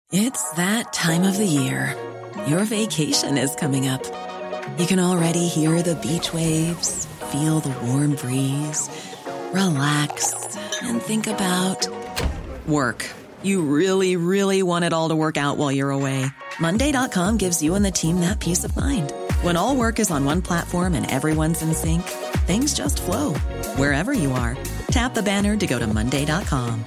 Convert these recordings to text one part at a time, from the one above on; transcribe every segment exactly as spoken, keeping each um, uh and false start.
It's that time of the year. Your vacation is coming up. You can already hear the beach waves, feel the warm breeze, relax, and think about work. You really, really want it all to work out while you're away. Monday dot com gives you and the team that peace of mind. When all work is on one platform and everyone's in sync, things just flow. Wherever you are, tap the banner to go to Monday dot com.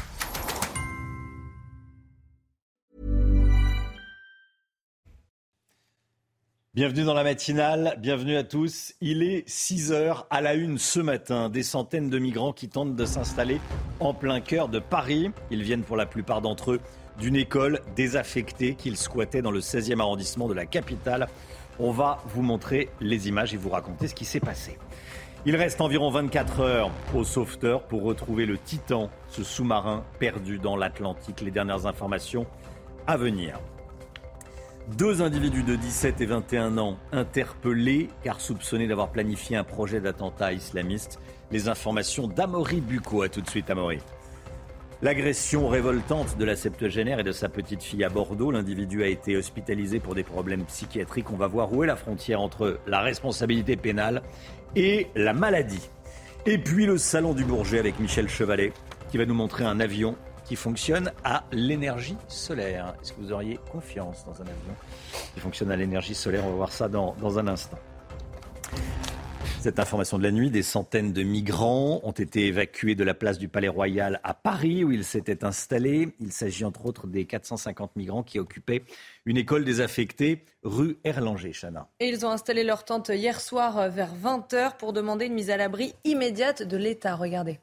Bienvenue dans la matinale, bienvenue à tous. Il est six heures à la une ce matin. Des centaines de migrants qui tentent de s'installer en plein cœur de Paris. Ils viennent pour la plupart d'entre eux d'une école désaffectée qu'ils squattaient dans le seizième arrondissement de la capitale. On va vous montrer les images et vous raconter ce qui s'est passé. Il reste environ vingt-quatre heures aux sauveteurs pour retrouver le Titan, ce sous-marin perdu dans l'Atlantique. Les dernières informations à venir. Deux individus de dix-sept et vingt et un ans interpellés car soupçonnés d'avoir planifié un projet d'attentat islamiste. Les informations d'Amaury Bucco. À tout de suite, Amaury. L'agression révoltante de la septuagénaire et de sa petite fille à Bordeaux. L'individu a été hospitalisé pour des problèmes psychiatriques. On va voir où est la frontière entre la responsabilité pénale et la maladie. Et puis le salon du Bourget avec Michel Chevalet qui va nous montrer un avion qui fonctionne à l'énergie solaire. Est-ce que vous auriez confiance dans un avion qui fonctionne à l'énergie solaire? On va voir ça dans, dans un instant. Cette information de la nuit, des centaines de migrants ont été évacués de la place du Palais Royal à Paris où ils s'étaient installés. Il s'agit entre autres des quatre cent cinquante migrants qui occupaient une école désaffectée rue Erlanger, Chana. Et ils ont installé leur tente hier soir vers vingt heures pour demander une mise à l'abri immédiate de l'État. Regardez.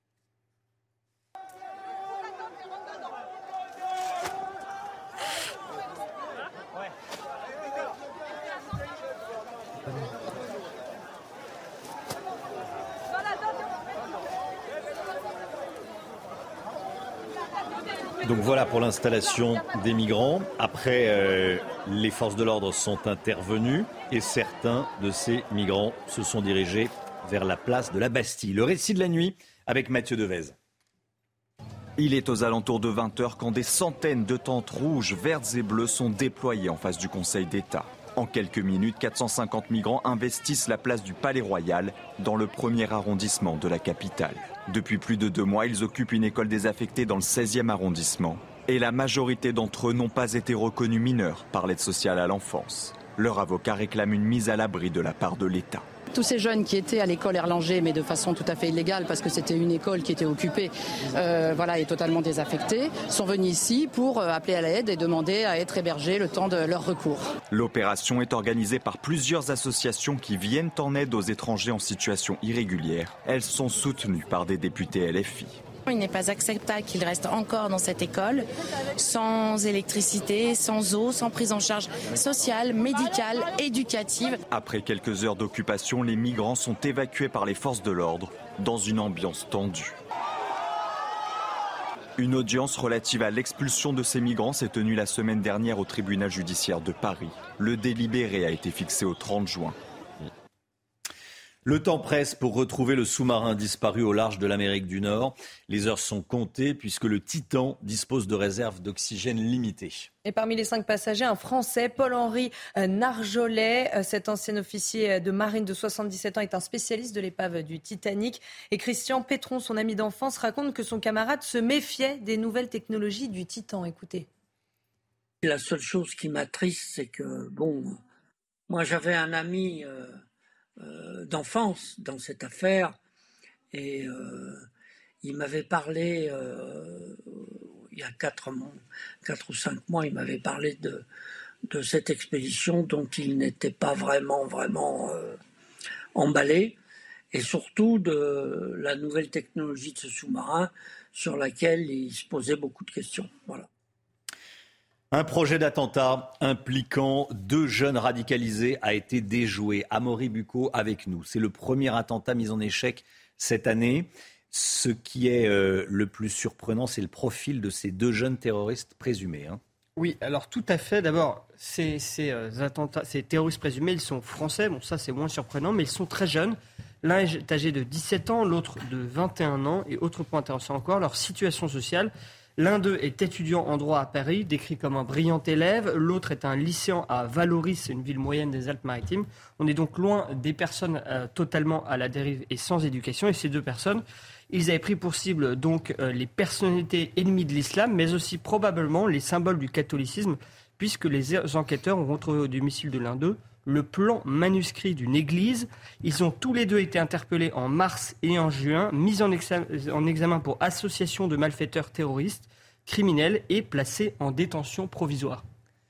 Donc voilà pour l'installation des migrants. Après, euh, les forces de l'ordre sont intervenues et certains de ces migrants se sont dirigés vers la place de la Bastille. Le récit de la nuit avec Mathieu Devez. Il est aux alentours de vingt heures quand des centaines de tentes rouges, vertes et bleues sont déployées en face du Conseil d'État. En quelques minutes, quatre cent cinquante migrants investissent la place du Palais Royal dans le premier arrondissement de la capitale. Depuis plus de deux mois, ils occupent une école désaffectée dans le seizième arrondissement. Et la majorité d'entre eux n'ont pas été reconnus mineurs par l'aide sociale à l'enfance. Leur avocat réclame une mise à l'abri de la part de l'État. Tous ces jeunes qui étaient à l'école Erlanger, mais de façon tout à fait illégale, parce que c'était une école qui était occupée euh, voilà, et totalement désaffectée, sont venus ici pour appeler à l'aide et demander à être hébergés le temps de leur recours. L'opération est organisée par plusieurs associations qui viennent en aide aux étrangers en situation irrégulière. Elles sont soutenues par des députés L F I. Il n'est pas acceptable qu'il reste encore dans cette école sans électricité, sans eau, sans prise en charge sociale, médicale, éducative. Après quelques heures d'occupation, les migrants sont évacués par les forces de l'ordre dans une ambiance tendue. Une audience relative à l'expulsion de ces migrants s'est tenue la semaine dernière au tribunal judiciaire de Paris. Le délibéré a été fixé au trente juin. Le temps presse pour retrouver le sous-marin disparu au large de l'Amérique du Nord. Les heures sont comptées puisque le Titan dispose de réserves d'oxygène limitées. Et parmi les cinq passagers, un Français, Paul-Henri Narjolet. Cet ancien officier de marine de soixante-dix-sept ans est un spécialiste de l'épave du Titanic. Et Christian Pétron, son ami d'enfance, raconte que son camarade se méfiait des nouvelles technologies du Titan. Écoutez. La seule chose qui m'attriste, c'est que, bon, moi j'avais un ami... Euh... Euh, d'enfance dans cette affaire et euh, il m'avait parlé euh, il y a quatre, mois, quatre ou cinq mois il m'avait parlé de, de cette expédition dont il n'était pas vraiment vraiment euh, emballé et surtout de la nouvelle technologie de ce sous-marin sur laquelle il se posait beaucoup de questions. Voilà. Un projet d'attentat impliquant deux jeunes radicalisés a été déjoué. Amaury Bucco avec nous. C'est le premier attentat mis en échec cette année. Ce qui est euh, le plus surprenant, c'est le profil de ces deux jeunes terroristes présumés. Hein. Oui, alors tout à fait. D'abord, ces, ces, euh, attentats, ces terroristes présumés, ils sont français. Bon, ça c'est moins surprenant, mais ils sont très jeunes. L'un est âgé de dix-sept ans, l'autre de vingt et un ans. Et autre point intéressant encore, leur situation sociale. L'un d'eux est étudiant en droit à Paris, décrit comme un brillant élève. L'autre est un lycéen à Vallauris, une ville moyenne des Alpes-Maritimes. On est donc loin des personnes euh, totalement à la dérive et sans éducation. Et ces deux personnes, ils avaient pris pour cible donc euh, les personnalités ennemies de l'islam, mais aussi probablement les symboles du catholicisme, puisque les enquêteurs ont retrouvé au domicile de l'un d'eux le plan manuscrit d'une église. Ils ont tous les deux été interpellés en mars et en juin, mis en, exa- en examen pour association de malfaiteurs terroristes, criminels et placés en détention provisoire.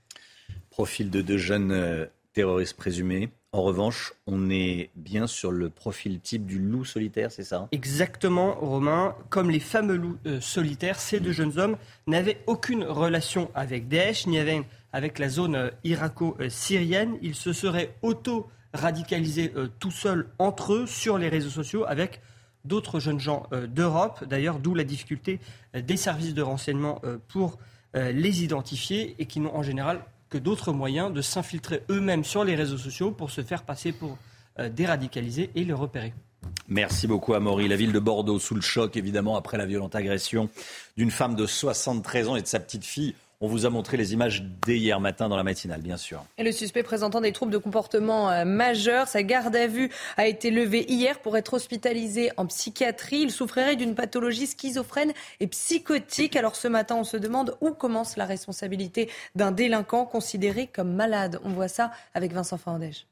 Profil de deux jeunes euh, terroristes présumés. En revanche, on est bien sur le profil type du loup solitaire, c'est ça ? Exactement, Romain. Comme les fameux loups euh, solitaires, ces deux jeunes hommes n'avaient aucune relation avec Daesh, ni avec, avec la zone euh, irako-syrienne. Ils se seraient auto-radicalisés euh, tout seuls entre eux sur les réseaux sociaux avec d'autres jeunes gens euh, d'Europe. D'ailleurs, d'où la difficulté euh, des services de renseignement euh, pour euh, les identifier et qui n'ont en général que d'autres moyens de s'infiltrer eux-mêmes sur les réseaux sociaux pour se faire passer pour euh, déradicaliser et les repérer. Merci beaucoup Amaury. La ville de Bordeaux sous le choc évidemment après la violente agression d'une femme de soixante-treize ans et de sa petite fille. On vous a montré les images dès hier matin dans la matinale, bien sûr. Et le suspect présentant des troubles de comportement euh, majeurs, sa garde à vue a été levée hier pour être hospitalisé en psychiatrie. Il souffrirait d'une pathologie schizophrène et psychotique. Alors ce matin, on se demande où commence la responsabilité d'un délinquant considéré comme malade. On voit ça avec Vincent Fandège.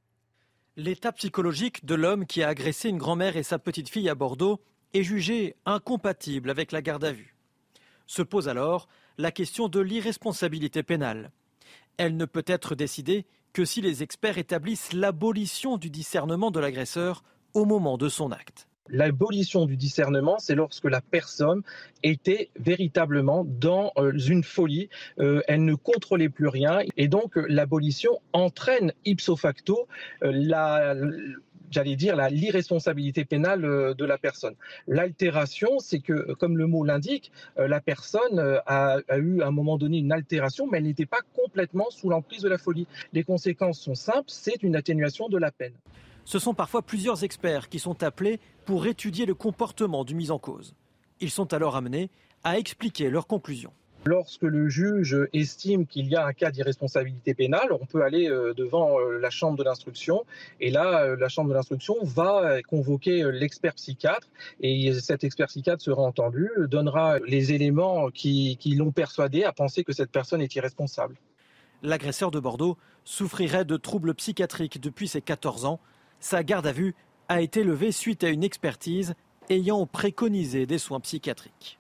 L'état psychologique de l'homme qui a agressé une grand-mère et sa petite fille à Bordeaux est jugé incompatible avec la garde à vue. Se pose alors la question de l'irresponsabilité pénale. Elle ne peut être décidée que si les experts établissent l'abolition du discernement de l'agresseur au moment de son acte. L'abolition du discernement, c'est lorsque la personne était véritablement dans une folie, euh, elle ne contrôlait plus rien et donc l'abolition entraîne ipso facto euh, la... j'allais dire, la, l'irresponsabilité pénale de la personne. L'altération, c'est que, comme le mot l'indique, la personne a, a eu à un moment donné une altération, mais elle n'était pas complètement sous l'emprise de la folie. Les conséquences sont simples, c'est une atténuation de la peine. Ce sont parfois plusieurs experts qui sont appelés pour étudier le comportement du mis en cause. Ils sont alors amenés à expliquer leurs conclusions. Lorsque le juge estime qu'il y a un cas d'irresponsabilité pénale, on peut aller devant la chambre de l'instruction et là, la chambre de l'instruction va convoquer l'expert psychiatre et cet expert psychiatre sera entendu, donnera les éléments qui, qui l'ont persuadé à penser que cette personne est irresponsable. L'agresseur de Bordeaux souffrirait de troubles psychiatriques depuis ses quatorze ans. Sa garde à vue a été levée suite à une expertise ayant préconisé des soins psychiatriques.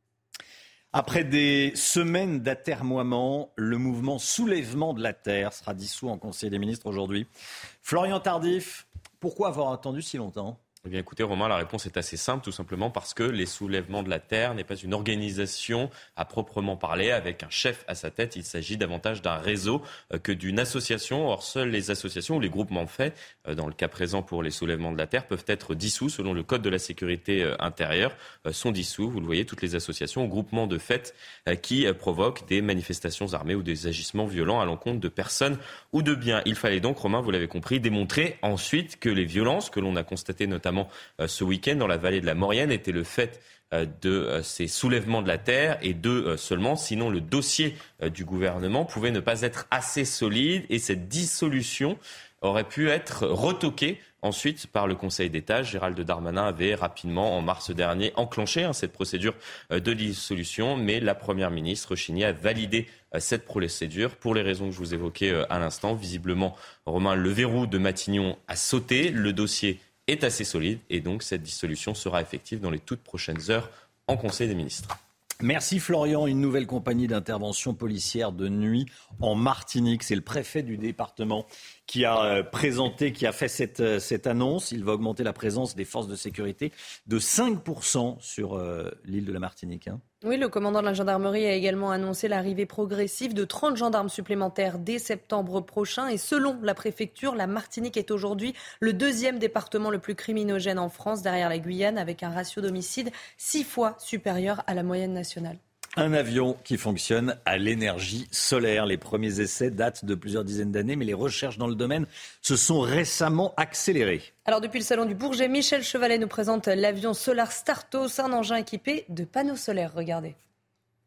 Après des semaines d'atermoiement, le mouvement Soulèvement de la Terre sera dissous en Conseil des ministres aujourd'hui. Florian Tardif, pourquoi avoir attendu si longtemps ? Eh bien écoutez Romain, la réponse est assez simple, tout simplement parce que les Soulèvements de la Terre n'est pas une organisation à proprement parler avec un chef à sa tête. Il s'agit davantage d'un réseau que d'une association. Or, seules les associations ou les groupements faits, dans le cas présent pour les Soulèvements de la Terre, peuvent être dissous selon le Code de la sécurité intérieure, sont dissous. Vous le voyez, toutes les associations ou groupements de fait qui provoquent des manifestations armées ou des agissements violents à l'encontre de personnes ou de biens. Il fallait donc, Romain, vous l'avez compris, démontrer ensuite que les violences que l'on a constatées notamment ce week-end dans la vallée de la Maurienne était le fait de ces soulèvements de la terre et d'eux seulement. Sinon, le dossier du gouvernement pouvait ne pas être assez solide et cette dissolution aurait pu être retoquée ensuite par le Conseil d'État. Gérald Darmanin avait rapidement, en mars dernier, enclenché hein, cette procédure de dissolution, mais la Première ministre rechignait à valider cette procédure pour les raisons que je vous évoquais à l'instant. Visiblement, Romain, le verrou de Matignon a sauté, le dossier est assez solide et donc cette dissolution sera effective dans les toutes prochaines heures en Conseil des ministres. Merci Florian. Une nouvelle compagnie d'intervention policière de nuit en Martinique. C'est le préfet du département qui a présenté, qui a fait cette, cette annonce. Il va augmenter la présence des forces de sécurité de cinq pour cent sur euh, l'île de la Martinique. Hein. Oui, le commandant de la gendarmerie a également annoncé l'arrivée progressive de trente gendarmes supplémentaires dès septembre prochain. Et selon la préfecture, la Martinique est aujourd'hui le deuxième département le plus criminogène en France, derrière la Guyane, avec un ratio d'homicide six fois supérieur à la moyenne nationale. Un avion qui fonctionne à l'énergie solaire. Les premiers essais datent de plusieurs dizaines d'années, mais les recherches dans le domaine se sont récemment accélérées. Alors depuis le salon du Bourget, Michel Chevalet nous présente l'avion Solar Startos, un engin équipé de panneaux solaires. Regardez.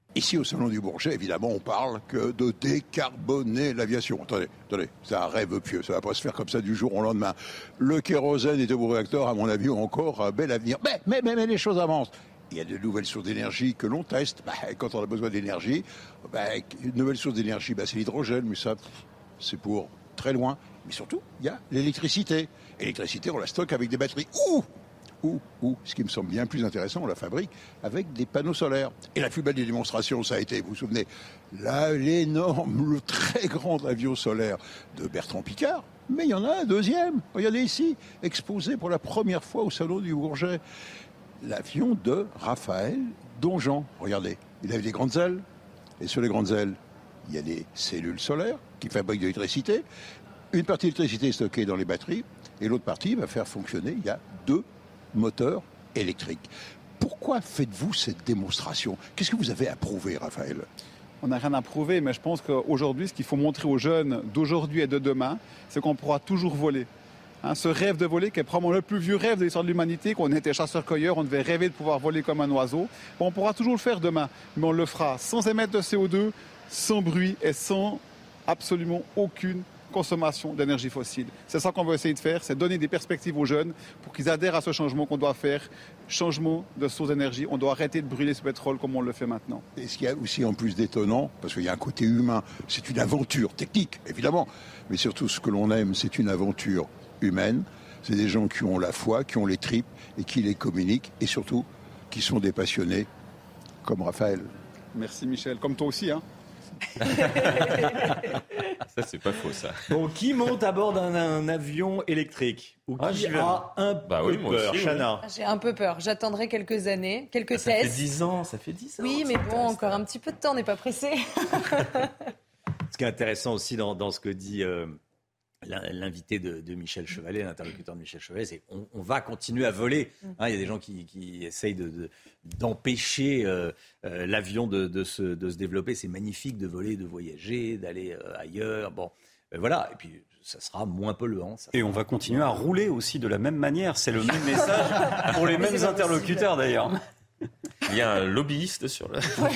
Ici, au Salon du Bourget, évidemment, on parle que de décarboner l'aviation. Attendez, attendez, c'est un rêve pieux, ça ne va pas se faire comme ça du jour au lendemain. Le kérosène et les réacteurs, à mon avis, ont encore un bel avenir. Mais, mais, mais, mais les choses avancent. Il y a de nouvelles sources d'énergie que l'on teste. Bah, quand on a besoin d'énergie, bah, une nouvelle source d'énergie, bah, c'est l'hydrogène, mais ça, c'est pour très loin. Mais surtout, il y a l'électricité. L'électricité, on la stocke avec des batteries. Ouh Ou, ou, ce qui me semble bien plus intéressant, on la fabrique avec des panneaux solaires. Et la plus belle des démonstrations, ça a été, vous vous souvenez, là, l'énorme, le très grand avion solaire de Bertrand Piccard. Mais il y en a un deuxième, regardez ici, exposé pour la première fois au Salon du Bourget. L'avion de Raphaël Donjean. Regardez, il avait des grandes ailes. Et sur les grandes ailes, il y a des cellules solaires qui fabriquent de l'électricité. Une partie de l'électricité est stockée dans les batteries et l'autre partie va faire fonctionner, il y a deux moteur électrique. Pourquoi faites-vous cette démonstration ? Qu'est-ce que vous avez à prouver, Raphaël ? On n'a rien à prouver, mais je pense qu'aujourd'hui, ce qu'il faut montrer aux jeunes d'aujourd'hui et de demain, c'est qu'on pourra toujours voler. Hein, ce rêve de voler, qui est probablement le plus vieux rêve de l'histoire de l'humanité, qu'on était chasseurs-cueilleurs, on devait rêver de pouvoir voler comme un oiseau. Bon, on pourra toujours le faire demain, mais on le fera sans émettre de C O deux, sans bruit et sans absolument aucune consommation d'énergie fossile. C'est ça qu'on va essayer de faire, c'est donner des perspectives aux jeunes pour qu'ils adhèrent à ce changement qu'on doit faire, changement de source d'énergie. On doit arrêter de brûler ce pétrole comme on le fait maintenant. Et ce qu'il y a aussi en plus d'étonnant, parce qu'il y a un côté humain, c'est une aventure technique, évidemment, mais surtout ce que l'on aime, c'est une aventure humaine. C'est des gens qui ont la foi, qui ont les tripes et qui les communiquent, et surtout qui sont des passionnés, comme Raphaël. Merci Michel, comme toi aussi, hein. Ça, c'est pas faux, ça. Bon, qui monte à bord d'un un avion électrique ? Ou qui ah, j'y vais. a un bah peu oui, moi peur, aussi, Chana ? J'ai un peu peur. J'attendrai quelques années, quelques ça tests. Ça fait dix ans, ça fait dix ans. Oui, mais bon, encore un petit peu de temps, on n'est pas pressé. Ce qui est intéressant aussi dans, dans ce que dit euh, l'invité de, de Michel Chevalet, l'interlocuteur de Michel Chevalet, c'est on, on va continuer à voler. Hein, il y a des gens qui, qui essayent de, de, d'empêcher euh, euh, l'avion de, de, se, de se développer. C'est magnifique de voler, de voyager, d'aller euh, ailleurs. Bon, euh, voilà. Et puis, ça sera moins polluant. Ça. Et on va continuer à rouler aussi de la même manière. C'est le même message pour les mêmes interlocuteurs d'ailleurs. Il y a un lobbyiste sur le...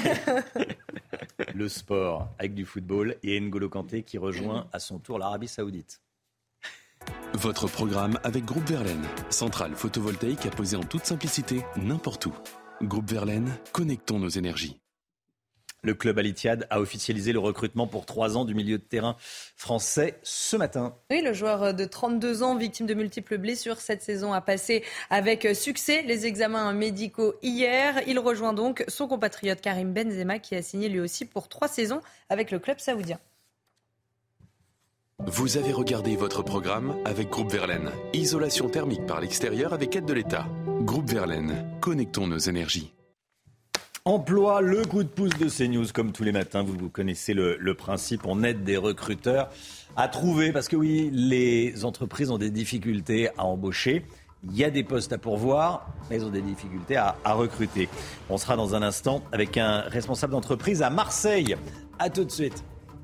le sport avec du football et N'Golo Kanté qui rejoint à son tour l'Arabie Saoudite. Votre programme avec Groupe Verlaine, centrale photovoltaïque à poser en toute simplicité n'importe où. Groupe Verlaine, connectons nos énergies. Le club Al Ittihad a officialisé le recrutement pour trois ans du milieu de terrain français ce matin. Oui, le joueur de trente-deux ans, victime de multiples blessures cette saison, a passé avec succès les examens médicaux hier. Il rejoint donc son compatriote Karim Benzema qui a signé lui aussi pour trois saisons avec le club saoudien. Vous avez regardé votre programme avec Groupe Verlaine. Isolation thermique par l'extérieur avec aide de l'État. Groupe Verlaine, connectons nos énergies. Emploi, le coup de pouce de CNews, comme tous les matins, vous, vous connaissez le, le principe, on aide des recruteurs à trouver, parce que oui, les entreprises ont des difficultés à embaucher, il y a des postes à pourvoir, mais ils ont des difficultés à, à recruter. On sera dans un instant avec un responsable d'entreprise à Marseille. À tout de suite.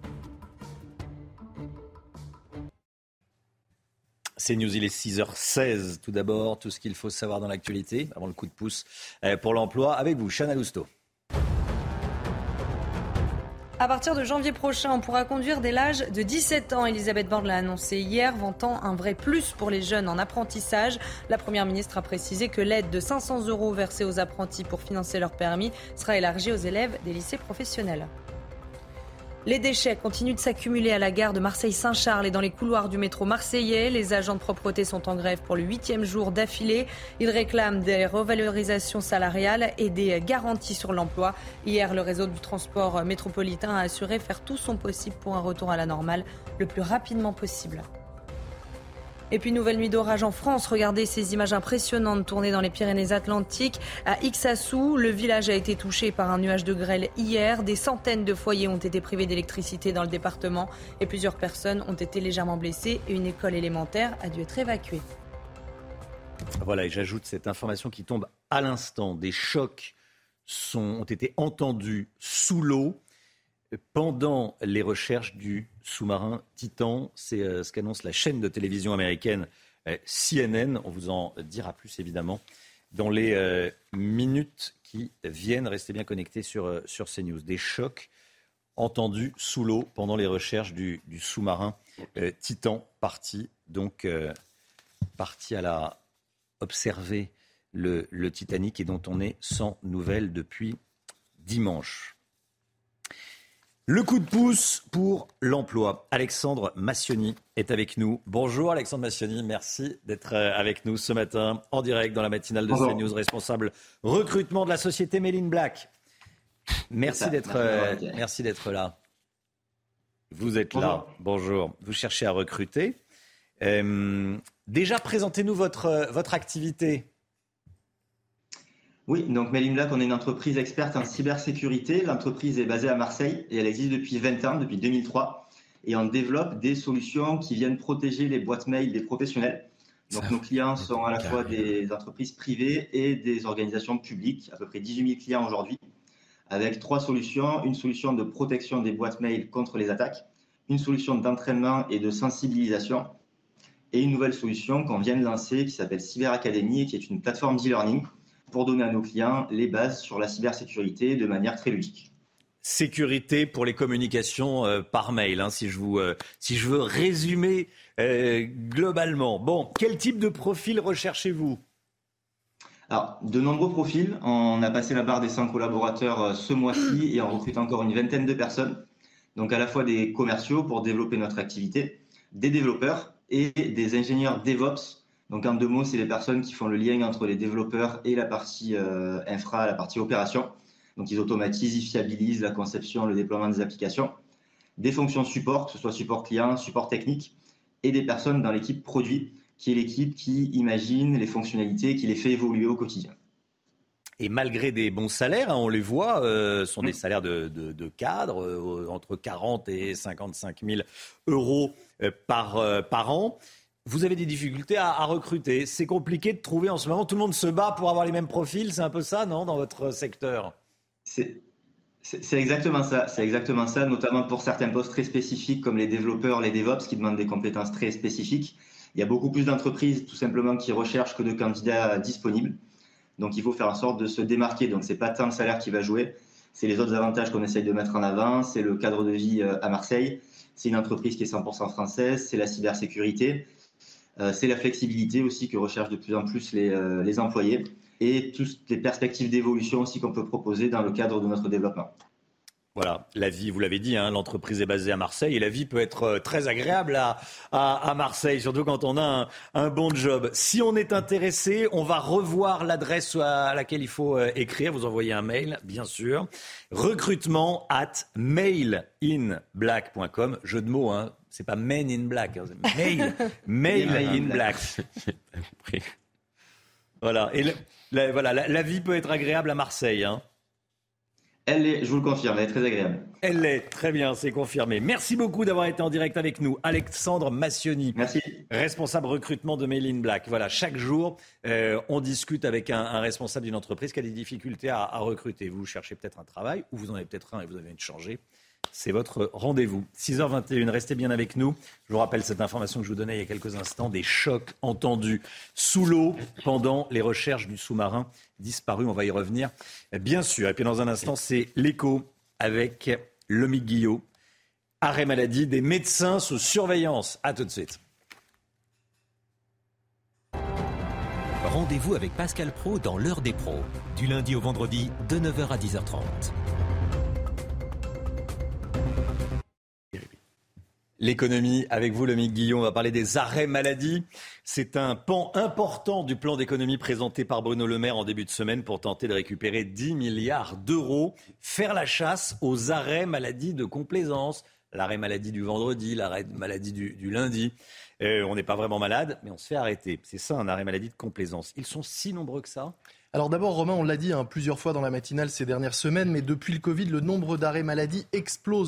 CNews, il est six heures seize. Tout d'abord, tout ce qu'il faut savoir dans l'actualité, avant le coup de pouce pour l'emploi. Avec vous, Chana Lousteau. À partir de janvier prochain, on pourra conduire dès l'âge de dix-sept ans. Elisabeth Borne l'a annoncé hier, vantant un vrai plus pour les jeunes en apprentissage. La Première ministre a précisé que l'aide de cinq cents euros versée aux apprentis pour financer leur permis sera élargie aux élèves des lycées professionnels. Les déchets continuent de s'accumuler à la gare de Marseille-Saint-Charles et dans les couloirs du métro marseillais. Les agents de propreté sont en grève pour le huitième jour d'affilée. Ils réclament des revalorisations salariales et des garanties sur l'emploi. Hier, le réseau du transport métropolitain a assuré faire tout son possible pour un retour à la normale le plus rapidement possible. Et puis, nouvelle nuit d'orage en France. Regardez ces images impressionnantes tournées dans les Pyrénées-Atlantiques. À Ixassou, le village a été touché par un nuage de grêle hier. Des centaines de foyers ont été privés d'électricité dans le département et plusieurs personnes ont été légèrement blessées et une école élémentaire a dû être évacuée. Voilà, et j'ajoute cette information qui tombe à l'instant. Des chocs sont, ont été entendus sous l'eau pendant les recherches du sous-marin Titan. C'est euh, ce qu'annonce la chaîne de télévision américaine euh, C N N. On vous en dira plus évidemment dans les euh, minutes qui viennent. Restez bien connectés sur, sur CNews. Des chocs entendus sous l'eau pendant les recherches du, du sous-marin euh, Titan, parti donc euh, parti à la observer le, le Titanic et dont on est sans nouvelles depuis dimanche. Le coup de pouce pour l'emploi. Alexandre Massioni est avec nous. Bonjour Alexandre Massioni, merci d'être avec nous ce matin en direct dans la matinale de Bonjour. CNews, responsable recrutement de la société Men in Black. Merci d'être, euh, merci d'être là. Vous êtes Bonjour. là. Bonjour. Vous cherchez à recruter. Euh, déjà, présentez-nous votre, votre activité. Oui, donc Men in Black, on est une entreprise experte en cybersécurité. L'entreprise est basée à Marseille et elle existe depuis vingt ans, depuis deux mille trois. Et on développe des solutions qui viennent protéger les boîtes mail des professionnels. Donc Ça nos clients sont à la fois des entreprises privées et des organisations publiques, à peu près dix-huit mille clients aujourd'hui, avec trois solutions. Une solution de protection des boîtes mail contre les attaques, une solution d'entraînement et de sensibilisation, et une nouvelle solution qu'on vient de lancer qui s'appelle Cyber Academy, qui est une plateforme d'e-learning pour donner à nos clients les bases sur la cybersécurité de manière très ludique. Sécurité pour les communications euh, par mail, hein, si, je vous, euh, si je veux résumer euh, globalement. Bon, quel type de profil recherchez-vous ? Alors, de nombreux profils. On a passé la barre des cent collaborateurs euh, ce mois-ci et on recrute encore une vingtaine de personnes. Donc, à la fois des commerciaux pour développer notre activité, des développeurs et des ingénieurs DevOps. Donc, en deux mots, c'est les personnes qui font le lien entre les développeurs et la partie euh, infra, la partie opération. Donc, ils automatisent, ils fiabilisent la conception, le déploiement des applications. Des fonctions support, que ce soit support client, support technique, et des personnes dans l'équipe produit, qui est l'équipe qui imagine les fonctionnalités, qui les fait évoluer au quotidien. Et malgré des bons salaires, hein, on les voit, euh, sont des salaires de, de, de cadre, euh, entre quarante et cinquante-cinq mille euros euh, par, euh, par an. Vous avez des difficultés à, à recruter. C'est compliqué de trouver en ce moment. Tout le monde se bat pour avoir les mêmes profils. C'est un peu ça, non, dans votre secteur ? C'est, c'est, c'est exactement ça. C'est exactement ça, notamment pour certains postes très spécifiques comme les développeurs, les DevOps, qui demandent des compétences très spécifiques. Il y a beaucoup plus d'entreprises, tout simplement, qui recherchent que de candidats disponibles. Donc, il faut faire en sorte de se démarquer. Donc, c'est pas tant le salaire qui va jouer, c'est les autres avantages qu'on essaye de mettre en avant. C'est le cadre de vie à Marseille. C'est une entreprise qui est cent pour cent française. C'est la cybersécurité. Euh, c'est la flexibilité aussi que recherchent de plus en plus les, euh, les employés et toutes les perspectives d'évolution aussi qu'on peut proposer dans le cadre de notre développement. Voilà, la vie, vous l'avez dit, hein, l'entreprise est basée à Marseille et la vie peut être très agréable à, à, à Marseille, surtout quand on a un, un bon job. Si on est intéressé, on va revoir l'adresse à laquelle il faut écrire. Vous envoyez un mail, bien sûr. Recrutement at mailinblack point com. Jeu de mots, hein. C'est pas Men in Black, hein, c'est Mail, Mail in Black. Voilà, et le, la, voilà la, la vie peut être agréable à Marseille, hein. Elle est, je vous le confirme, elle est très agréable. Elle l'est, très bien, c'est confirmé. Merci beaucoup d'avoir été en direct avec nous. Alexandre Massioni, Merci. responsable recrutement de Mail in Black. Voilà, chaque jour, euh, on discute avec un, un responsable d'une entreprise qui a des difficultés à, à recruter. Vous cherchez peut-être un travail, ou vous en avez peut-être un et vous avez envie de changer. C'est votre rendez-vous. six heures vingt et une, restez bien avec nous. Je vous rappelle cette information que je vous donnais il y a quelques instants, des chocs entendus sous l'eau pendant les recherches du sous-marin disparu. On va y revenir, bien sûr. Et puis dans un instant, c'est l'écho avec Lomique Guillot. Arrêt maladie des médecins sous surveillance. À tout de suite. Rendez-vous avec Pascal Praud dans l'heure des pros, du lundi au vendredi de neuf heures à dix heures trente. L'économie, avec vous, Lomique Guillot, on va parler des arrêts maladie. C'est un pan important du plan d'économie présenté par Bruno Le Maire en début de semaine pour tenter de récupérer dix milliards d'euros. Faire la chasse aux arrêts maladie de complaisance. L'arrêt maladie du vendredi, l'arrêt maladie du, du lundi. Euh, on n'est pas vraiment malade, mais on se fait arrêter. C'est ça, un arrêt maladie de complaisance. Ils sont si nombreux que ça ? Alors d'abord, Romain, on l'a dit hein, plusieurs fois dans la matinale ces dernières semaines, mais depuis le Covid, le nombre d'arrêts maladie explose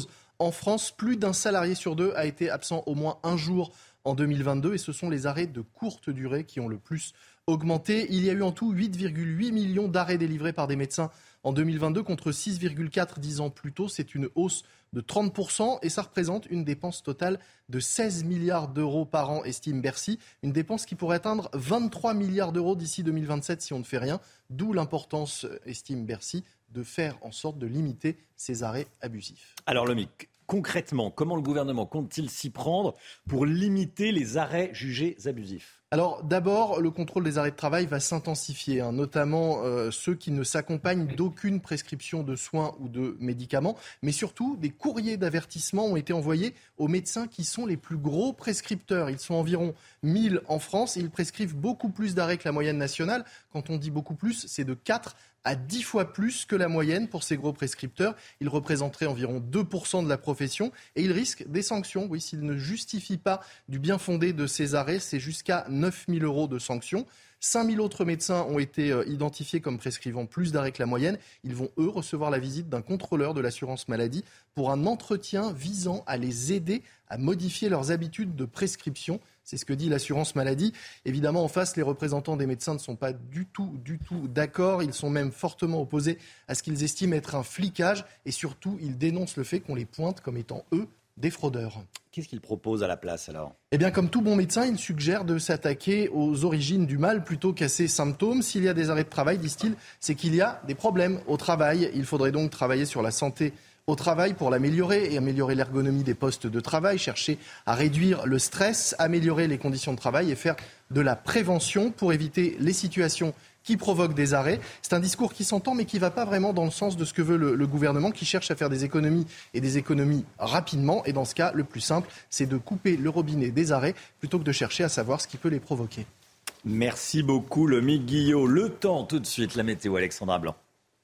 En France, plus d'un salarié sur deux a été absent au moins un jour en deux mille vingt-deux et ce sont les arrêts de courte durée qui ont le plus augmenté. Il y a eu en tout huit virgule huit millions d'arrêts délivrés par des médecins en deux mille vingt-deux contre six virgule quatre dix ans plus tôt. C'est une hausse de trente pour cent et ça représente une dépense totale de seize milliards d'euros par an, estime Bercy. Une dépense qui pourrait atteindre vingt-trois milliards d'euros d'ici deux mille vingt-sept si on ne fait rien. D'où l'importance, estime Bercy, de faire en sorte de limiter ces arrêts abusifs. Alors le M I C, concrètement, comment le gouvernement compte-t-il s'y prendre pour limiter les arrêts jugés abusifs ? Alors d'abord, le contrôle des arrêts de travail va s'intensifier, hein, notamment euh, ceux qui ne s'accompagnent d'aucune prescription de soins ou de médicaments, mais surtout des courriers d'avertissement ont été envoyés aux médecins qui sont les plus gros prescripteurs. Ils sont environ mille en France et ils prescrivent beaucoup plus d'arrêts que la moyenne nationale. Quand on dit beaucoup plus, c'est de quatre à dix fois plus que la moyenne pour ces gros prescripteurs. Ils représenteraient environ deux pour cent de la profession et ils risquent des sanctions. Oui, s'ils ne justifient pas du bien fondé de ces arrêts, c'est jusqu'à neuf mille euros de sanctions. cinq mille autres médecins ont été identifiés comme prescrivant plus d'arrêts que la moyenne. Ils vont, eux, recevoir la visite d'un contrôleur de l'assurance maladie pour un entretien visant à les aider à modifier leurs habitudes de prescription. C'est ce que dit l'assurance maladie. Évidemment, en face, les représentants des médecins ne sont pas du tout, du tout d'accord. Ils sont même fortement opposés à ce qu'ils estiment être un flicage. Et surtout, ils dénoncent le fait qu'on les pointe comme étant, eux, des fraudeurs. Qu'est-ce qu'ils proposent à la place alors ? Eh bien, comme tout bon médecin, il suggère de s'attaquer aux origines du mal plutôt qu'à ses symptômes. S'il y a des arrêts de travail, disent-ils, c'est qu'il y a des problèmes au travail. Il faudrait donc travailler sur la santé au travail pour l'améliorer et améliorer l'ergonomie des postes de travail, chercher à réduire le stress, améliorer les conditions de travail et faire de la prévention pour éviter les situations qui provoquent des arrêts. C'est un discours qui s'entend mais qui ne va pas vraiment dans le sens de ce que veut le, le gouvernement qui cherche à faire des économies et des économies rapidement. Et dans ce cas, le plus simple, c'est de couper le robinet des arrêts plutôt que de chercher à savoir ce qui peut les provoquer. Merci beaucoup, le M I C Guillaume. Le temps, tout de suite, la météo, Alexandra Blanc.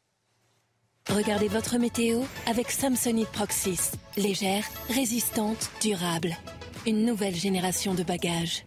Regardez votre météo avec Samsonite Proxys. Légère, résistante, durable. Une nouvelle génération de bagages.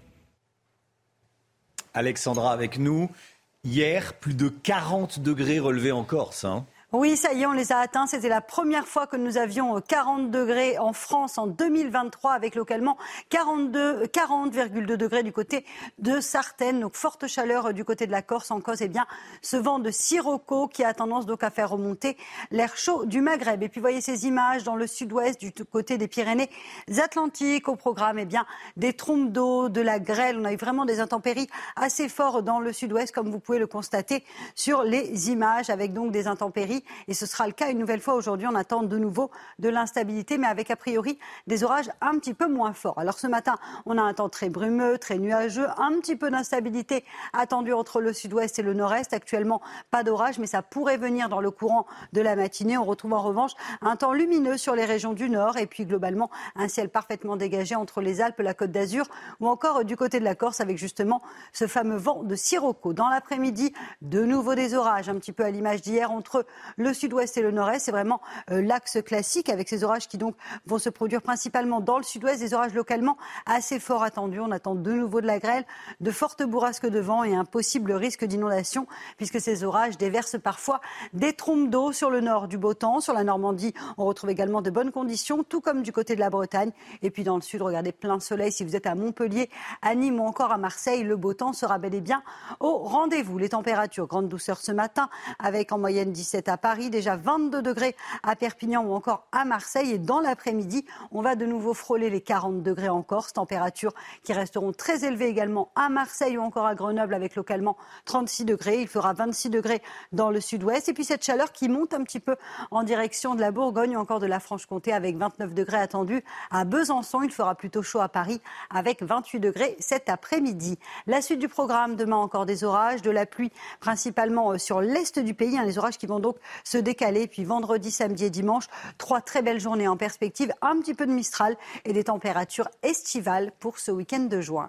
Alexandra avec nous. Hier, plus de quarante degrés relevés en Corse. Hein. Oui, ça y est, on les a atteints. C'était la première fois que nous avions quarante degrés en France en deux mille vingt-trois, avec localement quarante-deux, quarante virgule deux degrés du côté de Sartène. Donc, forte chaleur du côté de la Corse. En cause, eh bien, ce vent de sirocco qui a tendance donc à faire remonter l'air chaud du Maghreb. Et puis, voyez ces images dans le sud-ouest, du côté des Pyrénées-Atlantiques. Au programme, eh bien, des trompes d'eau, de la grêle. On a eu vraiment des intempéries assez fortes dans le sud-ouest, comme vous pouvez le constater sur les images, avec donc des intempéries. Et ce sera le cas une nouvelle fois aujourd'hui. On attend de nouveau de l'instabilité, mais avec a priori des orages un petit peu moins forts. Alors ce matin, on a un temps très brumeux, très nuageux, un petit peu d'instabilité attendue entre le sud-ouest et le nord-est. Actuellement, pas d'orage, mais ça pourrait venir dans le courant de la matinée. On retrouve en revanche un temps lumineux sur les régions du nord et puis globalement un ciel parfaitement dégagé entre les Alpes, la Côte d'Azur ou encore du côté de la Corse avec justement ce fameux vent de sirocco. Dans l'après-midi, de nouveau des orages, un petit peu à l'image d'hier entre le sud-ouest et le nord-est. C'est vraiment euh, l'axe classique avec ces orages qui donc vont se produire principalement dans le sud-ouest, des orages localement assez forts attendus. On attend de nouveau de la grêle, de fortes bourrasques de vent et un possible risque d'inondation puisque ces orages déversent parfois des trompes d'eau sur le nord du beau temps. Sur la Normandie, on retrouve également de bonnes conditions, tout comme du côté de la Bretagne. Et puis dans le sud, regardez, plein soleil. Si vous êtes à Montpellier, à Nîmes ou encore à Marseille, le beau temps sera bel et bien au rendez-vous. Les températures, grande douceur ce matin avec en moyenne dix-sept à Paris, déjà vingt-deux degrés à Perpignan ou encore à Marseille. Et dans l'après-midi, on va de nouveau frôler les quarante degrés en Corse. Températures qui resteront très élevées également à Marseille ou encore à Grenoble avec localement trente-six degrés. Il fera vingt-six degrés dans le sud-ouest. Et puis cette chaleur qui monte un petit peu en direction de la Bourgogne ou encore de la Franche-Comté avec vingt-neuf degrés attendus à Besançon. Il fera plutôt chaud à Paris avec vingt-huit degrés cet après-midi. La suite du programme, demain encore des orages, de la pluie principalement sur l'est du pays. Les orages qui vont donc se décaler. Puis vendredi, samedi et dimanche, trois très belles journées en perspective. Un petit peu de Mistral et des températures estivales pour ce week-end de juin.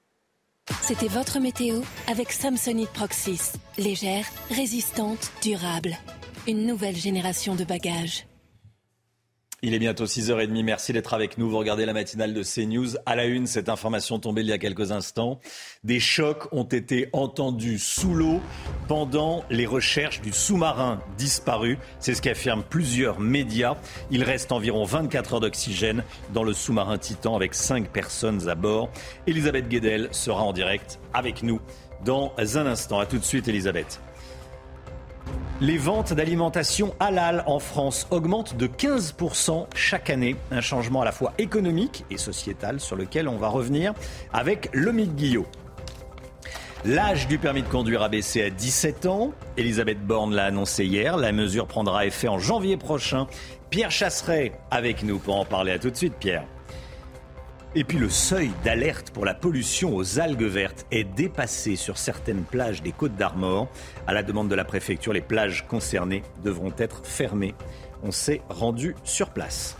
C'était votre météo avec Samsonite Proxys. Légère, résistante, durable. Une nouvelle génération de bagages. Il est bientôt six heures trente, merci d'être avec nous. Vous regardez la matinale de CNews. À la une, cette information tombée il y a quelques instants. Des chocs ont été entendus sous l'eau pendant les recherches du sous-marin disparu. C'est ce qu'affirment plusieurs médias. Il reste environ vingt-quatre heures d'oxygène dans le sous-marin Titan avec cinq personnes à bord. Elisabeth Guedel sera en direct avec nous dans un instant. A tout de suite, Elisabeth. Les ventes d'alimentation halal en France augmentent de quinze pour cent chaque année. Un changement à la fois économique et sociétal sur lequel on va revenir avec Lomique Guillot. L'âge du permis de conduire a baissé à dix-sept ans. Elisabeth Borne l'a annoncé hier. La mesure prendra effet en janvier prochain. Pierre Chasseret avec nous pour en parler. À tout de suite, Pierre. Et puis le seuil d'alerte pour la pollution aux algues vertes est dépassé sur certaines plages des Côtes-d'Armor. À la demande de la préfecture, les plages concernées devront être fermées. On s'est rendu sur place.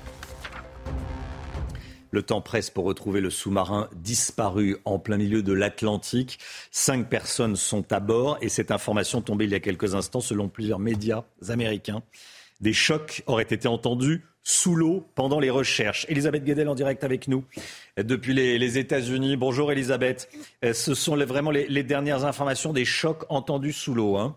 Le temps presse pour retrouver le sous-marin disparu en plein milieu de l'Atlantique. Cinq personnes sont à bord et cette information tombée il y a quelques instants selon plusieurs médias américains. Des chocs auraient été entendus sous l'eau pendant les recherches. Elisabeth Guedel en direct avec nous depuis les, les États-Unis. Bonjour Elisabeth. Ce sont les, vraiment les, les dernières informations des chocs entendus sous l'eau, hein.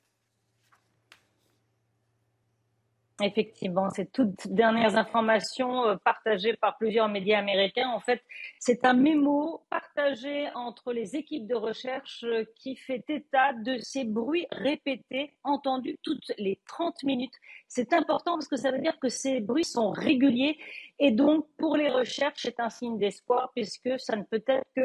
Effectivement, ces toutes dernières informations euh, partagées par plusieurs médias américains. En fait, c'est un mémo partagé entre les équipes de recherche euh, qui fait état de ces bruits répétés entendus toutes les trente minutes. C'est important parce que ça veut dire que ces bruits sont réguliers et donc pour les recherches, c'est un signe d'espoir puisque ça ne peut être que euh,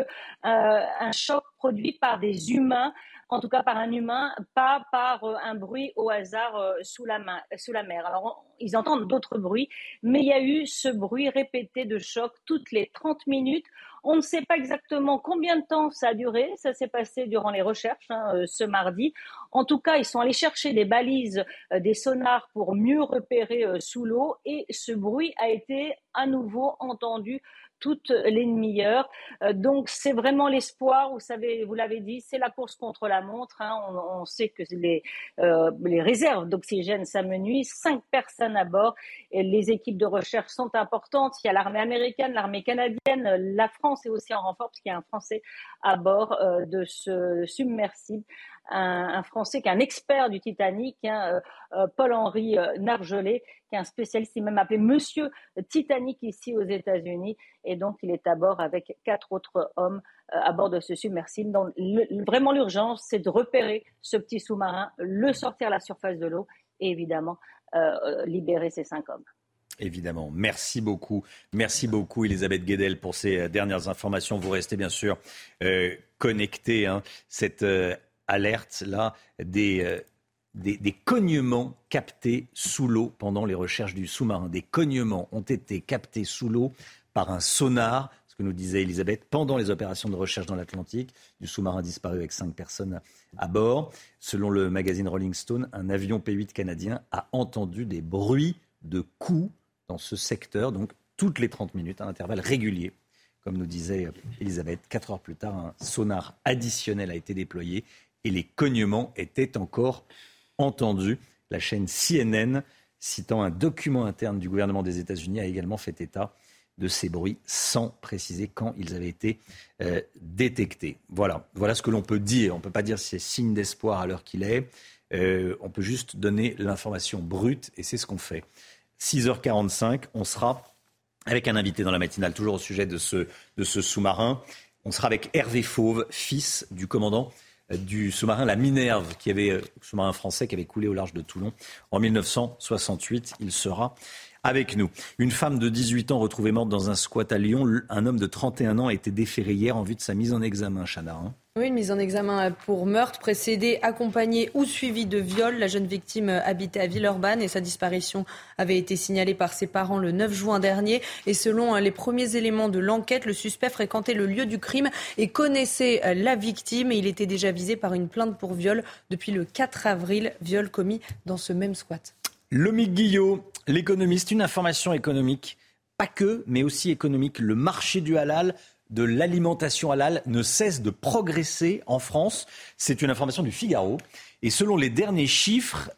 un choc produit par des humains. En tout cas par un humain, pas par euh, un bruit au hasard euh, sous, la main, sous la mer. Alors, on, ils entendent d'autres bruits, mais il y a eu ce bruit répété de choc toutes les trente minutes. On ne sait pas exactement combien de temps ça a duré. Ça s'est passé durant les recherches hein, euh, ce mardi. En tout cas, ils sont allés chercher des balises, euh, des sonars pour mieux repérer euh, sous l'eau. Et ce bruit a été à nouveau entendu toutes les demi-heures. Euh, donc, c'est vraiment l'espoir. Vous savez, vous l'avez dit, c'est la course contre la montre. Hein. On, on sait que les, euh, les réserves d'oxygène s'amenuisent. Cinq personnes à bord. Et les équipes de recherche sont importantes. Il y a l'armée américaine, l'armée canadienne. La France est aussi en renfort parce qu'il y a un Français à bord euh, de ce submersible. Un, un Français qui est un expert du Titanic, hein, euh, Paul-Henri euh, Nargeolet, qui est un spécialiste, il est même appelé Monsieur Titanic ici aux États-Unis. Et donc, il est à bord avec quatre autres hommes euh, à bord de ce submersible. Donc, le, vraiment, l'urgence, c'est de repérer ce petit sous-marin, le sortir à la surface de l'eau et évidemment euh, libérer ces cinq hommes. Évidemment. Merci beaucoup. Merci beaucoup, Elisabeth Guedel, pour ces dernières informations. Vous restez bien sûr euh, connectés. Hein, cette euh, alerte là des, euh, des, des cognements captés sous l'eau pendant les recherches du sous-marin. Des cognements ont été captés sous l'eau par un sonar, ce que nous disait Elisabeth, pendant les opérations de recherche dans l'Atlantique, du sous-marin disparu avec cinq personnes à bord. Selon le magazine Rolling Stone, un avion P huit canadien a entendu des bruits de coups dans ce secteur, donc toutes les trente minutes, à intervalles réguliers. Comme nous disait Elisabeth, quatre heures plus tard, un sonar additionnel a été déployé et les cognements étaient encore entendus. La chaîne C N N, citant un document interne du gouvernement des États-Unis, a également fait état de ces bruits sans préciser quand ils avaient été euh, détectés. Voilà, voilà ce que l'on peut dire. On ne peut pas dire si c'est signe d'espoir à l'heure qu'il est. Euh, on peut juste donner l'information brute et c'est ce qu'on fait. six heures quarante-cinq, on sera avec un invité dans la matinale, toujours au sujet de ce, de ce sous-marin. On sera avec Hervé Fauve, fils du commandant du sous-marin La Minerve, qui avait, sous-marin français qui avait coulé au large de Toulon en dix-neuf cent soixante-huit. Il sera avec nous. Une femme de dix-huit ans retrouvée morte dans un squat à Lyon. Un homme de trente et un ans a été déféré hier en vue de sa mise en examen, Chana. Hein. Oui, une mise en examen pour meurtre, précédé, accompagné ou suivi de viol. La jeune victime habitait à Villeurbanne et sa disparition avait été signalée par ses parents le neuf juin dernier. Et selon les premiers éléments de l'enquête, le suspect fréquentait le lieu du crime et connaissait la victime. Et il était déjà visé par une plainte pour viol depuis le quatre avril, viol commis dans ce même squat. Lomique Guillot, l'économiste, une information économique, pas que, mais aussi économique. Le marché du halal, de l'alimentation halal, ne cesse de progresser en France. C'est une information du Figaro. Et selon les derniers chiffres,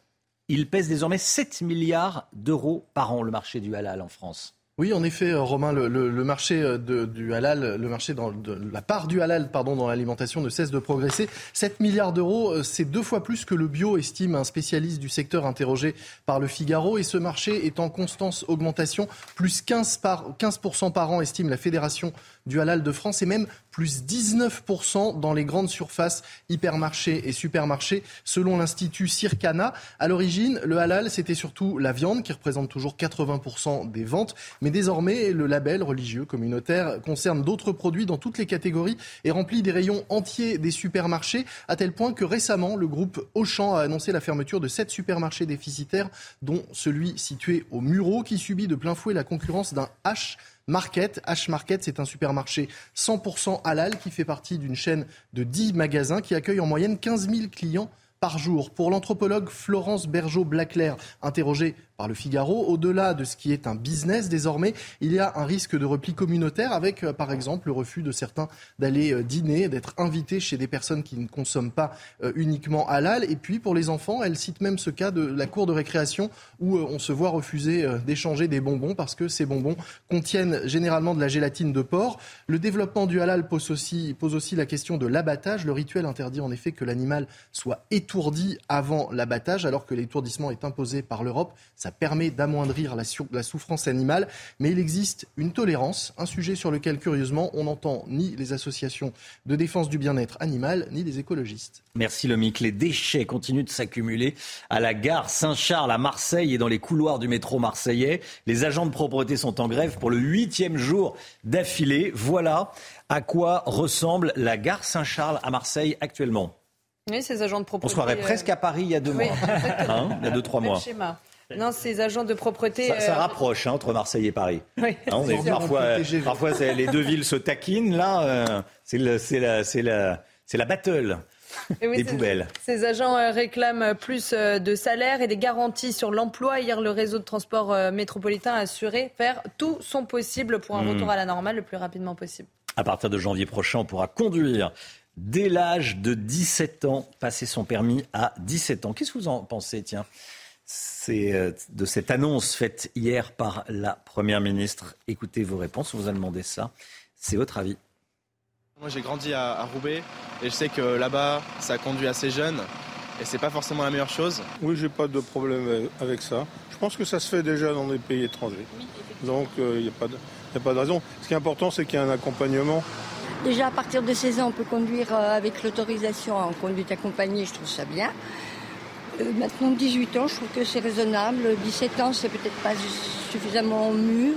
Il pèse désormais sept milliards d'euros par an, le marché du halal en France. Oui, en effet, Romain, le, le, le marché de, du halal, le marché dans de, la part du halal, pardon, dans l'alimentation ne cesse de progresser. sept milliards d'euros, c'est deux fois plus que le bio, estime un spécialiste du secteur interrogé par le Figaro. Et ce marché est en constante augmentation, plus quinze pour cent par an, estime la Fédération du halal de France, et même plus dix-neuf pour cent dans les grandes surfaces, hypermarchés et supermarchés, selon l'Institut Circana. À l'origine, le halal, c'était surtout la viande, qui représente toujours quatre-vingts pour cent des ventes. Mais désormais, le label religieux communautaire concerne d'autres produits dans toutes les catégories et remplit des rayons entiers des supermarchés, à tel point que récemment, le groupe Auchan a annoncé la fermeture de sept supermarchés déficitaires, dont celui situé au Mureau, qui subit de plein fouet la concurrence d'un H Market. H Market, c'est un supermarché cent pour cent halal qui fait partie d'une chaîne de dix magasins qui accueille en moyenne quinze mille clients par jour. Pour l'anthropologue Florence Bergeau-Blaclair, interrogée par le Figaro, au-delà de ce qui est un business désormais, il y a un risque de repli communautaire avec, euh, par exemple, le refus de certains d'aller euh, dîner, d'être invités chez des personnes qui ne consomment pas euh, uniquement halal. Et puis, pour les enfants, elle cite même ce cas de la cour de récréation où euh, on se voit refuser euh, d'échanger des bonbons parce que ces bonbons contiennent généralement de la gélatine de porc. Le développement du halal pose aussi, pose aussi la question de l'abattage. Le rituel interdit en effet que l'animal soit étourdi avant l'abattage, alors que l'étourdissement est imposé par l'Europe. Ça permet d'amoindrir la, sur- la souffrance animale, mais il existe une tolérance, un sujet sur lequel, curieusement, on n'entend ni les associations de défense du bien-être animal, ni les écologistes. Merci Lomic. Les déchets continuent de s'accumuler à la gare Saint-Charles à Marseille et dans les couloirs du métro marseillais. Les agents de propreté sont en grève pour le huitième jour d'affilée. Voilà à quoi ressemble la gare Saint-Charles à Marseille actuellement. Oui, ces agents de propreté. On se croirait presque à Paris il y a deux oui, mois, hein, il y a deux, trois Même mois. Schéma. Non, ces agents de propreté... Ça, ça euh... rapproche hein, entre Marseille et Paris. Oui. Hein, on est, parfois, parfois c'est, les deux villes se taquinent. Là, euh, c'est, le, c'est, la, c'est, la, c'est la battle oui, des poubelles. Ces agents euh, réclament plus euh, de salaire et des garanties sur l'emploi. Hier, le réseau de transport euh, métropolitain a assuré faire tout son possible pour un mmh. retour à la normale le plus rapidement possible. À partir de janvier prochain, on pourra conduire dès l'âge de dix-sept ans, passer son permis à dix-sept ans. Qu'est-ce que vous en pensez, tiens ? C'est de cette annonce faite hier par la Première ministre. Écoutez vos réponses, on vous a demandé ça. C'est votre avis. Moi j'ai grandi à, à Roubaix et je sais que là-bas ça conduit assez jeune et c'est pas forcément la meilleure chose. Oui, j'ai pas de problème avec ça. Je pense que ça se fait déjà dans des pays étrangers. Donc il euh, n'y a, a pas de raison. Ce qui est important, c'est qu'il y ait un accompagnement. Déjà à partir de seize ans on peut conduire avec l'autorisation en conduite accompagnée, je trouve ça bien. Euh, maintenant dix-huit ans, je trouve que c'est raisonnable. dix-sept ans, c'est peut-être pas suffisamment mûr.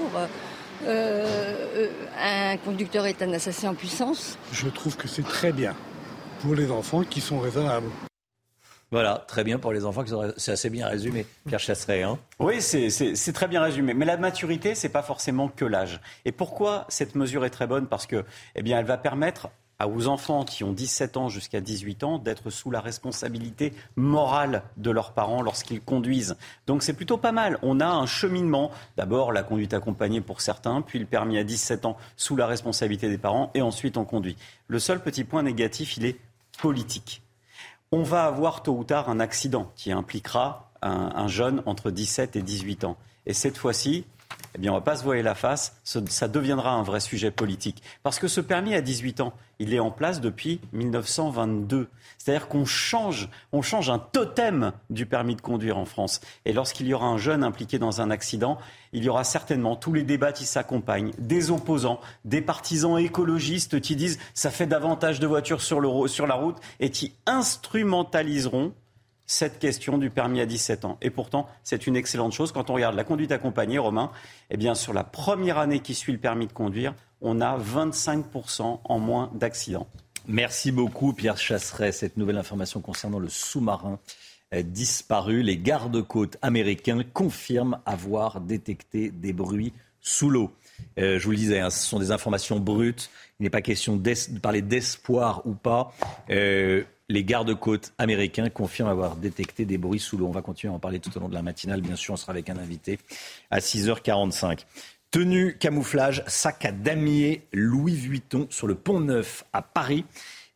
Euh, un conducteur est un assassin en puissance. Je trouve que c'est très bien pour les enfants qui sont raisonnables. Voilà, très bien pour les enfants, c'est assez bien résumé. Pierre Chasseret, hein ? Oui, c'est, c'est, c'est très bien résumé. Mais la maturité, c'est pas forcément que l'âge. Et pourquoi cette mesure est très bonne ? Parce que, eh bien, elle va permettre aux enfants qui ont dix-sept ans jusqu'à dix-huit ans d'être sous la responsabilité morale de leurs parents lorsqu'ils conduisent. Donc c'est plutôt pas mal. On a un cheminement. D'abord la conduite accompagnée pour certains, puis le permis à dix-sept ans sous la responsabilité des parents et ensuite on conduit. Le seul petit point négatif, il est politique. On va avoir tôt ou tard un accident qui impliquera un, un jeune entre dix-sept et dix-huit ans. Et cette fois-ci, eh bien, on ne va pas se voiler la face, ça deviendra un vrai sujet politique. Parce que ce permis à dix-huit ans, il est en place depuis dix-neuf cent vingt-deux. C'est-à-dire qu'on change, on change un totem du permis de conduire en France. Et lorsqu'il y aura un jeune impliqué dans un accident, il y aura certainement tous les débats qui s'accompagnent, des opposants, des partisans écologistes qui disent « ça fait davantage de voitures sur, le, sur la route » et qui instrumentaliseront cette question du permis à dix-sept ans. Et pourtant, c'est une excellente chose. Quand on regarde la conduite accompagnée, Romain, eh bien, sur la première année qui suit le permis de conduire, on a vingt-cinq pour cent en moins d'accidents. Merci beaucoup, Pierre Chasseret. Cette nouvelle information concernant le sous-marin disparu, les gardes-côtes américains confirment avoir détecté des bruits sous l'eau. Euh, je vous le disais, hein, ce sont des informations brutes. Il n'est pas question de parler d'espoir ou pas. Euh, Les gardes-côtes américains confirment avoir détecté des bruits sous l'eau. On va continuer à en parler tout au long de la matinale. Bien sûr, on sera avec un invité à six heures quarante-cinq. Tenue camouflage, sac à damier Louis Vuitton sur le Pont Neuf à Paris.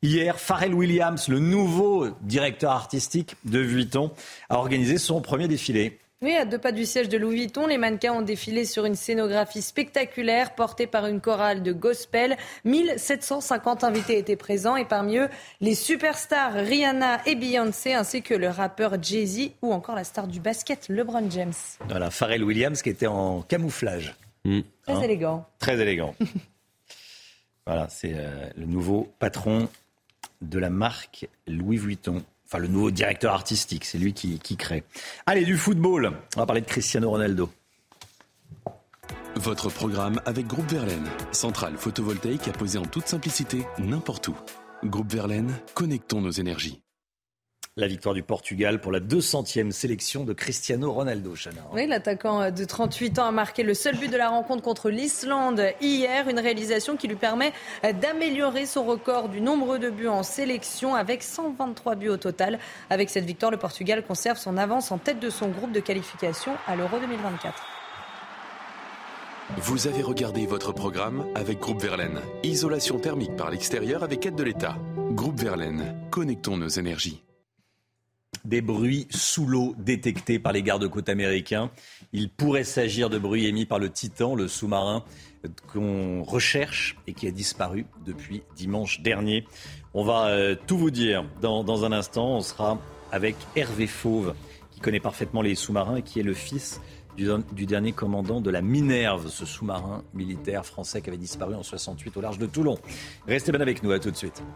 Hier, Pharrell Williams, le nouveau directeur artistique de Vuitton, a organisé son premier défilé. Oui, à deux pas du siège de Louis Vuitton, les mannequins ont défilé sur une scénographie spectaculaire portée par une chorale de gospel. mille sept cent cinquante invités étaient présents et parmi eux, les superstars Rihanna et Beyoncé ainsi que le rappeur Jay-Z ou encore la star du basket LeBron James. Voilà, Pharrell Williams qui était en camouflage. Mmh. Très Hein élégant. Très élégant. Voilà, c'est euh, le nouveau patron de la marque Louis Vuitton. Enfin, le nouveau directeur artistique, c'est lui qui, qui crée. Allez, du football. On va parler de Cristiano Ronaldo. Votre programme avec Groupe Verlaine. Centrale photovoltaïque à poser en toute simplicité n'importe où. Groupe Verlaine, connectons nos énergies. La victoire du Portugal pour la deux centième sélection de Cristiano Ronaldo, Chana. Oui, l'attaquant de trente-huit ans a marqué le seul but de la rencontre contre l'Islande hier. Une réalisation qui lui permet d'améliorer son record du nombre de buts en sélection avec cent vingt-trois buts au total. Avec cette victoire, le Portugal conserve son avance en tête de son groupe de qualification à l'Euro deux mille vingt-quatre. Vous avez regardé votre programme avec Groupe Verlaine. Isolation thermique par l'extérieur avec aide de l'État. Groupe Verlaine, connectons nos énergies. Des bruits sous l'eau détectés par les gardes-côtes américains. Il pourrait s'agir de bruits émis par le Titan, le sous-marin qu'on recherche et qui a disparu depuis dimanche dernier. On va euh, tout vous dire dans, dans un instant. On sera avec Hervé Fauve, qui connaît parfaitement les sous-marins et qui est le fils du, du dernier commandant de la Minerve, ce sous-marin militaire français qui avait disparu en soixante-huit au large de Toulon. Restez bien avec nous, à tout de suite.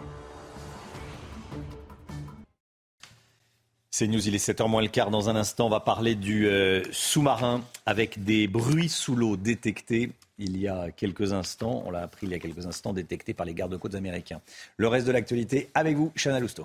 C'est News, il est sept heures moins le quart. Dans un instant, on va parler du euh, sous-marin avec des bruits sous l'eau détectés il y a quelques instants. On l'a appris il y a quelques instants, détectés par les gardes-côtes américains. Le reste de l'actualité avec vous, Chana Lousteau.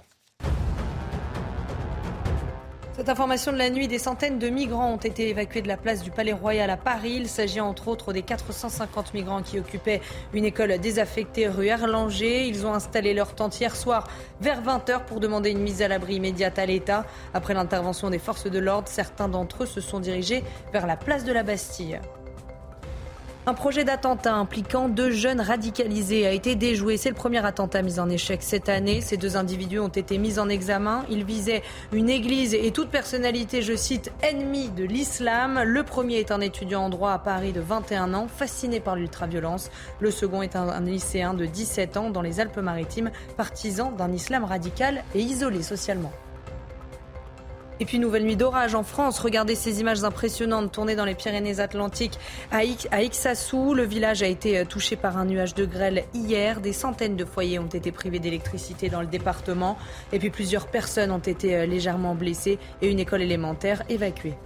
Cette information de la nuit, des centaines de migrants ont été évacués de la place du Palais Royal à Paris. Il s'agit entre autres des quatre cent cinquante migrants qui occupaient une école désaffectée rue Erlanger. Ils ont installé leur tente hier soir vers vingt heures pour demander une mise à l'abri immédiate à l'État. Après l'intervention des forces de l'ordre, certains d'entre eux se sont dirigés vers la place de la Bastille. Un projet d'attentat impliquant deux jeunes radicalisés a été déjoué. C'est le premier attentat mis en échec cette année. Ces deux individus ont été mis en examen. Ils visaient une église et toute personnalité, je cite, ennemie de l'islam. Le premier est un étudiant en droit à Paris de vingt et un ans, fasciné par l'ultraviolence. Le second est un, un lycéen de dix-sept ans dans les Alpes-Maritimes, partisan d'un islam radical et isolé socialement. Et puis, nouvelle nuit d'orage en France. Regardez ces images impressionnantes tournées dans les Pyrénées-Atlantiques à Ixassou. Le village a été touché par un nuage de grêle hier. Des centaines de foyers ont été privés d'électricité dans le département. Et puis, plusieurs personnes ont été légèrement blessées et une école élémentaire évacuée.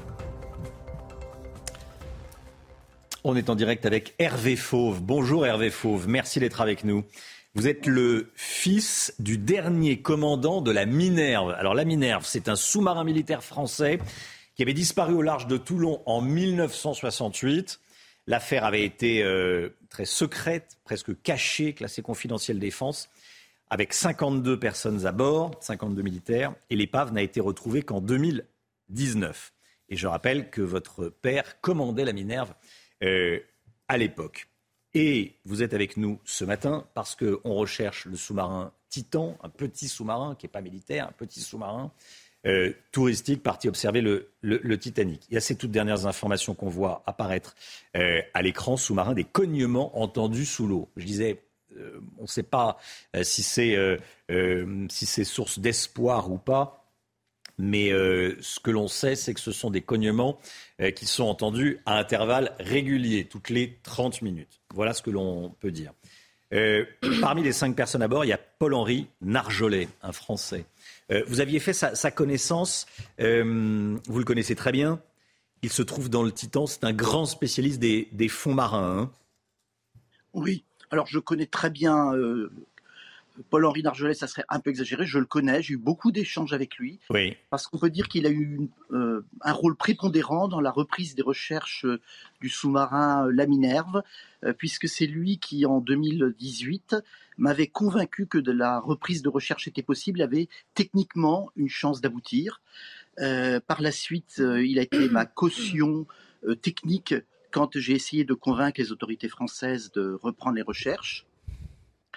On est en direct avec Hervé Fauve. Bonjour Hervé Fauve, merci d'être avec nous. Vous êtes le fils du dernier commandant de la Minerve. Alors la Minerve, c'est un sous-marin militaire français qui avait disparu au large de Toulon en mille neuf cent soixante-huit. L'affaire avait été euh, très secrète, presque cachée, classée confidentielle défense, avec cinquante-deux personnes à bord, cinquante-deux militaires, et l'épave n'a été retrouvée qu'en deux mille dix-neuf. Et je rappelle que votre père commandait la Minerve euh, à l'époque. Et vous êtes avec nous ce matin parce qu'on recherche le sous-marin Titan, un petit sous-marin qui n'est pas militaire, un petit sous-marin euh, touristique parti observer le, le, le Titanic. Il y a ces toutes dernières informations qu'on voit apparaître euh, à l'écran, sous-marin, des cognements entendus sous l'eau. Je disais, euh, on ne sait pas euh, si c'est euh, euh, si c'est source d'espoir ou pas. Mais euh, ce que l'on sait, c'est que ce sont des cognements euh, qui sont entendus à intervalles réguliers, toutes les trente minutes. Voilà ce que l'on peut dire. Euh, parmi les cinq personnes à bord, il y a Paul-Henri Narjolet, un Français. Euh, vous aviez fait sa, sa connaissance, euh, vous le connaissez très bien. Il se trouve dans le Titan, c'est un grand spécialiste des, des fonds marins. Hein. Oui, alors je connais très bien... Euh... Paul-Henri Narjolet, ça serait un peu exagéré, je le connais, j'ai eu beaucoup d'échanges avec lui, oui. Parce qu'on peut dire qu'il a eu une, euh, un rôle prépondérant dans la reprise des recherches euh, du sous-marin euh, La Minerve, euh, puisque c'est lui qui, en deux mille dix-huit, m'avait convaincu que de la reprise de recherche était possible, avait techniquement une chance d'aboutir. Euh, par la suite, euh, il a été ma caution euh, technique quand j'ai essayé de convaincre les autorités françaises de reprendre les recherches.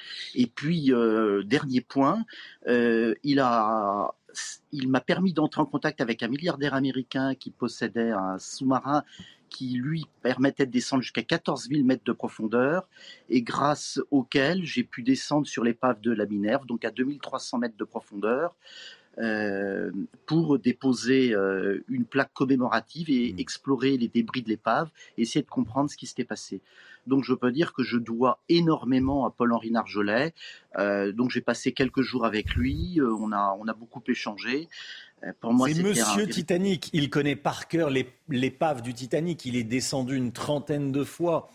Et puis, euh, dernier point, euh, il a... il m'a permis d'entrer en contact avec un milliardaire américain qui possédait un sous-marin qui lui permettait de descendre jusqu'à quatorze mille mètres de profondeur et grâce auquel j'ai pu descendre sur l'épave de la Minerve, donc à deux mille trois cents mètres de profondeur, euh, pour déposer euh, une plaque commémorative et explorer les débris de l'épave et essayer de comprendre ce qui s'était passé. Donc je peux dire que je dois énormément à Paul-Henri Narjolet. Euh, donc j'ai passé quelques jours avec lui, euh, on a, on a beaucoup échangé. Pour moi, c'est Monsieur un... Titanic. Il connaît par cœur l'épave du Titanic. Il est descendu une trentaine de fois.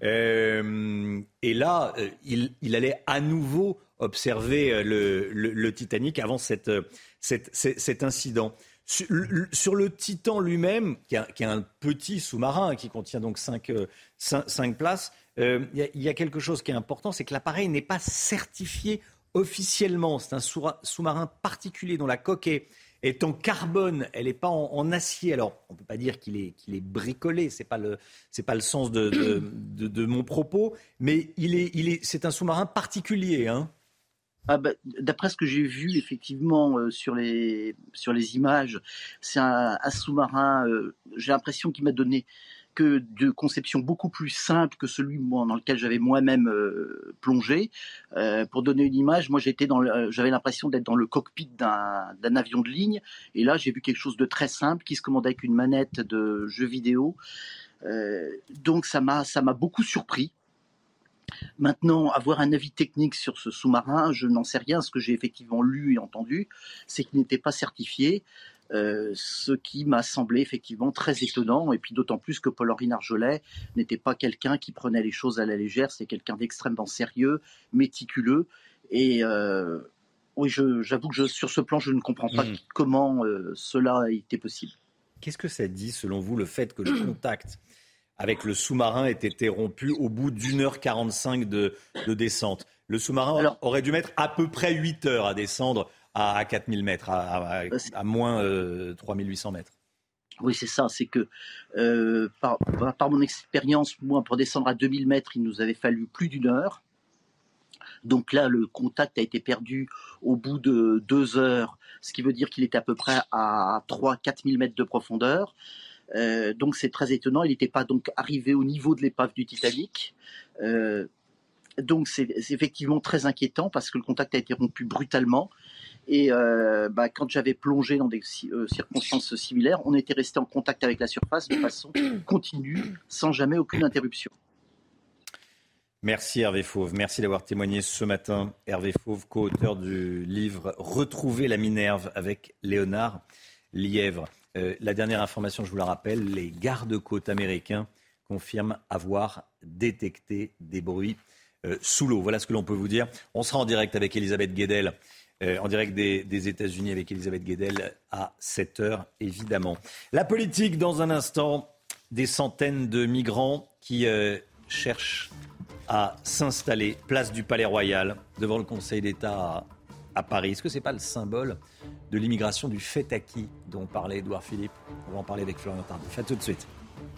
Euh, et là, il, il allait à nouveau observer le, le, le Titanic avant cette, cette, cette, cet incident. Sur le, sur le Titan lui-même, qui, qui est un petit sous-marin qui contient donc cinq, cinq, cinq places, euh, il, y a, il y a quelque chose qui est important, c'est que l'appareil n'est pas certifié officiellement. C'est un sous-marin particulier dont la coque est est en carbone, elle n'est pas en, en acier. Alors, on ne peut pas dire qu'il est, qu'il est bricolé, ce n'est pas, pas le sens de, de, de, de mon propos, mais il est, il est, c'est un sous-marin particulier. Hein. Ah bah, d'après ce que j'ai vu, effectivement, euh, sur, les, sur les images, c'est un, un sous-marin, euh, j'ai l'impression qu'il m'a donné que de conception beaucoup plus simple que celui moi, dans lequel j'avais moi-même euh, plongé. Euh, pour donner une image, moi j'étais dans le, j'avais l'impression d'être dans le cockpit d'un, d'un avion de ligne, et là j'ai vu quelque chose de très simple qui se commandait avec une manette de jeu vidéo. Euh, donc ça m'a, ça m'a beaucoup surpris. Maintenant, avoir un avis technique sur ce sous-marin, je n'en sais rien. Ce que j'ai effectivement lu et entendu, c'est qu'il n'était pas certifié. Euh, ce qui m'a semblé effectivement très étonnant, et puis d'autant plus que Paul-Henri Narjolet n'était pas quelqu'un qui prenait les choses à la légère, c'est quelqu'un d'extrêmement sérieux, méticuleux, et euh, oui, je, j'avoue que je, sur ce plan, je ne comprends pas mmh. comment euh, cela a été possible. Qu'est-ce que ça dit, selon vous, le fait que le contact avec le sous-marin ait été rompu au bout d'une heure quarante-cinq de, de descente? Le sous-marin Alors, aurait dû mettre à peu près huit heures à descendre à quatre mille mètres, à, à, à moins euh, trois mille huit cents mètres. Oui, c'est ça. C'est que euh, par, par mon expérience, moi, pour descendre à deux mille mètres, il nous avait fallu plus d'une heure. Donc là, le contact a été perdu au bout de deux heures, ce qui veut dire qu'il était à peu près à trois à quatre mille mètres de profondeur. Euh, donc c'est très étonnant. Il n'était pas donc arrivé au niveau de l'épave du Titanic. Euh, donc c'est, c'est effectivement très inquiétant parce que le contact a été rompu brutalement. Et euh, bah, quand j'avais plongé dans des euh, circonstances similaires, on était resté en contact avec la surface de façon continue, sans jamais aucune interruption. Merci Hervé Fauve, merci d'avoir témoigné ce matin. Hervé Fauve, co-auteur du livre « Retrouver la Minerve » avec Léonard Lièvre. Euh, la dernière information, je vous la rappelle, les gardes-côtes américains confirment avoir détecté des bruits euh, sous l'eau. Voilà ce que l'on peut vous dire. On sera en direct avec Elisabeth Guedel. Euh, en direct des, des États-Unis avec Elisabeth Guedel à sept heures, évidemment. La politique, dans un instant, des centaines de migrants qui euh, cherchent à s'installer place du Palais Royal, devant le Conseil d'État à, à Paris. Est-ce que ce n'est pas le symbole de l'immigration du fait acquis dont parlait Édouard Philippe? On va en parler avec Florian Tardif. À tout de suite.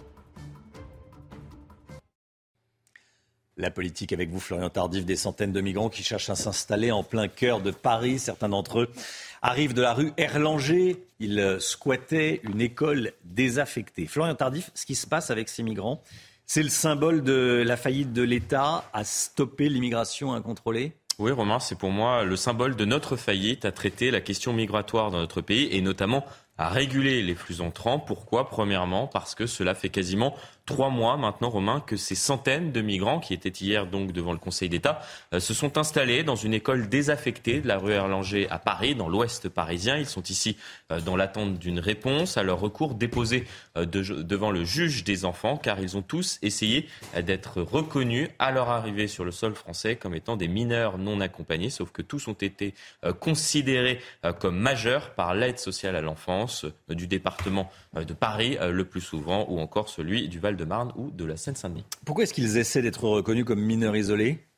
La politique avec vous, Florian Tardif, des centaines de migrants qui cherchent à s'installer en plein cœur de Paris. Certains d'entre eux arrivent de la rue Erlanger. Ils squattaient une école désaffectée. Florian Tardif, ce qui se passe avec ces migrants, c'est le symbole de la faillite de l'État à stopper l'immigration incontrôlée? Oui, Romain, c'est pour moi le symbole de notre faillite à traiter la question migratoire dans notre pays et notamment à réguler les flux entrants. Pourquoi ? Premièrement, parce que cela fait quasiment trois mois maintenant, Romain, que ces centaines de migrants qui étaient hier donc devant le Conseil d'État euh, se sont installés dans une école désaffectée de la rue Erlanger à Paris, dans l'ouest parisien. Ils sont ici euh, dans l'attente d'une réponse à leur recours déposé euh, de, devant le juge des enfants, car ils ont tous essayé euh, d'être reconnus à leur arrivée sur le sol français comme étant des mineurs non accompagnés, sauf que tous ont été euh, considérés euh, comme majeurs par l'aide sociale à l'enfance euh, du département euh, de Paris euh, le plus souvent, ou encore celui du Val de Marne ou de la Seine-Saint-Denis. Pourquoi est-ce qu'ils essaient d'être reconnus comme mineurs isolés ?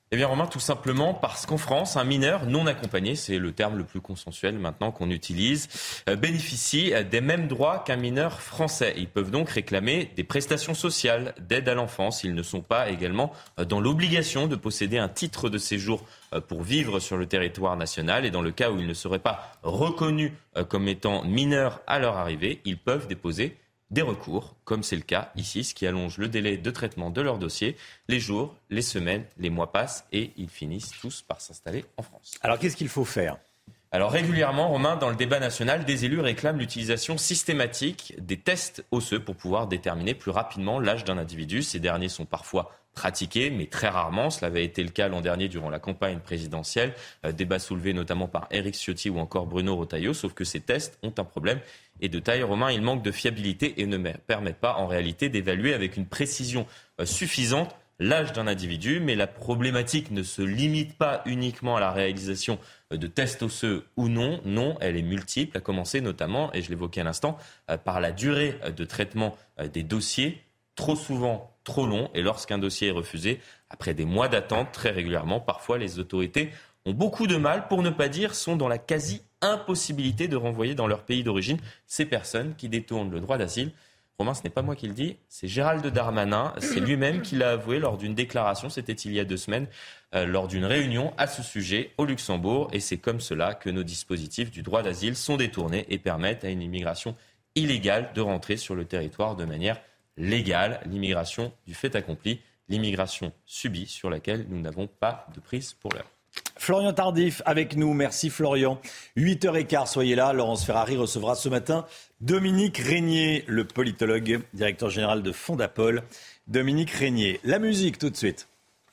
Eh bien Romain, tout simplement parce qu'en France, un mineur non accompagné, c'est le terme le plus consensuel maintenant qu'on utilise, euh, bénéficie des mêmes droits qu'un mineur français. Ils peuvent donc réclamer des prestations sociales, d'aide à l'enfance. Ils ne sont pas également dans l'obligation de posséder un titre de séjour pour vivre sur le territoire national. Et dans le cas où ils ne seraient pas reconnus comme étant mineurs à leur arrivée, ils peuvent déposer des recours, comme c'est le cas ici, ce qui allonge le délai de traitement de leur dossier. Les jours, les semaines, les mois passent et ils finissent tous par s'installer en France. Alors qu'est-ce qu'il faut faire ? Alors régulièrement, Romain, dans le débat national, des élus réclament l'utilisation systématique des tests osseux pour pouvoir déterminer plus rapidement l'âge d'un individu. Ces derniers sont parfois pratiqués, mais très rarement. Cela avait été le cas l'an dernier durant la campagne présidentielle. Euh, débat soulevé notamment par Éric Ciotti ou encore Bruno Retailleau. Sauf que ces tests ont un problème. Et de taille, Romain, ils manquent de fiabilité et ne permettent pas en réalité d'évaluer avec une précision euh, suffisante l'âge d'un individu. Mais la problématique ne se limite pas uniquement à la réalisation euh, de tests osseux ou non. Non, elle est multiple, à commencer notamment, et je l'évoquais à l'instant, euh, par la durée euh, de traitement euh, des dossiers. Trop souvent, trop long. Et lorsqu'un dossier est refusé, après des mois d'attente, très régulièrement, parfois les autorités ont beaucoup de mal, pour ne pas dire sont dans la quasi-impossibilité de renvoyer dans leur pays d'origine ces personnes qui détournent le droit d'asile. Romain, ce n'est pas moi qui le dis, c'est Gérald Darmanin. C'est lui-même qui l'a avoué lors d'une déclaration, c'était il y a deux semaines, euh, lors d'une réunion à ce sujet au Luxembourg. Et c'est comme cela que nos dispositifs du droit d'asile sont détournés et permettent à une immigration illégale de rentrer sur le territoire de manière légale. L'immigration du fait accompli, l'immigration subie sur laquelle nous n'avons pas de prise pour l'heure. Florian Tardif avec nous, merci Florian. huit heures quinze, soyez là. Laurence Ferrari recevra ce matin Dominique Régnier, le politologue, directeur général de Fondapol. Dominique Régnier, la musique tout de suite.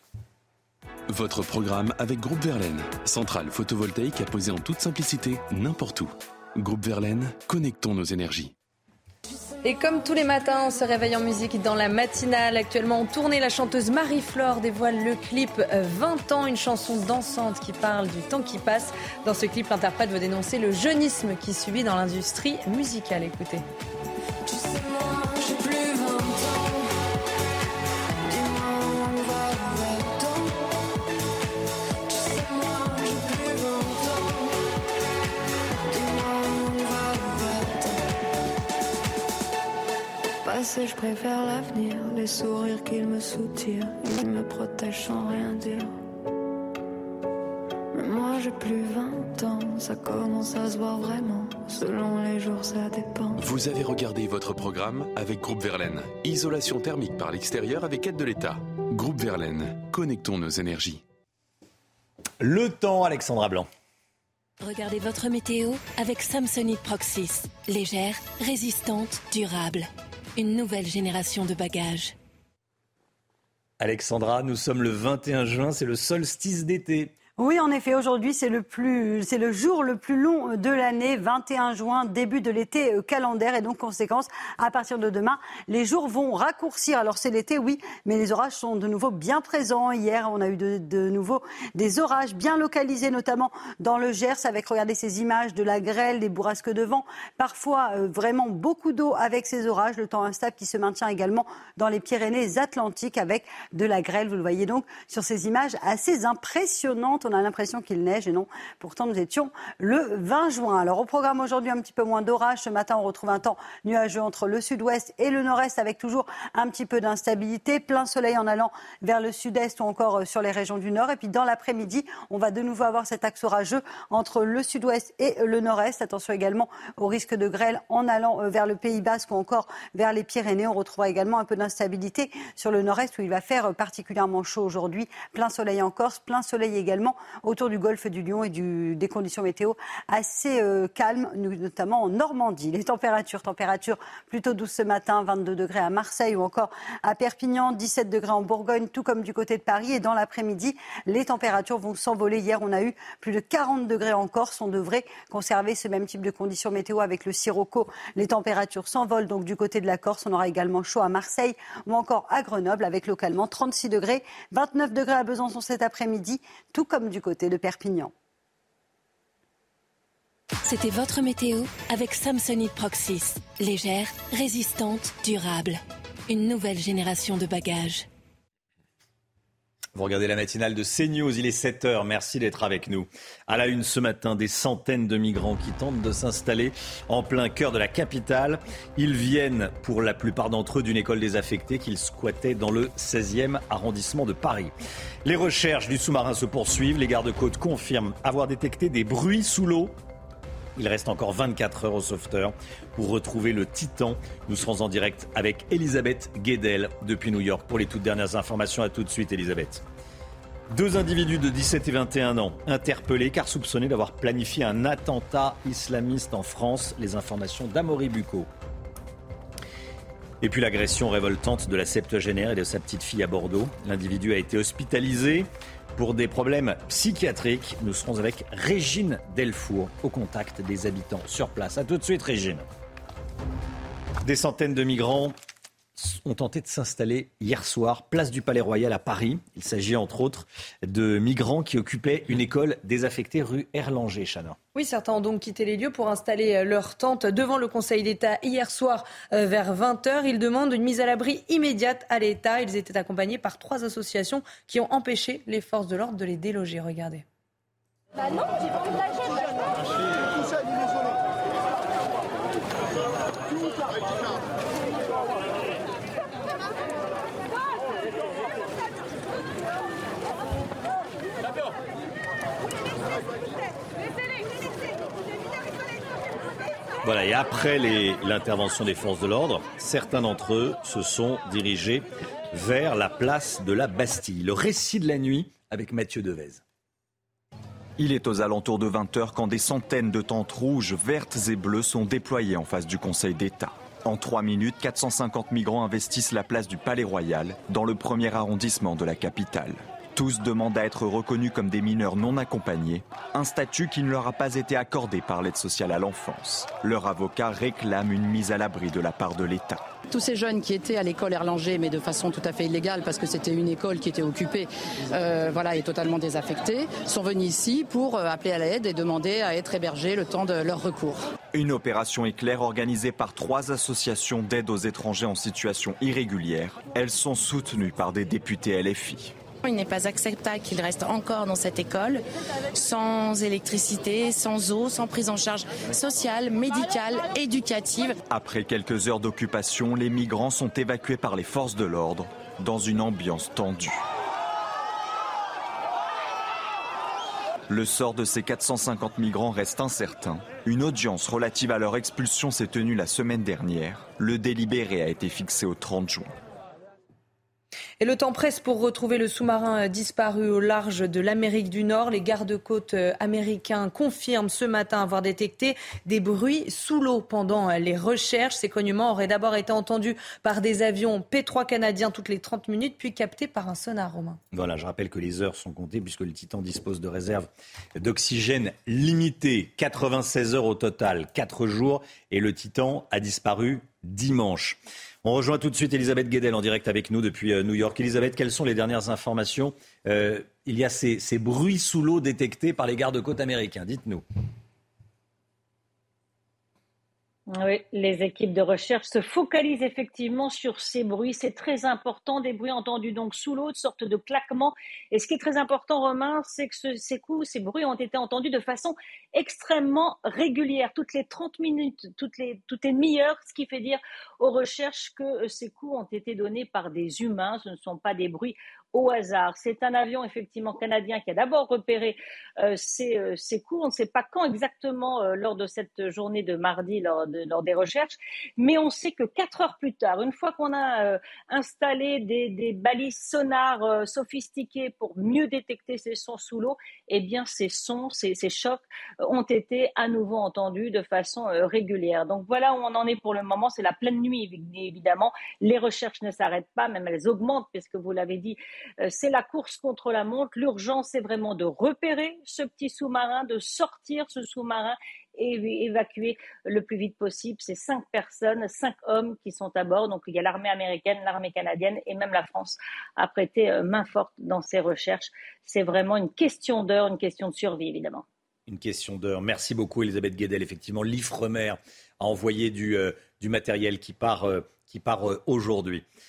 Votre programme avec Groupe Verlaine, centrale photovoltaïque à poser en toute simplicité n'importe où. Groupe Verlaine, connectons nos énergies. Et comme tous les matins, on se réveille en musique dans la matinale. Actuellement, en tournée, la chanteuse Marie-Flore dévoile le clip vingt ans, une chanson dansante qui parle du temps qui passe. Dans ce clip, l'interprète veut dénoncer le jeunisme qui subit dans l'industrie musicale. Écoutez. Tu sais, moi, j'ai plus vingt ans. Dis-moi, on va où est-on? Tu sais, moi, j'ai plus vingt ans. Dis-moi, on va où est-on? Passé, je préfère l'avenir, les sourires qu'ils me soutirent, ils me protègent sans rien dire. Mais moi j'ai plus vingt ans, ça commence à se voir vraiment, selon les jours ça dépend. Vous avez regardé votre programme avec Groupe Verlaine. Isolation thermique par l'extérieur avec aide de l'État. Groupe Verlaine, connectons nos énergies. Le temps, Alexandra Blanc. Regardez votre météo avec Samsonite Proxys. Légère, résistante, durable. Une nouvelle génération de bagages. Alexandra, nous sommes le vingt et un juin, c'est le solstice d'été. Oui, en effet, aujourd'hui, c'est le plus, c'est le jour le plus long de l'année, vingt et un juin, début de l'été calendaire. Et donc, conséquence, à partir de demain, les jours vont raccourcir. Alors, c'est l'été, oui, mais les orages sont de nouveau bien présents. Hier, on a eu de, de nouveau des orages bien localisés, notamment dans le Gers, avec, regardez ces images de la grêle, des bourrasques de vent. Parfois, euh, vraiment beaucoup d'eau avec ces orages. Le temps instable qui se maintient également dans les Pyrénées-Atlantiques avec de la grêle. Vous le voyez donc sur ces images assez impressionnantes. On a l'impression qu'il neige et non. Pourtant, nous étions le vingt juin. Alors, au programme aujourd'hui, un petit peu moins d'orage. Ce matin, on retrouve un temps nuageux entre le sud-ouest et le nord-est avec toujours un petit peu d'instabilité. Plein soleil en allant vers le sud-est ou encore sur les régions du nord. Et puis, dans l'après-midi, on va de nouveau avoir cet axe orageux entre le sud-ouest et le nord-est. Attention également au risque de grêle en allant vers le Pays Basque ou encore vers les Pyrénées. On retrouvera également un peu d'instabilité sur le nord-est où il va faire particulièrement chaud aujourd'hui. Plein soleil en Corse, plein soleil également autour du golfe du Lion et du, des conditions météo assez euh, calmes, notamment en Normandie. Les températures, températures plutôt douces ce matin, vingt-deux degrés à Marseille ou encore à Perpignan, dix-sept degrés en Bourgogne, tout comme du côté de Paris. Et dans l'après-midi, les températures vont s'envoler. Hier, on a eu plus de quarante degrés en Corse. On devrait conserver ce même type de conditions météo avec le sirocco. Les températures s'envolent donc du côté de la Corse. On aura également chaud à Marseille ou encore à Grenoble avec localement trente-six degrés, vingt-neuf degrés à Besançon cet après-midi, tout comme du côté de Perpignan. C'était votre météo avec Samsonite Proxys. Légère, résistante, durable. Une nouvelle génération de bagages. Vous regardez la matinale de CNews, il est sept heures, merci d'être avec nous. À la une ce matin, des centaines de migrants qui tentent de s'installer en plein cœur de la capitale. Ils viennent, pour la plupart d'entre eux, d'une école désaffectée qu'ils squattaient dans le seizième arrondissement de Paris. Les recherches du sous-marin se poursuivent, les gardes-côtes confirment avoir détecté des bruits sous l'eau. Il reste encore vingt-quatre heures aux sauveteurs pour retrouver le Titan. Nous serons en direct avec Elisabeth Guedel depuis New York pour les toutes dernières informations. À tout de suite, Elisabeth. Deux individus de dix-sept et vingt et un ans interpellés car soupçonnés d'avoir planifié un attentat islamiste en France. Les informations d'Amaury Bucco. Et puis l'agression révoltante de la septuagénaire et de sa petite fille à Bordeaux. L'individu a été hospitalisé pour des problèmes psychiatriques. Nous serons avec Régine Delfour au contact des habitants sur place. A tout de suite, Régine. Des centaines de migrants ont tenté de s'installer hier soir, place du Palais Royal à Paris. Il s'agit entre autres de migrants qui occupaient une école désaffectée rue Erlanger, Chana. Oui, certains ont donc quitté les lieux pour installer leur tente devant le Conseil d'État hier soir euh, vers vingt heures. Ils demandent une mise à l'abri immédiate à l'État. Ils étaient accompagnés par trois associations qui ont empêché les forces de l'ordre de les déloger. Regardez. Bah non, j'ai pas envie de lâcher. Tout ça, Voilà, et après les, l'intervention des forces de l'ordre, certains d'entre eux se sont dirigés vers la place de la Bastille. Le récit de la nuit avec Mathieu Devez. Il est aux alentours de vingt heures quand des centaines de tentes rouges, vertes et bleues sont déployées en face du Conseil d'État. En trois minutes, quatre cent cinquante migrants investissent la place du Palais Royal, dans le premier arrondissement de la capitale. Tous demandent à être reconnus comme des mineurs non accompagnés, un statut qui ne leur a pas été accordé par l'aide sociale à l'enfance. Leur avocat réclame une mise à l'abri de la part de l'État. Tous ces jeunes qui étaient à l'école Erlanger, mais de façon tout à fait illégale, parce que c'était une école qui était occupée euh, voilà, et totalement désaffectée, sont venus ici pour appeler à l'aide et demander à être hébergés le temps de leur recours. Une opération éclair organisée par trois associations d'aide aux étrangers en situation irrégulière. Elles sont soutenues par des députés L F I. Il n'est pas acceptable qu'il reste encore dans cette école sans électricité, sans eau, sans prise en charge sociale, médicale, éducative. Après quelques heures d'occupation, les migrants sont évacués par les forces de l'ordre dans une ambiance tendue. Le sort de ces quatre cent cinquante migrants reste incertain. Une audience relative à leur expulsion s'est tenue la semaine dernière. Le délibéré a été fixé au trente juin. Et le temps presse pour retrouver le sous-marin disparu au large de l'Amérique du Nord. Les gardes-côtes américains confirment ce matin avoir détecté des bruits sous l'eau pendant les recherches. Ces cognements auraient d'abord été entendus par des avions P trois canadiens toutes les trente minutes, puis captés par un sonar romain. Voilà, je rappelle que les heures sont comptées puisque le Titan dispose de réserves d'oxygène limitées. quatre-vingt-seize heures au total, quatre jours, et le Titan a disparu dimanche. On rejoint tout de suite Elisabeth Guedel en direct avec nous depuis New York. Elisabeth, quelles sont les dernières informations ? euh, Il y a ces, ces bruits sous l'eau détectés par les gardes-côtes américains. Dites-nous. Oui, les équipes de recherche se focalisent effectivement sur ces bruits. C'est très important, des bruits entendus donc sous l'eau, de sorte de claquement. Et ce qui est très important, Romain, c'est que ce, ces coups, ces bruits ont été entendus de façon extrêmement régulière, toutes les trente minutes, toutes les, toutes les demi-heures, ce qui fait dire aux recherches que ces coups ont été donnés par des humains. Ce ne sont pas des bruits au hasard. C'est un avion effectivement canadien qui a d'abord repéré euh, ces, euh, ces coups. On ne sait pas quand exactement euh, lors de cette journée de mardi, lors, de, lors des recherches, mais on sait que quatre heures plus tard, une fois qu'on a euh, installé des, des balises sonars euh, sophistiquées pour mieux détecter ces sons sous l'eau, eh bien ces sons, ces, ces chocs euh, ont été à nouveau entendus de façon euh, régulière. Donc voilà où on en est pour le moment. C'est la pleine nuit évidemment. Les recherches ne s'arrêtent pas, même elles augmentent, puisque vous l'avez dit, c'est la course contre la montre. L'urgence, c'est vraiment de repérer ce petit sous-marin, de sortir ce sous-marin et évacuer le plus vite possible ces cinq personnes, cinq hommes qui sont à bord. Donc il y a l'armée américaine, l'armée canadienne et même la France a prêté main forte dans ces recherches. C'est vraiment une question d'heure, une question de survie évidemment. Une question d'heure. Merci beaucoup Elisabeth Guedel. Effectivement, l'Ifremer a envoyé du, euh, du matériel qui part, euh, qui part euh, aujourd'hui.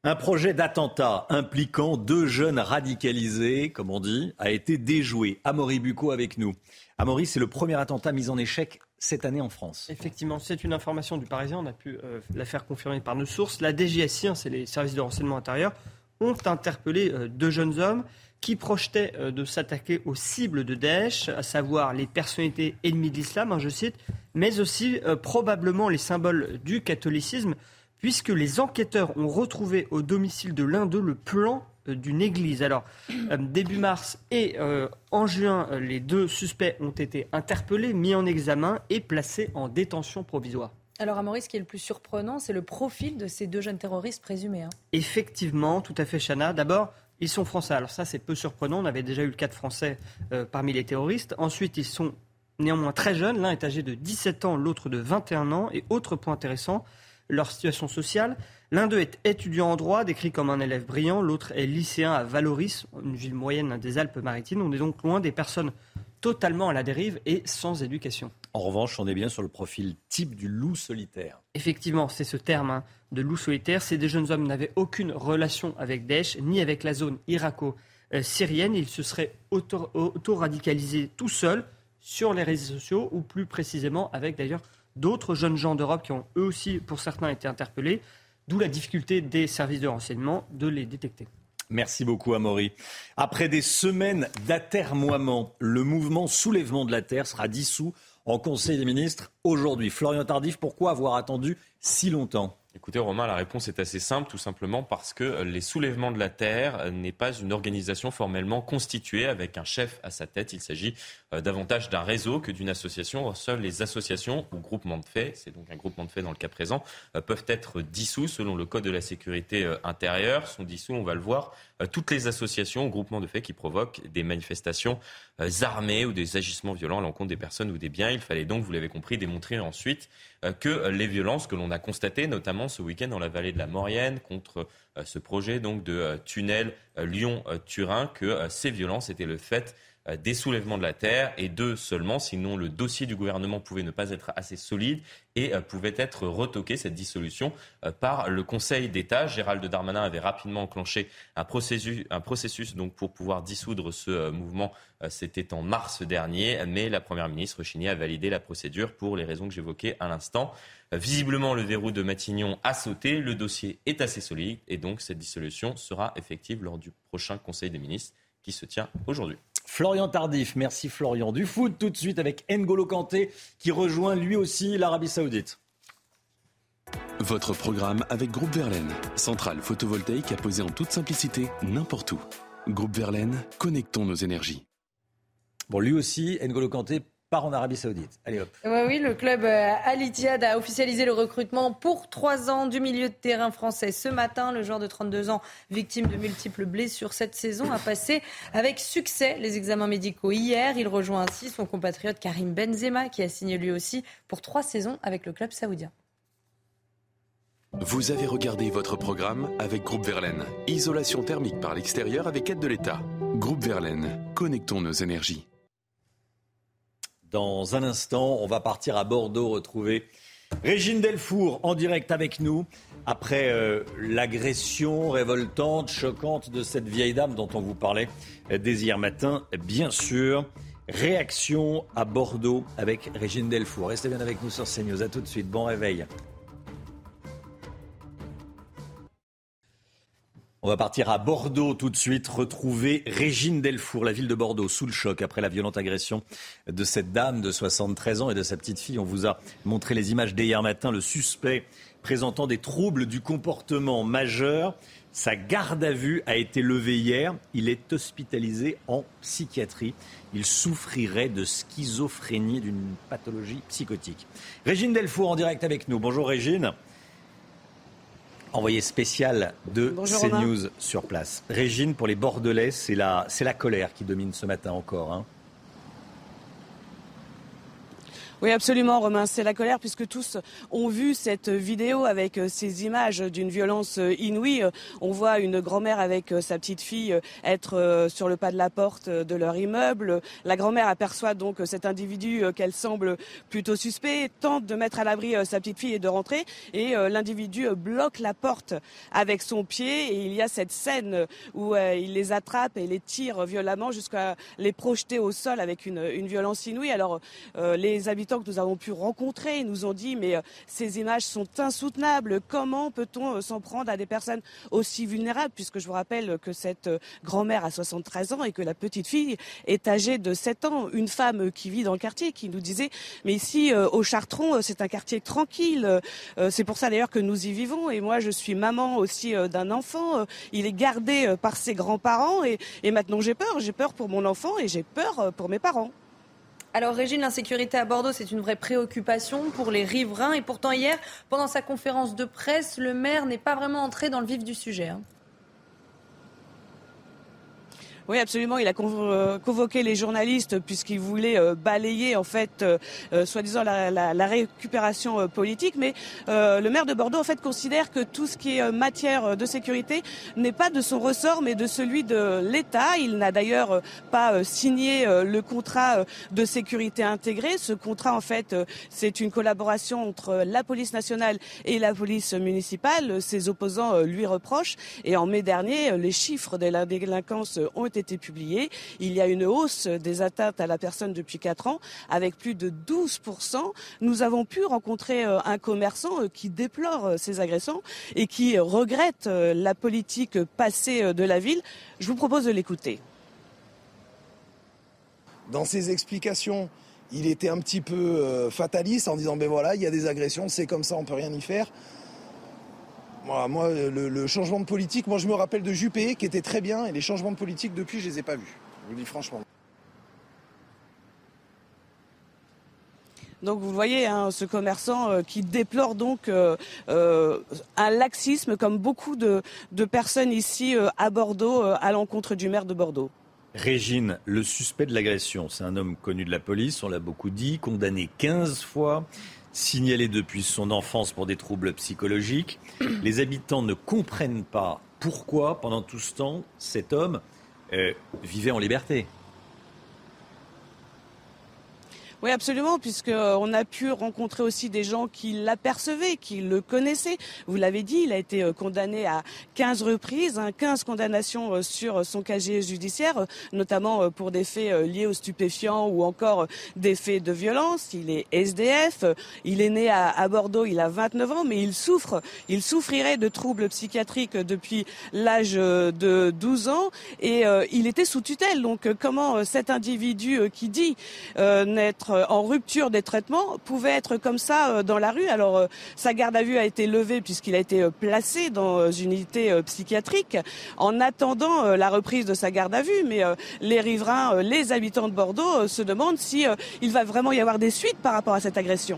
Un projet d'attentat impliquant deux jeunes radicalisés, comme on dit, a été déjoué. Amaury Bucco avec nous. Amaury, c'est le premier attentat mis en échec cette année en France. Effectivement, c'est une information du Parisien. On a pu euh, la faire confirmer par nos sources. La D G S I, hein, c'est les services de renseignement intérieur, ont interpellé euh, deux jeunes hommes qui projetaient euh, de s'attaquer aux cibles de Daesh, à savoir les personnalités ennemies de l'islam, hein, je cite, mais aussi euh, probablement les symboles du catholicisme, puisque les enquêteurs ont retrouvé au domicile de l'un d'eux le plan euh, d'une église. Alors, euh, début mars et euh, en juin, euh, les deux suspects ont été interpellés, mis en examen et placés en détention provisoire. Alors, Amaury, ce qui est le plus surprenant, c'est le profil de ces deux jeunes terroristes présumés. Hein. Effectivement, tout à fait, Chana. D'abord, ils sont français. Alors ça, c'est peu surprenant. On avait déjà eu le cas de Français euh, parmi les terroristes. Ensuite, ils sont néanmoins très jeunes. L'un est âgé de dix-sept ans, l'autre de vingt et un ans. Et autre point intéressant, leur situation sociale. L'un d'eux est étudiant en droit, décrit comme un élève brillant. L'autre est lycéen à Valoris, une ville moyenne des Alpes-Maritimes. On est donc loin des personnes totalement à la dérive et sans éducation. En revanche, on est bien sur le profil type du loup solitaire. Effectivement, c'est ce terme hein, de loup solitaire. Ces deux jeunes hommes n'avaient aucune relation avec Daesh, ni avec la zone irako-syrienne. Ils se seraient auto- auto-radicalisés tout seuls sur les réseaux sociaux, ou plus précisément avec d'ailleurs d'autres jeunes gens d'Europe qui ont eux aussi, pour certains, été interpellés. D'où la difficulté des services de renseignement de les détecter. Merci beaucoup, Amaury. Après des semaines d'atermoiement, le mouvement Soulèvement de la Terre sera dissous en Conseil des ministres aujourd'hui. Florian Tardif, pourquoi avoir attendu si longtemps ? Écoutez Romain, la réponse est assez simple, tout simplement parce que les Soulèvements de la Terre n'est pas une organisation formellement constituée avec un chef à sa tête. Il s'agit euh, davantage d'un réseau que d'une association. Or, seules les associations ou groupements de faits, c'est donc un groupement de faits dans le cas présent, euh, peuvent être dissous selon le Code de la sécurité euh, intérieure. Sont dissous, on va le voir, euh, toutes les associations ou groupements de faits qui provoquent des manifestations euh, armées ou des agissements violents à l'encontre des personnes ou des biens. Il fallait donc, vous l'avez compris, démontrer ensuite euh, que les violences que l'on a constatées, notamment ce week-end dans la vallée de la Maurienne contre euh, ce projet donc de euh, tunnel euh, Lyon-Turin, que euh, ces violences étaient le fait euh, des soulèvements de la terre et d'eux seulement, sinon le dossier du gouvernement pouvait ne pas être assez solide et euh, pouvait être retoqué, cette dissolution, euh, par le Conseil d'État. Gérald Darmanin avait rapidement enclenché un processus, un processus donc pour pouvoir dissoudre ce euh, mouvement. Euh, c'était en mars dernier, mais la Première ministre rechignait à valider la procédure pour les raisons que j'évoquais à l'instant. Euh, visiblement, le verrou de Matignon a sauté, le dossier est assez solide et donc cette dissolution sera effective lors du prochain Conseil des ministres qui se tient aujourd'hui. Florian Tardif, merci Florian. Du foot tout de suite avec N'Golo Kanté qui rejoint lui aussi l'Arabie Saoudite. Votre programme avec Groupe Verlaine, centrale photovoltaïque à poser en toute simplicité n'importe où. Groupe Verlaine, connectons nos énergies. Bon, lui aussi, N'Golo Kanté part en Arabie Saoudite. Allez hop. Ouais, oui, le club euh, Al Ittihad a officialisé le recrutement pour trois ans du milieu de terrain français. Ce matin, le joueur de trente-deux ans, victime de multiples blessures cette saison, a passé avec succès les examens médicaux hier. Il rejoint ainsi son compatriote Karim Benzema, qui a signé lui aussi pour trois saisons avec le club saoudien. Vous avez regardé votre programme avec Groupe Verlaine. Isolation thermique par l'extérieur avec aide de l'État. Groupe Verlaine, connectons nos énergies. Dans un instant, on va partir à Bordeaux retrouver Régine Delfour en direct avec nous. Après euh, l'agression révoltante, choquante de cette vieille dame dont on vous parlait dès hier matin, bien sûr. Réaction à Bordeaux avec Régine Delfour. Restez bien avec nous sur CNews. À tout de suite. Bon réveil. On va partir à Bordeaux tout de suite, retrouver Régine Delfour, la ville de Bordeaux, sous le choc après la violente agression de cette dame de soixante-treize ans et de sa petite fille. On vous a montré les images dès hier matin. Le suspect présentant des troubles du comportement majeurs. Sa garde à vue a été levée hier. Il est hospitalisé en psychiatrie. Il souffrirait de schizophrénie, d'une pathologie psychotique. Régine Delfour en direct avec nous. Bonjour Régine. Envoyé spécial de Bonjour CNews Romain. sur place. Régine, pour les Bordelais, c'est la, c'est la colère qui domine ce matin encore. Hein. Oui, absolument, Romain. C'est la colère puisque tous ont vu cette vidéo avec ces images d'une violence inouïe. On voit une grand-mère avec sa petite fille être sur le pas de la porte de leur immeuble. La grand-mère aperçoit donc cet individu qu'elle semble plutôt suspect, tente de mettre à l'abri sa petite fille et de rentrer. Et l'individu bloque la porte avec son pied. Et il y a cette scène où il les attrape et les tire violemment jusqu'à les projeter au sol avec une, une violence inouïe. Alors, euh, les habitants que nous avons pu rencontrer nous ont dit mais euh, ces images sont insoutenables. Comment peut-on euh, s'en prendre à des personnes aussi vulnérables, puisque je vous rappelle que cette euh, grand-mère a soixante-treize ans et que la petite fille est âgée de sept ans. Une femme qui vit dans le quartier qui nous disait mais ici euh, au Chartron euh, c'est un quartier tranquille. Euh, c'est pour ça d'ailleurs que nous y vivons. Et moi je suis maman aussi euh, d'un enfant. Euh, il est gardé euh, par ses grands-parents et, et maintenant j'ai peur. J'ai peur pour mon enfant et j'ai peur euh, pour mes parents. Alors Régine, l'insécurité à Bordeaux, c'est une vraie préoccupation pour les riverains. Et pourtant hier, pendant sa conférence de presse, le maire n'est pas vraiment entré dans le vif du sujet. Hein. Oui, absolument. Il a convoqué les journalistes puisqu'il voulait balayer, en fait, euh, soi-disant la, la, la récupération politique. Mais euh, le maire de Bordeaux, en fait, considère que tout ce qui est matière de sécurité n'est pas de son ressort, mais de celui de l'État. Il n'a d'ailleurs pas signé le contrat de sécurité intégré. Ce contrat, en fait, c'est une collaboration entre la police nationale et la police municipale. Ses opposants lui reprochent. Et en mai dernier, les chiffres de la délinquance ont été été publié. Il y a une hausse des atteintes à la personne depuis quatre ans avec plus de douze pour cent. Nous avons pu rencontrer un commerçant qui déplore ces agressions et qui regrette la politique passée de la ville. Je vous propose de l'écouter. Dans ses explications, il était un petit peu fataliste en disant ben voilà, il y a des agressions, c'est comme ça, on peut rien y faire. Moi, moi le, le changement de politique, moi je me rappelle de Juppé qui était très bien et les changements de politique depuis je les ai pas vus, je vous le dis franchement. Donc vous voyez hein, ce commerçant euh, qui déplore donc euh, euh, un laxisme comme beaucoup de, de personnes ici euh, à Bordeaux euh, à l'encontre du maire de Bordeaux. Régine, le suspect de l'agression, c'est un homme connu de la police, on l'a beaucoup dit, condamné quinze fois. Signalé depuis son enfance pour des troubles psychologiques. Les habitants ne comprennent pas pourquoi, pendant tout ce temps, cet homme euh, vivait en liberté. Oui, absolument, puisqu'on a pu rencontrer aussi des gens qui l'apercevaient, qui le connaissaient. Vous l'avez dit, il a été condamné à quinze reprises, hein, quinze condamnations sur son casier judiciaire, notamment pour des faits liés aux stupéfiants ou encore des faits de violence. Il est S D F, il est né à, à Bordeaux, il a vingt-neuf ans, mais il souffre, il souffrirait de troubles psychiatriques depuis l'âge de douze ans et euh, il était sous tutelle. Donc comment cet individu qui dit euh, n'être en rupture des traitements pouvait être comme ça dans la rue. Alors sa garde à vue a été levée puisqu'il a été placé dans une unité psychiatrique en attendant la reprise de sa garde à vue. Mais les riverains, les habitants de Bordeaux se demandent si il va vraiment y avoir des suites par rapport à cette agression.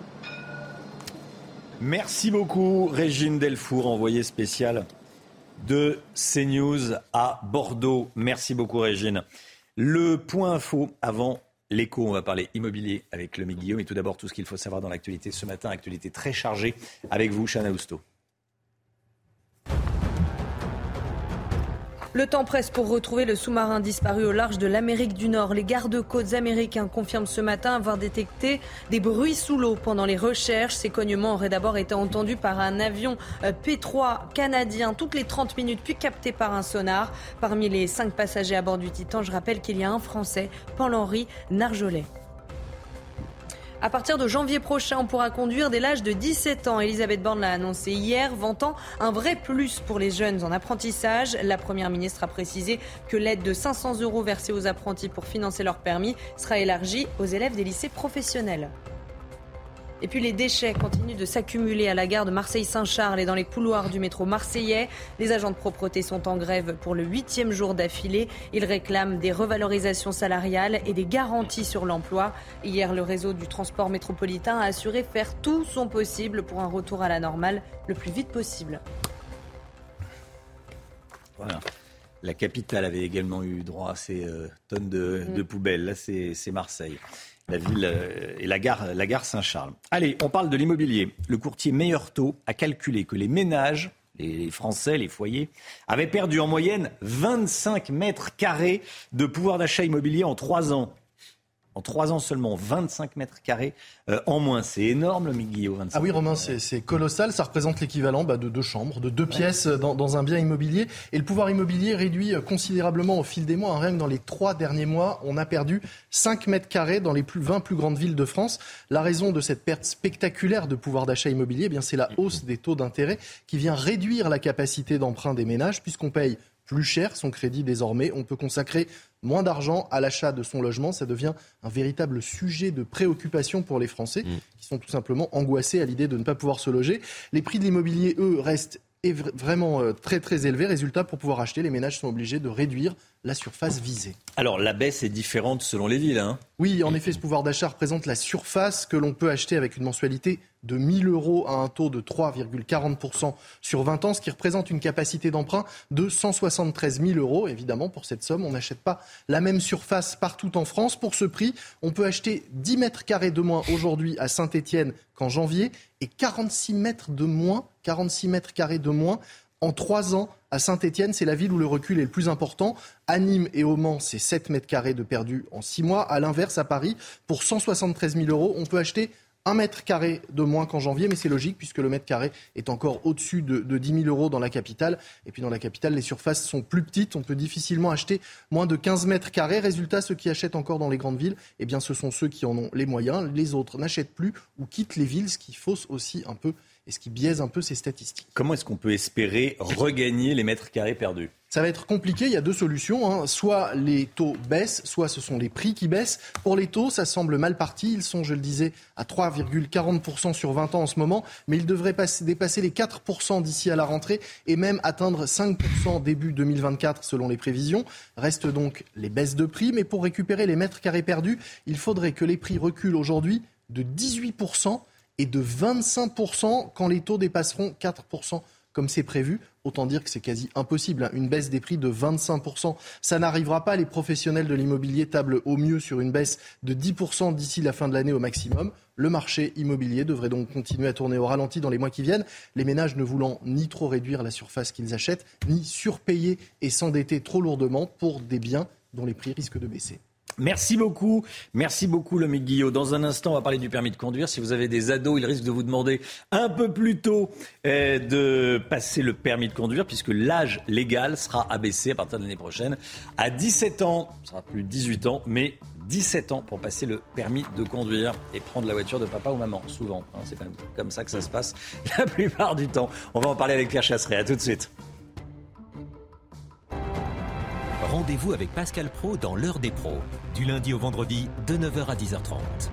Merci beaucoup Régine Delfour, envoyée spéciale de CNews à Bordeaux. Merci beaucoup Régine. Le point info avant l'écho, on va parler immobilier avec Lomi Guillaume. Et tout d'abord, tout ce qu'il faut savoir dans l'actualité ce matin. Actualité très chargée avec vous, Chana Housteau. Le temps presse pour retrouver le sous-marin disparu au large de l'Amérique du Nord. Les gardes-côtes américains confirment ce matin avoir détecté des bruits sous l'eau pendant les recherches. Ces cognements auraient d'abord été entendus par un avion P trois canadien toutes les trente minutes, puis captés par un sonar. Parmi les cinq passagers à bord du Titan, je rappelle qu'il y a un Français, Paul-Henri Narjolet. À partir de janvier prochain, on pourra conduire dès l'âge de dix-sept ans. Elisabeth Borne l'a annoncé hier, vantant un vrai plus pour les jeunes en apprentissage. La Première ministre a précisé que l'aide de cinq cents euros versée aux apprentis pour financer leur permis sera élargie aux élèves des lycées professionnels. Et puis les déchets continuent de s'accumuler à la gare de Marseille-Saint-Charles et dans les couloirs du métro marseillais. Les agents de propreté sont en grève pour le huitième jour d'affilée. Ils réclament des revalorisations salariales et des garanties sur l'emploi. Hier, le réseau du transport métropolitain a assuré faire tout son possible pour un retour à la normale le plus vite possible. Voilà. La capitale avait également eu droit à ces euh, tonnes de, de poubelles. Là, c'est, c'est Marseille. La ville euh, et la gare, la gare Saint-Charles. Allez, on parle de l'immobilier. Le courtier Meilleur Taux a calculé que les ménages, les Français, les foyers, avaient perdu en moyenne vingt-cinq mètres carrés de pouvoir d'achat immobilier en trois ans. En trois ans seulement, vingt-cinq mètres carrés euh, en moins. C'est énorme, le Guillaume. Ah oui, Romain, c'est, c'est colossal. Ça représente l'équivalent bah, de deux chambres, de deux ouais. pièces dans, dans un bien immobilier. Et le pouvoir immobilier réduit considérablement au fil des mois. Rien que dans les trois derniers mois, on a perdu cinq mètres carrés dans les plus, vingt plus grandes villes de France. La raison de cette perte spectaculaire de pouvoir d'achat immobilier, eh bien, c'est la hausse des taux d'intérêt qui vient réduire la capacité d'emprunt des ménages puisqu'on paye plus cher son crédit désormais. On peut consacrer moins d'argent à l'achat de son logement. Ça devient un véritable sujet de préoccupation pour les Français mmh. qui sont tout simplement angoissés à l'idée de ne pas pouvoir se loger. Les prix de l'immobilier, eux, restent vraiment très très élevés. Résultat, pour pouvoir acheter, les ménages sont obligés de réduire la surface visée. Alors la baisse est différente selon les villes, hein ? Oui, en effet, ce pouvoir d'achat représente la surface que l'on peut acheter avec une mensualité de mille euros à un taux de trois virgule quarante pour cent sur vingt ans, ce qui représente une capacité d'emprunt de cent soixante-treize mille euros. Évidemment, pour cette somme, on n'achète pas la même surface partout en France. Pour ce prix, on peut acheter dix mètres carrés de moins aujourd'hui à Saint-Étienne qu'en janvier et quarante-six mètres de moins, quarante-six mètres carrés de moins en trois ans à Saint-Étienne. C'est la ville où le recul est le plus important. À Nîmes et au Mans, c'est sept mètres carrés de perdus en six mois. À l'inverse, à Paris, pour cent soixante-treize mille euros, on peut acheter un mètre carré de moins qu'en janvier, mais c'est logique puisque le mètre carré est encore au-dessus de, de dix mille euros dans la capitale. Et puis dans la capitale, les surfaces sont plus petites. On peut difficilement acheter moins de quinze mètres carrés. Résultat, ceux qui achètent encore dans les grandes villes, eh bien, ce sont ceux qui en ont les moyens. Les autres n'achètent plus ou quittent les villes, ce qui fausse aussi un peu et ce qui biaise un peu ces statistiques. Comment est-ce qu'on peut espérer regagner les mètres carrés perdus ? Ça va être compliqué, il y a deux solutions. Hein. Soit les taux baissent, soit ce sont les prix qui baissent. Pour les taux, ça semble mal parti. Ils sont, je le disais, à trois virgule quarante pour cent sur vingt ans en ce moment. Mais ils devraient passer, dépasser les quatre pour cent d'ici à la rentrée et même atteindre cinq pour cent début deux mille vingt-quatre selon les prévisions. Restent donc les baisses de prix. Mais pour récupérer les mètres carrés perdus, il faudrait que les prix reculent aujourd'hui de dix-huit pour cent et de vingt-cinq pour cent quand les taux dépasseront quatre pour cent comme c'est prévu. Autant dire que c'est quasi impossible. Une baisse des prix de vingt-cinq pour cent, ça n'arrivera pas. Les professionnels de l'immobilier tablent au mieux sur une baisse de dix pour cent d'ici la fin de l'année au maximum. Le marché immobilier devrait donc continuer à tourner au ralenti dans les mois qui viennent. Les ménages ne voulant ni trop réduire la surface qu'ils achètent, ni surpayer et s'endetter trop lourdement pour des biens dont les prix risquent de baisser. Merci beaucoup, merci beaucoup Lomique Guillot. Dans un instant, on va parler du permis de conduire. Si vous avez des ados, ils risquent de vous demander un peu plus tôt euh, de passer le permis de conduire puisque l'âge légal sera abaissé à partir de l'année prochaine à dix-sept ans. Ce sera plus dix-huit ans, mais dix-sept ans pour passer le permis de conduire et prendre la voiture de papa ou maman, souvent. Hein, c'est quand même comme ça que ça se passe la plupart du temps. On va en parler avec Pierre Chasseret. À tout de suite. Rendez-vous avec Pascal Praud dans l'heure des pros, du lundi au vendredi de neuf heures à dix heures trente.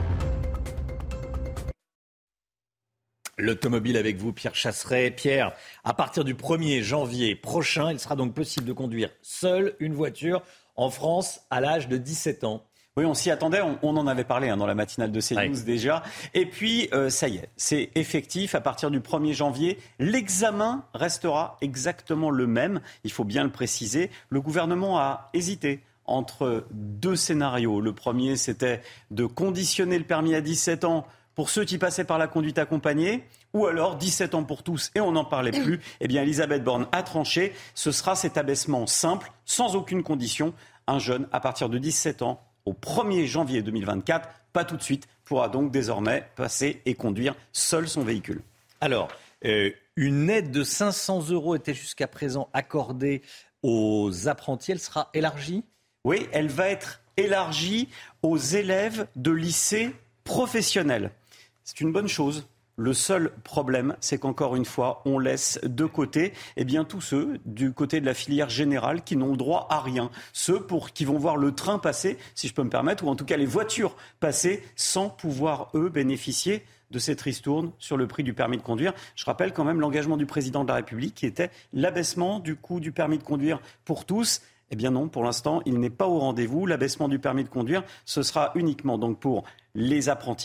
L'automobile avec vous, Pierre Chasseret. Pierre, à partir du premier janvier prochain, il sera donc possible de conduire seul une voiture en France à l'âge de dix-sept ans. Oui, on s'y attendait, on, on en avait parlé hein, dans la matinale de CNews ouais. déjà. Et puis, euh, ça y est, c'est effectif. À partir du premier janvier, l'examen restera exactement le même. Il faut bien le préciser. Le gouvernement a hésité entre deux scénarios. Le premier, c'était de conditionner le permis à dix-sept ans pour ceux qui passaient par la conduite accompagnée, ou alors dix-sept ans pour tous, et on n'en parlait plus. Eh bien, Elisabeth Borne a tranché. Ce sera cet abaissement simple, sans aucune condition. Un jeune, à partir de dix-sept ans, au premier janvier deux mille vingt-quatre, pas tout de suite, pourra donc désormais passer et conduire seul son véhicule. Alors, euh, une aide de cinq cents euros était jusqu'à présent accordée aux apprentis. Elle sera élargie ? Oui, elle va être élargie aux élèves de lycée professionnels. C'est une bonne chose. Le seul problème, c'est qu'encore une fois, on laisse de côté eh bien, tous ceux du côté de la filière générale qui n'ont le droit à rien. Ceux pour, qui vont voir le train passer, si je peux me permettre, ou en tout cas les voitures passer sans pouvoir, eux, bénéficier de cette ristourne sur le prix du permis de conduire. Je rappelle quand même l'engagement du président de la République qui était l'abaissement du coût du permis de conduire pour tous. Eh bien non, pour l'instant, il n'est pas au rendez-vous. L'abaissement du permis de conduire, ce sera uniquement donc pour les apprentis,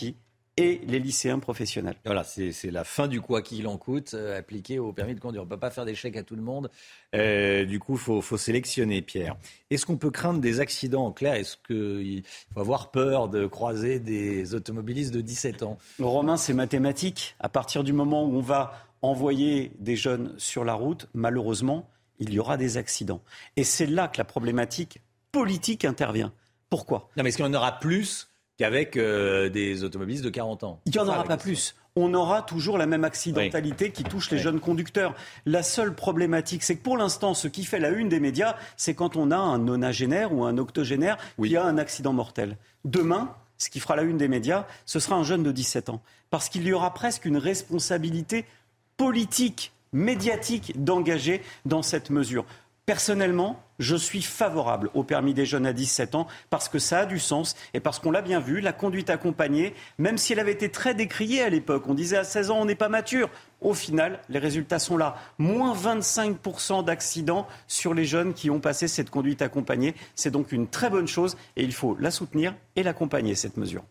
et les lycéens professionnels. Voilà, c'est, c'est la fin du quoi qu'il en coûte euh, appliqué au permis de conduire. On ne peut pas faire des chèques à tout le monde. Euh, du coup, il faut, faut sélectionner, Pierre. Est-ce qu'on peut craindre des accidents en clair? Est-ce qu'il faut avoir peur de croiser des automobilistes de dix-sept ans? Romain, c'est mathématique. À partir du moment où on va envoyer des jeunes sur la route, malheureusement, il y aura des accidents. Et c'est là que la problématique politique intervient. Pourquoi? Non, mais est-ce qu'il y en aura plus qu'avec euh, des automobilistes de quarante ans? Il n'y en aura pas plus. On aura toujours la même accidentalité oui. qui touche les oui. jeunes conducteurs. La seule problématique, c'est que pour l'instant, ce qui fait la une des médias, c'est quand on a un nonagénaire ou un octogénaire oui. qui a un accident mortel. Demain, ce qui fera la une des médias, ce sera un jeune de dix-sept ans. Parce qu'il y aura presque une responsabilité politique, médiatique d'engager dans cette mesure. Personnellement, je suis favorable au permis des jeunes à dix-sept ans parce que ça a du sens et parce qu'on l'a bien vu, la conduite accompagnée, même si elle avait été très décriée à l'époque, on disait à seize ans on n'est pas mature. Au final, les résultats sont là. Moins vingt-cinq pour cent d'accidents sur les jeunes qui ont passé cette conduite accompagnée. C'est donc une très bonne chose et il faut la soutenir et l'accompagner, cette mesure.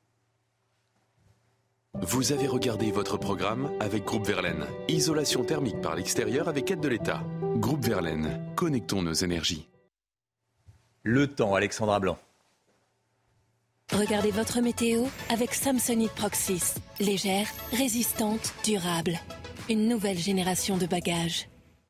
Vous avez regardé votre programme avec Groupe Verlaine. Isolation thermique par l'extérieur avec aide de l'État. Groupe Verlaine, connectons nos énergies. Le temps, Alexandra Blanc. Regardez votre météo avec Samsonite Proxys. Légère, résistante, durable. Une nouvelle génération de bagages.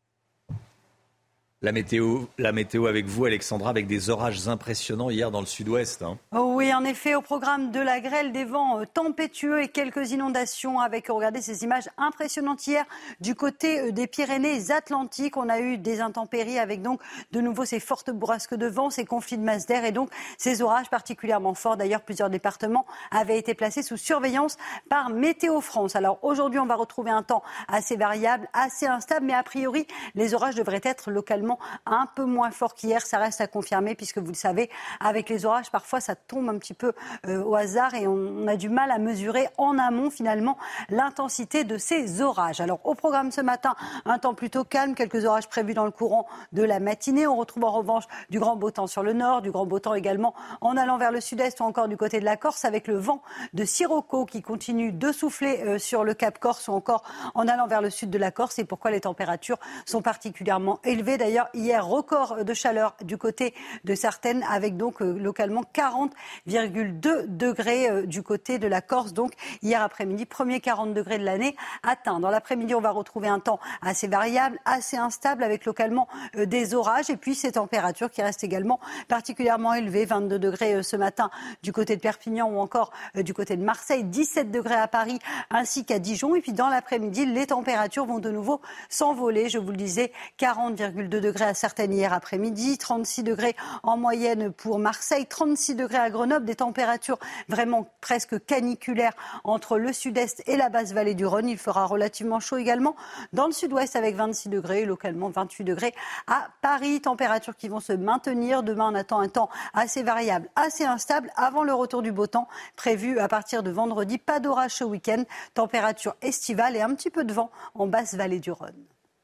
La météo, la météo avec vous, Alexandra, avec des orages impressionnants hier dans le sud-ouest. Hein. Oh oui, en effet, au programme de la grêle, des vents tempétueux et quelques inondations avec, regardez ces images impressionnantes hier du côté des Pyrénées-Atlantiques. On a eu des intempéries avec donc de nouveau ces fortes bourrasques de vent, ces conflits de masse d'air et donc ces orages particulièrement forts. D'ailleurs, plusieurs départements avaient été placés sous surveillance par Météo France. Alors aujourd'hui, on va retrouver un temps assez variable, assez instable, mais a priori, les orages devraient être localement un peu moins fort qu'hier, ça reste à confirmer puisque vous le savez, avec les orages, parfois ça tombe un petit peu euh, au hasard et on, on a du mal à mesurer en amont finalement l'intensité de ces orages. Alors au programme ce matin, un temps plutôt calme, quelques orages prévus dans le courant de la matinée. On retrouve en revanche du grand beau temps sur le nord, du grand beau temps également en allant vers le sud-est ou encore du côté de la Corse avec le vent de Sirocco qui continue de souffler euh, sur le Cap Corse ou encore en allant vers le sud de la Corse et pourquoi les températures sont particulièrement élevées. D'ailleurs, hier, record de chaleur du côté de Sartène avec donc euh, localement quarante virgule deux degrés euh, du côté de la Corse. Donc hier après-midi, premier quarante degrés de l'année atteint. Dans l'après-midi, on va retrouver un temps assez variable, assez instable avec localement euh, des orages et puis ces températures qui restent également particulièrement élevées. vingt-deux degrés euh, ce matin du côté de Perpignan ou encore euh, du côté de Marseille, dix-sept degrés à Paris ainsi qu'à Dijon. Et puis dans l'après-midi, les températures vont de nouveau s'envoler. Je vous le disais, quarante virgule deux degrés à Sartène hier après-midi, trente-six degrés en moyenne pour Marseille, trente-six degrés à Grenoble, des températures vraiment presque caniculaires entre le sud-est et la basse vallée du Rhône. Il fera relativement chaud également dans le sud-ouest avec vingt-six degrés, localement vingt-huit degrés à Paris. Températures qui vont se maintenir. Demain, on attend un temps assez variable, assez instable avant le retour du beau temps prévu à partir de vendredi. Pas d'orage ce week-end, température estivale et un petit peu de vent en basse vallée du Rhône.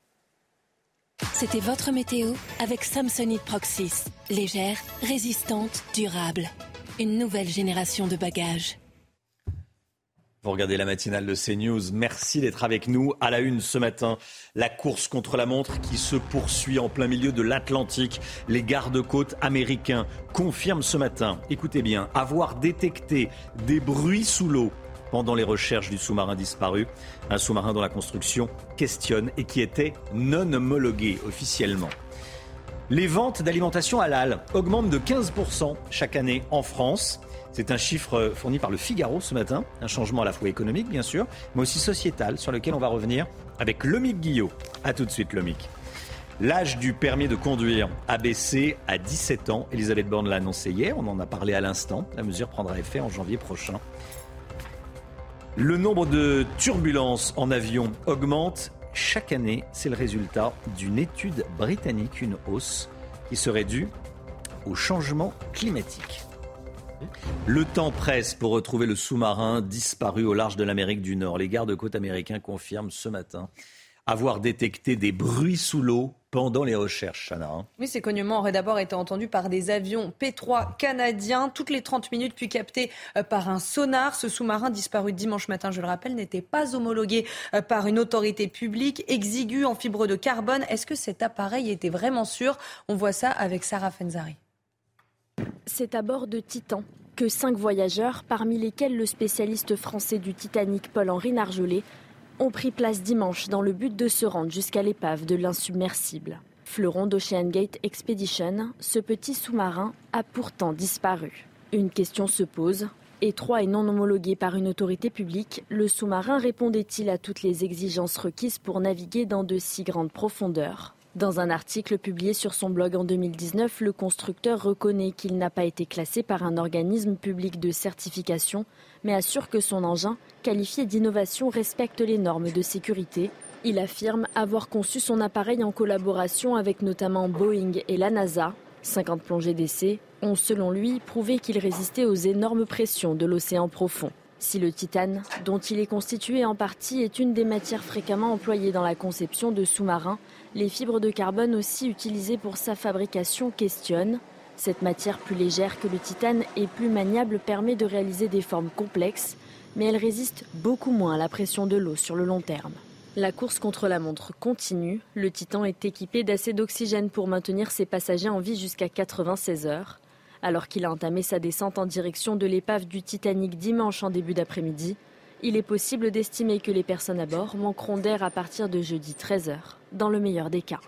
C'était votre météo avec Samsonite Proxys. Légère, résistante, durable. Une nouvelle génération de bagages. Vous regardez la matinale de CNews. Merci d'être avec nous. À la une ce matin, la course contre la montre qui se poursuit en plein milieu de l'Atlantique. Les gardes-côtes américains confirment ce matin, écoutez bien, avoir détecté des bruits sous l'eau pendant les recherches du sous-marin disparu. Un sous-marin dont la construction questionne et qui était non homologué officiellement. Les ventes d'alimentation halal augmentent de quinze pour cent chaque année en France. C'est un chiffre fourni par le Figaro ce matin. Un changement à la fois économique, bien sûr, mais aussi sociétal, sur lequel on va revenir avec Lomique Guillot. A tout de suite, Lomique. L'âge du permis de conduire a baissé à dix-sept ans. Elisabeth Borne l'a annoncé hier, on en a parlé à l'instant. La mesure prendra effet en janvier prochain. Le nombre de turbulences en avion augmente chaque année. C'est le résultat d'une étude britannique, une hausse qui serait due au changement climatique. Le temps presse pour retrouver le sous-marin disparu au large de l'Amérique du Nord. Les gardes-côtes américains confirment ce matin avoir détecté des bruits sous l'eau pendant les recherches, Chana. Hein. Oui, ces cognements auraient d'abord été entendus par des avions P trois canadiens toutes les trente minutes, puis captés par un sonar. Ce sous-marin disparu dimanche matin, je le rappelle, n'était pas homologué par une autorité publique, exigu en fibre de carbone. Est-ce que cet appareil était vraiment sûr ? On voit ça avec Sarah Fenzari. C'est à bord de Titan que cinq voyageurs, parmi lesquels le spécialiste français du Titanic Paul-Henri Narjolet, ont pris place dimanche dans le but de se rendre jusqu'à l'épave de l'insubmersible. Fleuron d'Oceangate Expedition, ce petit sous-marin a pourtant disparu. Une question se pose. Étroit et non homologué par une autorité publique, le sous-marin répondait-il à toutes les exigences requises pour naviguer dans de si grandes profondeurs ? Dans un article publié sur son blog en deux mille dix-neuf, le constructeur reconnaît qu'il n'a pas été classé par un organisme public de certification, mais assure que son engin, qualifié d'innovation, respecte les normes de sécurité. Il affirme avoir conçu son appareil en collaboration avec notamment Boeing et la NASA. cinquante plongées d'essai ont, selon lui, prouvé qu'il résistait aux énormes pressions de l'océan profond. Si le titane, dont il est constitué en partie, est une des matières fréquemment employées dans la conception de sous-marins, les fibres de carbone aussi utilisées pour sa fabrication questionnent. Cette matière plus légère que le titane et plus maniable permet de réaliser des formes complexes, mais elle résiste beaucoup moins à la pression de l'eau sur le long terme. La course contre la montre continue. Le Titan est équipé d'assez d'oxygène pour maintenir ses passagers en vie jusqu'à quatre-vingt-seize heures. Alors qu'il a entamé sa descente en direction de l'épave du Titanic dimanche en début d'après-midi, il est possible d'estimer que les personnes à bord manqueront d'air à partir de jeudi treize heures, dans le meilleur des cas.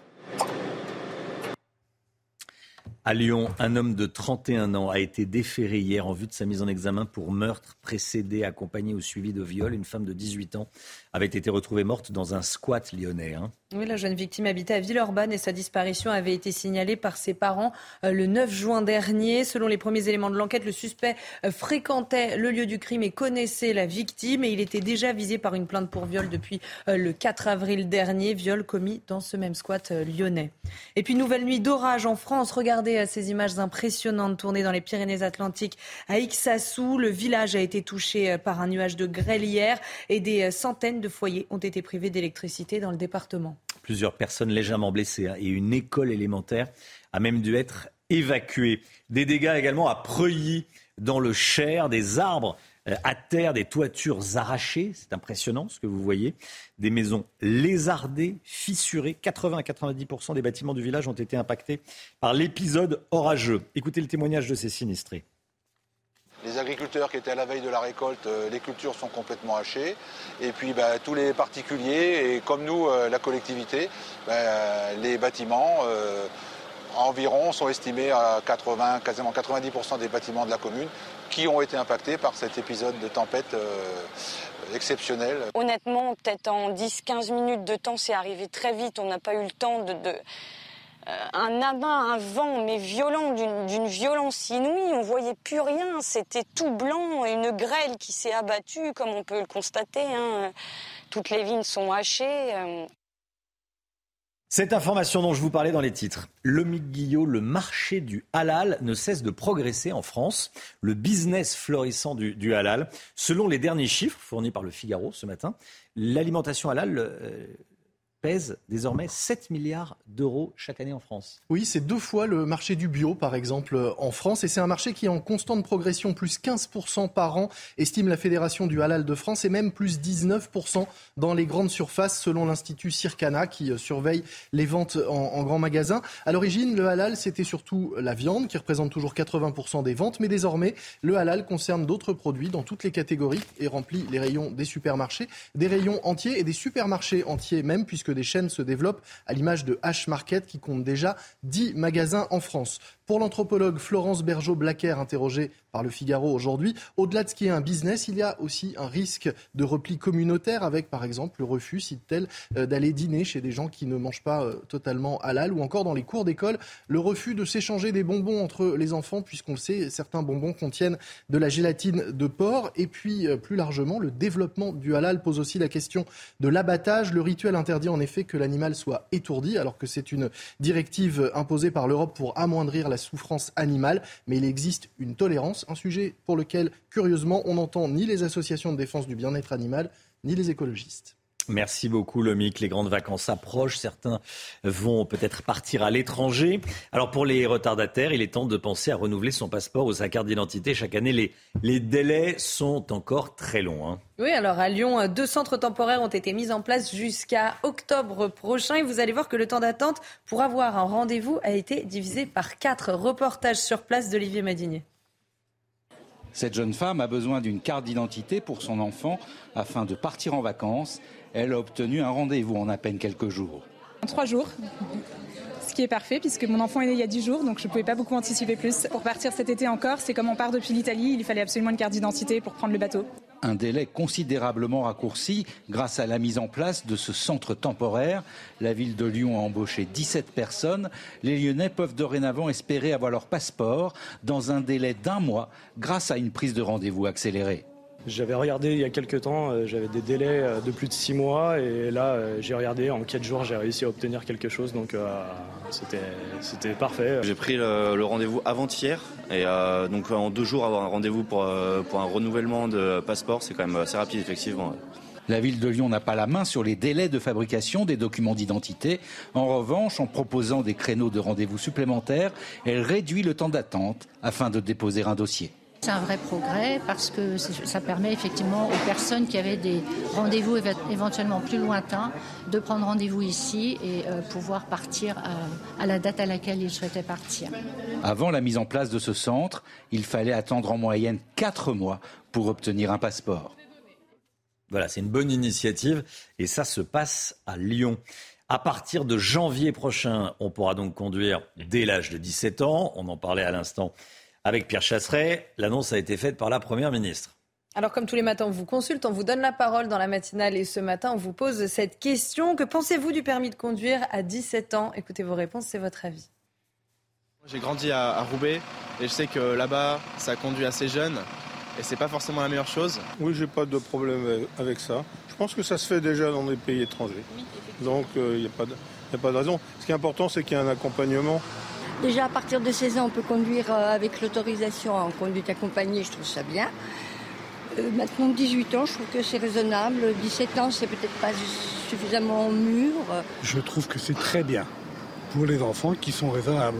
À Lyon, un homme de trente et un ans a été déféré hier en vue de sa mise en examen pour meurtre précédé, accompagné ou suivi de viol. Une femme de dix-huit ans avait été retrouvée morte dans un squat lyonnais. Hein. Oui, la jeune victime habitait à Villeurbanne et sa disparition avait été signalée par ses parents euh, le neuf juin dernier. Selon les premiers éléments de l'enquête, le suspect euh, fréquentait le lieu du crime et connaissait la victime. Et il était déjà visé par une plainte pour viol depuis euh, le quatre avril dernier. Viol commis dans ce même squat euh, lyonnais. Et puis, nouvelle nuit d'orage en France. Regardez euh, ces images impressionnantes tournées dans les Pyrénées-Atlantiques à Ixassou. Le village a été touché euh, par un nuage de grêle hier et des euh, centaines de foyers ont été privés d'électricité dans le département. Plusieurs personnes légèrement blessées hein, et une école élémentaire a même dû être évacuée. Des dégâts également à Preuilly, dans le Cher, des arbres euh, à terre, des toitures arrachées. C'est impressionnant ce que vous voyez. Des maisons lézardées, fissurées. quatre-vingts à quatre-vingt-dix pour cent des bâtiments du village ont été impactés par l'épisode orageux. Écoutez le témoignage de ces sinistrés. Les agriculteurs qui étaient à la veille de la récolte, euh, les cultures sont complètement hachées. Et puis bah, tous les particuliers, et comme nous, euh, la collectivité, bah, les bâtiments euh, environ sont estimés à quatre-vingts, quasiment quatre-vingt-dix pour cent des bâtiments de la commune qui ont été impactés par cet épisode de tempête euh, exceptionnel. Honnêtement, peut-être en dix à quinze minutes de temps, c'est arrivé très vite. On n'a pas eu le temps de... de... un amas, un vent, mais violent, d'une, d'une violence inouïe. On voyait plus rien, c'était tout blanc, une grêle qui s'est abattue, comme on peut le constater. Hein. Toutes les vignes sont hachées. Cette information dont je vous parlais dans les titres. Lomique Guillot, le marché du halal ne cesse de progresser en France. Le business florissant du, du halal. Selon les derniers chiffres fournis par le Figaro ce matin, l'alimentation halal... Euh, pèse désormais sept milliards d'euros chaque année en France. Oui, c'est deux fois le marché du bio, par exemple, en France. Et c'est un marché qui est en constante progression, plus quinze pour cent par an, estime la Fédération du Halal de France, et même plus dix-neuf pour cent dans les grandes surfaces, selon l'Institut Circana, qui surveille les ventes en, en grands magasins. À l'origine, le halal, c'était surtout la viande, qui représente toujours quatre-vingts pour cent des ventes. Mais désormais, le halal concerne d'autres produits dans toutes les catégories et remplit les rayons des supermarchés, des rayons entiers et des supermarchés entiers même, puisque des chaînes se développent à l'image de H-Market qui compte déjà dix magasins en France. Pour l'anthropologue Florence Bergeau-Blaquer, interrogée par le Figaro aujourd'hui, au-delà de ce qui est un business, il y a aussi un risque de repli communautaire avec, par exemple, le refus, cite-t-elle, euh, d'aller dîner chez des gens qui ne mangent pas euh, totalement halal, ou encore dans les cours d'école, le refus de s'échanger des bonbons entre les enfants, puisqu'on le sait, certains bonbons contiennent de la gélatine de porc. Et puis, euh, plus largement, le développement du halal pose aussi la question de l'abattage. Le rituel interdit en effet que l'animal soit étourdi, alors que c'est une directive imposée par l'Europe pour amoindrir la souffrance animale. Mais il existe une tolérance, un sujet pour lequel, curieusement, on n'entend ni les associations de défense du bien-être animal, ni les écologistes. Merci beaucoup, Lomic. Les grandes vacances approchent. Certains vont peut-être partir à l'étranger. Alors, pour les retardataires, il est temps de penser à renouveler son passeport ou sa carte d'identité. Chaque année, les, les délais sont encore très longs. Hein. Oui, alors à Lyon, deux centres temporaires ont été mis en place jusqu'à octobre prochain. Et vous allez voir que le temps d'attente pour avoir un rendez-vous a été divisé par quatre. Reportage sur place d'Olivier Madinier. Cette jeune femme a besoin d'une carte d'identité pour son enfant afin de partir en vacances. Elle a obtenu un rendez-vous en à peine quelques jours. En trois jours, ce qui est parfait puisque mon enfant est né il y a dix jours, donc je ne pouvais pas beaucoup anticiper plus. Pour partir cet été encore, c'est comme on part depuis l'Italie, il fallait absolument une carte d'identité pour prendre le bateau. Un délai considérablement raccourci grâce à la mise en place de ce centre temporaire. La ville de Lyon a embauché dix-sept personnes. Les Lyonnais peuvent dorénavant espérer avoir leur passeport dans un délai d'un mois grâce à une prise de rendez-vous accélérée. J'avais regardé il y a quelques temps, euh, j'avais des délais euh, de plus de six mois et là euh, j'ai regardé, en quatre jours j'ai réussi à obtenir quelque chose, donc euh, c'était, c'était parfait. J'ai pris le, le rendez-vous avant-hier et euh, donc en deux jours avoir un rendez-vous pour, euh, pour un renouvellement de passeport, c'est quand même assez rapide effectivement. La ville de Lyon n'a pas la main sur les délais de fabrication des documents d'identité. En revanche, en proposant des créneaux de rendez-vous supplémentaires, elle réduit le temps d'attente afin de déposer un dossier. C'est un vrai progrès parce que ça permet effectivement aux personnes qui avaient des rendez-vous éventuellement plus lointains de prendre rendez-vous ici et euh, pouvoir partir à, à la date à laquelle ils souhaitaient partir. Avant la mise en place de ce centre, il fallait attendre en moyenne quatre mois pour obtenir un passeport. Voilà, c'est une bonne initiative et ça se passe à Lyon. À partir de janvier prochain, on pourra donc conduire dès l'âge de dix-sept ans. On en parlait à l'instant avec Pierre Chasseret. L'annonce a été faite par la Première ministre. Alors comme tous les matins, on vous consulte, on vous donne la parole dans la matinale et ce matin, on vous pose cette question. Que pensez-vous du permis de conduire à dix-sept ans ? Écoutez vos réponses, c'est votre avis. J'ai grandi à, à Roubaix et je sais que là-bas, ça conduit assez jeune et c'est pas forcément la meilleure chose. Oui, j'ai pas de problème avec ça. Je pense que ça se fait déjà dans des pays étrangers. Donc il euh, n'y a, a pas de raison. Ce qui est important, c'est qu'il y ait un accompagnement. Déjà, à partir de seize ans, on peut conduire avec l'autorisation en conduite accompagnée, je trouve ça bien. Euh, maintenant, dix-huit ans, je trouve que c'est raisonnable. dix-sept ans, c'est peut-être pas suffisamment mûr. Je trouve que c'est très bien pour les enfants qui sont raisonnables.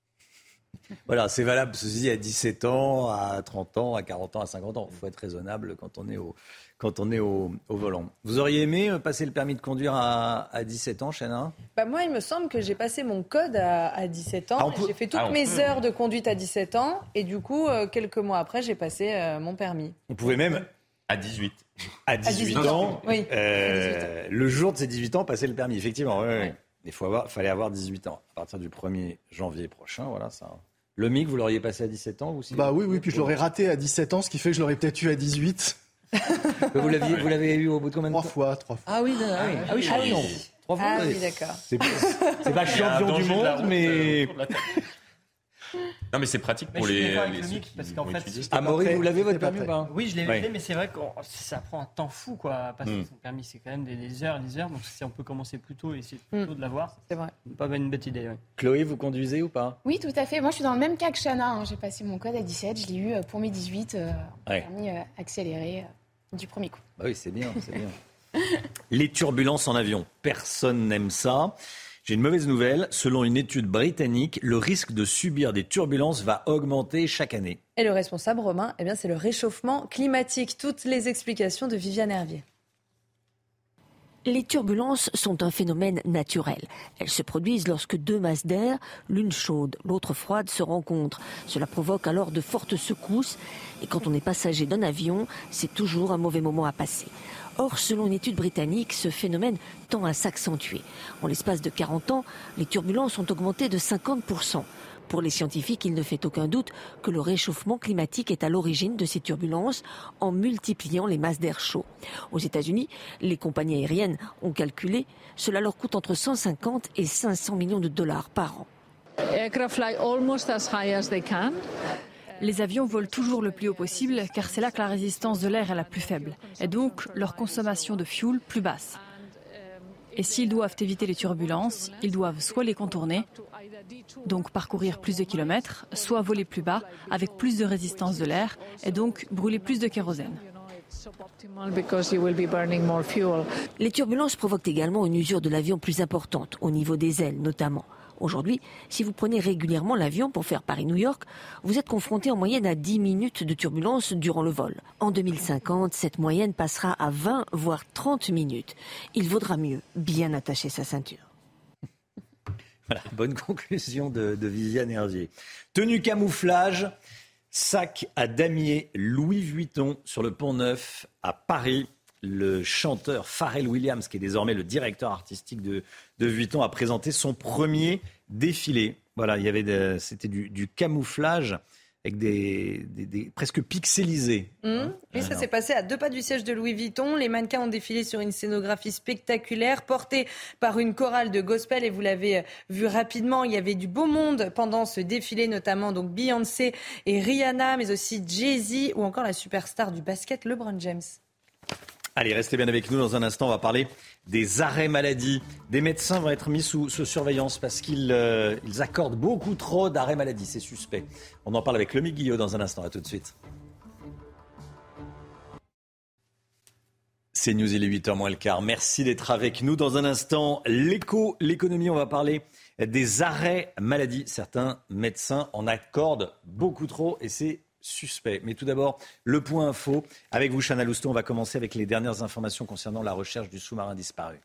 Voilà, c'est valable, ceci dit, à dix-sept ans, à trente ans, à quarante ans, à cinquante ans. Il faut être raisonnable quand on est au, quand on est au, au volant. Vous auriez aimé passer le permis de conduire à, à dix-sept ans, Chana ? Bah moi, il me semble que j'ai passé mon code à, à dix-sept ans. Ah, peut... J'ai fait toutes ah, mes peut... heures de conduite à dix-sept ans. Et du coup, euh, quelques mois après, j'ai passé euh, mon permis. On pouvait même... À dix-huit. À dix-huit, à dix-huit ans, oui. Euh, dix-huit ans. Le jour de ces dix-huit ans, passer le permis, effectivement. Oui, oui. Il faut avoir, fallait avoir dix-huit ans. À partir du premier janvier prochain, voilà ça... Le M I C, vous l'auriez passé à dix-sept ans ou si Bah oui, oui, puis je l'aurais raté à dix-sept ans, ce qui fait que je l'aurais peut-être eu à dix-huit. vous, l'aviez, vous l'avez eu au bout de combien de temps ? Trois fois, trois fois. Ah oui, ah oui, ah oui, champion. Trois fois. Ah oui, d'accord. C'est, c'est pas champion du monde, mais... Non, mais c'est pratique pour mais les. Je les ceux qui, parce qu'en fait, Amaury, vous l'avez votre permis ou pas ? Oui, je l'ai, ouais. je l'ai, mais c'est vrai que ça prend un temps fou, quoi. Passer mm. son permis, c'est quand même des, des heures, des heures. Donc si on peut commencer plus tôt et essayer plus tôt mm. de l'avoir, c'est vrai. Pas une bête idée. Oui. Chloé, vous conduisez ou pas ? Oui, tout à fait. Moi, je suis dans le même cas que Chana. Hein. J'ai passé mon code à dix-sept, je l'ai eu pour mes dix-huit, euh, ouais. permis euh, accéléré euh, du premier coup. Bah oui, c'est bien, c'est bien. Les turbulences en avion, personne n'aime ça. J'ai une mauvaise nouvelle. Selon une étude britannique, le risque de subir des turbulences va augmenter chaque année. Et le responsable, Romain, eh bien, c'est le réchauffement climatique. Toutes les explications de Viviane Hervier. Les turbulences sont un phénomène naturel. Elles se produisent lorsque deux masses d'air, l'une chaude, l'autre froide, se rencontrent. Cela provoque alors de fortes secousses. Et quand on est passager d'un avion, c'est toujours un mauvais moment à passer. Or, selon une étude britannique, ce phénomène tend à s'accentuer. En l'espace de quarante ans, les turbulences ont augmenté de cinquante pour cent. Pour les scientifiques, il ne fait aucun doute que le réchauffement climatique est à l'origine de ces turbulences en multipliant les masses d'air chaud. Aux États-Unis, les compagnies aériennes ont calculé, cela leur coûte entre cent cinquante et cinq cents millions de dollars par an. Aircraft fly almost as high as they can. Les avions volent toujours le plus haut possible car c'est là que la résistance de l'air est la plus faible et donc leur consommation de fuel plus basse. Et s'ils doivent éviter les turbulences, ils doivent soit les contourner, donc parcourir plus de kilomètres, soit voler plus bas avec plus de résistance de l'air et donc brûler plus de kérosène. Les turbulences provoquent également une usure de l'avion plus importante, au niveau des ailes notamment. Aujourd'hui, si vous prenez régulièrement l'avion pour faire Paris-New York, vous êtes confronté en moyenne à dix minutes de turbulence durant le vol. En deux mille cinquante, cette moyenne passera à vingt voire trente minutes. Il vaudra mieux bien attacher sa ceinture. Voilà, bonne conclusion de, de Viviane Hervier. Tenue camouflage, sac à damier Louis Vuitton sur le Pont Neuf à Paris. Le chanteur Pharrell Williams, qui est désormais le directeur artistique de, de Vuitton, a présenté son premier défilé. Voilà, il y avait de, c'était du, du camouflage avec des, des, des presque pixelisés. Mmh. Hein Et ça s'est passé à deux pas du siège de Louis Vuitton. Les mannequins ont défilé sur une scénographie spectaculaire portée par une chorale de gospel. Et vous l'avez vu rapidement, il y avait du beau monde pendant ce défilé, notamment donc Beyoncé et Rihanna, mais aussi Jay-Z ou encore la superstar du basket LeBron James. Allez, restez bien avec nous. Dans un instant, on va parler des arrêts maladie. Des médecins vont être mis sous, sous surveillance parce qu'ils euh, ils accordent beaucoup trop d'arrêts maladie. C'est suspect. On en parle avec Lomique Guillot dans un instant. À tout de suite. C'est News, il est huit heures moins le quart. Merci d'être avec nous. Dans un instant, l'éco, l'économie, on va parler des arrêts maladie. Certains médecins en accordent beaucoup trop et c'est suspect. Mais tout d'abord, le point info. Avec vous, Chana Lousteau, on va commencer avec les dernières informations concernant la recherche du sous-marin disparu.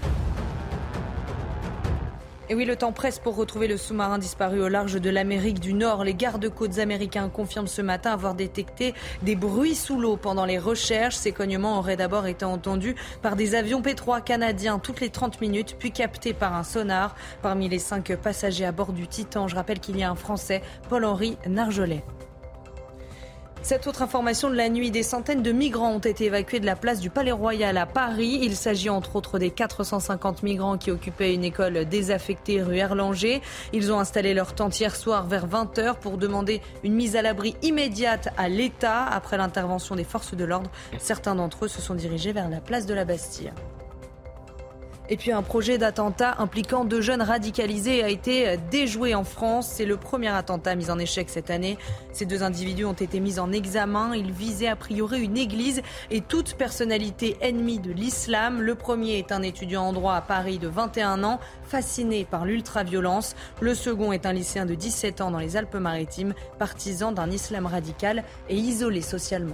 Et oui, le temps presse pour retrouver le sous-marin disparu au large de l'Amérique du Nord. Les gardes-côtes américains confirment ce matin avoir détecté des bruits sous l'eau pendant les recherches. Ces cognements auraient d'abord été entendus par des avions P trois canadiens toutes les trente minutes, puis captés par un sonar. Parmi les cinq passagers à bord du Titan, je rappelle qu'il y a un Français, Paul-Henri Narjolet. Cette autre information de la nuit, des centaines de migrants ont été évacués de la place du Palais Royal à Paris. Il s'agit entre autres des quatre cent cinquante migrants qui occupaient une école désaffectée rue Erlanger. Ils ont installé leur tente hier soir vers vingt heures pour demander une mise à l'abri immédiate à l'État. Après l'intervention des forces de l'ordre, certains d'entre eux se sont dirigés vers la place de la Bastille. Et puis un projet d'attentat impliquant deux jeunes radicalisés a été déjoué en France. C'est le premier attentat mis en échec cette année. Ces deux individus ont été mis en examen. Ils visaient a priori une église et toute personnalité ennemie de l'islam. Le premier est un étudiant en droit à Paris de vingt et un ans, fasciné par l'ultraviolence. Le second est un lycéen de dix-sept ans dans les Alpes-Maritimes, partisan d'un islam radical et isolé socialement.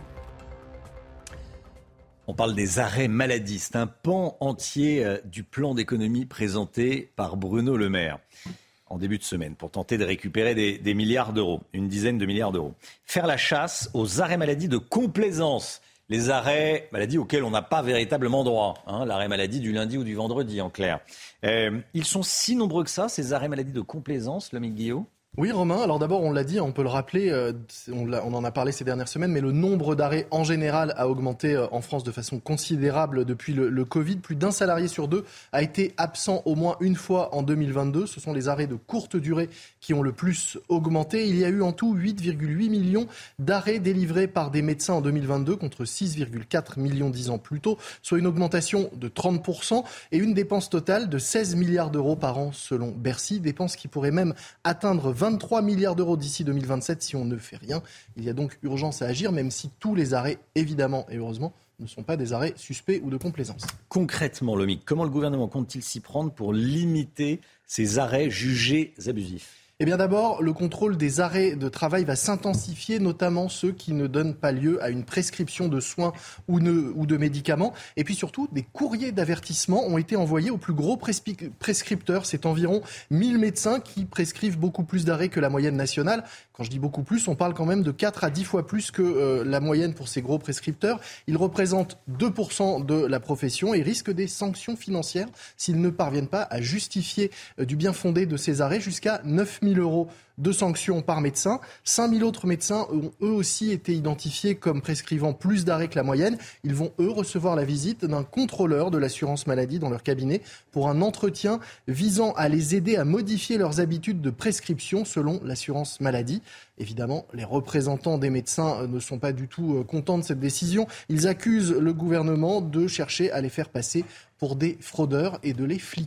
On parle des arrêts maladie. C'est un pan entier du plan d'économie présenté par Bruno Le Maire en début de semaine pour tenter de récupérer des, des milliards d'euros, une dizaine de milliards d'euros. Faire la chasse aux arrêts maladie de complaisance. Les arrêts maladie auxquels on n'a pas véritablement droit. Hein, l'arrêt maladie du lundi ou du vendredi, en clair. Euh, ils sont si nombreux que ça, ces arrêts maladie de complaisance, Lomique Guillot ? Oui, Romain. Alors d'abord, on l'a dit, on peut le rappeler, euh, on, l'a, on en a parlé ces dernières semaines, mais le nombre d'arrêts en général a augmenté euh, en France de façon considérable depuis le, le Covid. Plus d'un salarié sur deux a été absent au moins une fois en deux mille vingt-deux. Ce sont les arrêts de courte durée qui ont le plus augmenté. Il y a eu en tout huit virgule huit millions d'arrêts délivrés par des médecins en deux mille vingt-deux contre six virgule quatre millions dix ans plus tôt, soit une augmentation de trente pour cent et une dépense totale de seize milliards d'euros par an selon Bercy. Dépenses qui pourraient même atteindre vingt-trois milliards d'euros d'ici deux mille vingt-sept si on ne fait rien. Il y a donc urgence à agir, même si tous les arrêts, évidemment et heureusement, ne sont pas des arrêts suspects ou de complaisance. Concrètement, Lomique, comment le gouvernement compte-t-il s'y prendre pour limiter ces arrêts jugés abusifs ? Eh bien d'abord, le contrôle des arrêts de travail va s'intensifier, notamment ceux qui ne donnent pas lieu à une prescription de soins ou, ne, ou de médicaments. Et puis surtout, des courriers d'avertissement ont été envoyés aux plus gros prespi- prescripteurs. C'est environ mille médecins qui prescrivent beaucoup plus d'arrêts que la moyenne nationale. Quand je dis beaucoup plus, on parle quand même de quatre à dix fois plus que euh, la moyenne pour ces gros prescripteurs. Ils représentent deux pour cent de la profession et risquent des sanctions financières s'ils ne parviennent pas à justifier euh, du bien fondé de ces arrêts, jusqu'à neuf mille euros de sanctions par médecin. cinq mille autres médecins ont eux aussi été identifiés comme prescrivant plus d'arrêts que la moyenne. Ils vont eux recevoir la visite d'un contrôleur de l'assurance maladie dans leur cabinet pour un entretien visant à les aider à modifier leurs habitudes de prescription selon l'assurance maladie. Évidemment, les représentants des médecins ne sont pas du tout contents de cette décision. Ils accusent le gouvernement de chercher à les faire passer pour des fraudeurs et de les fliquer.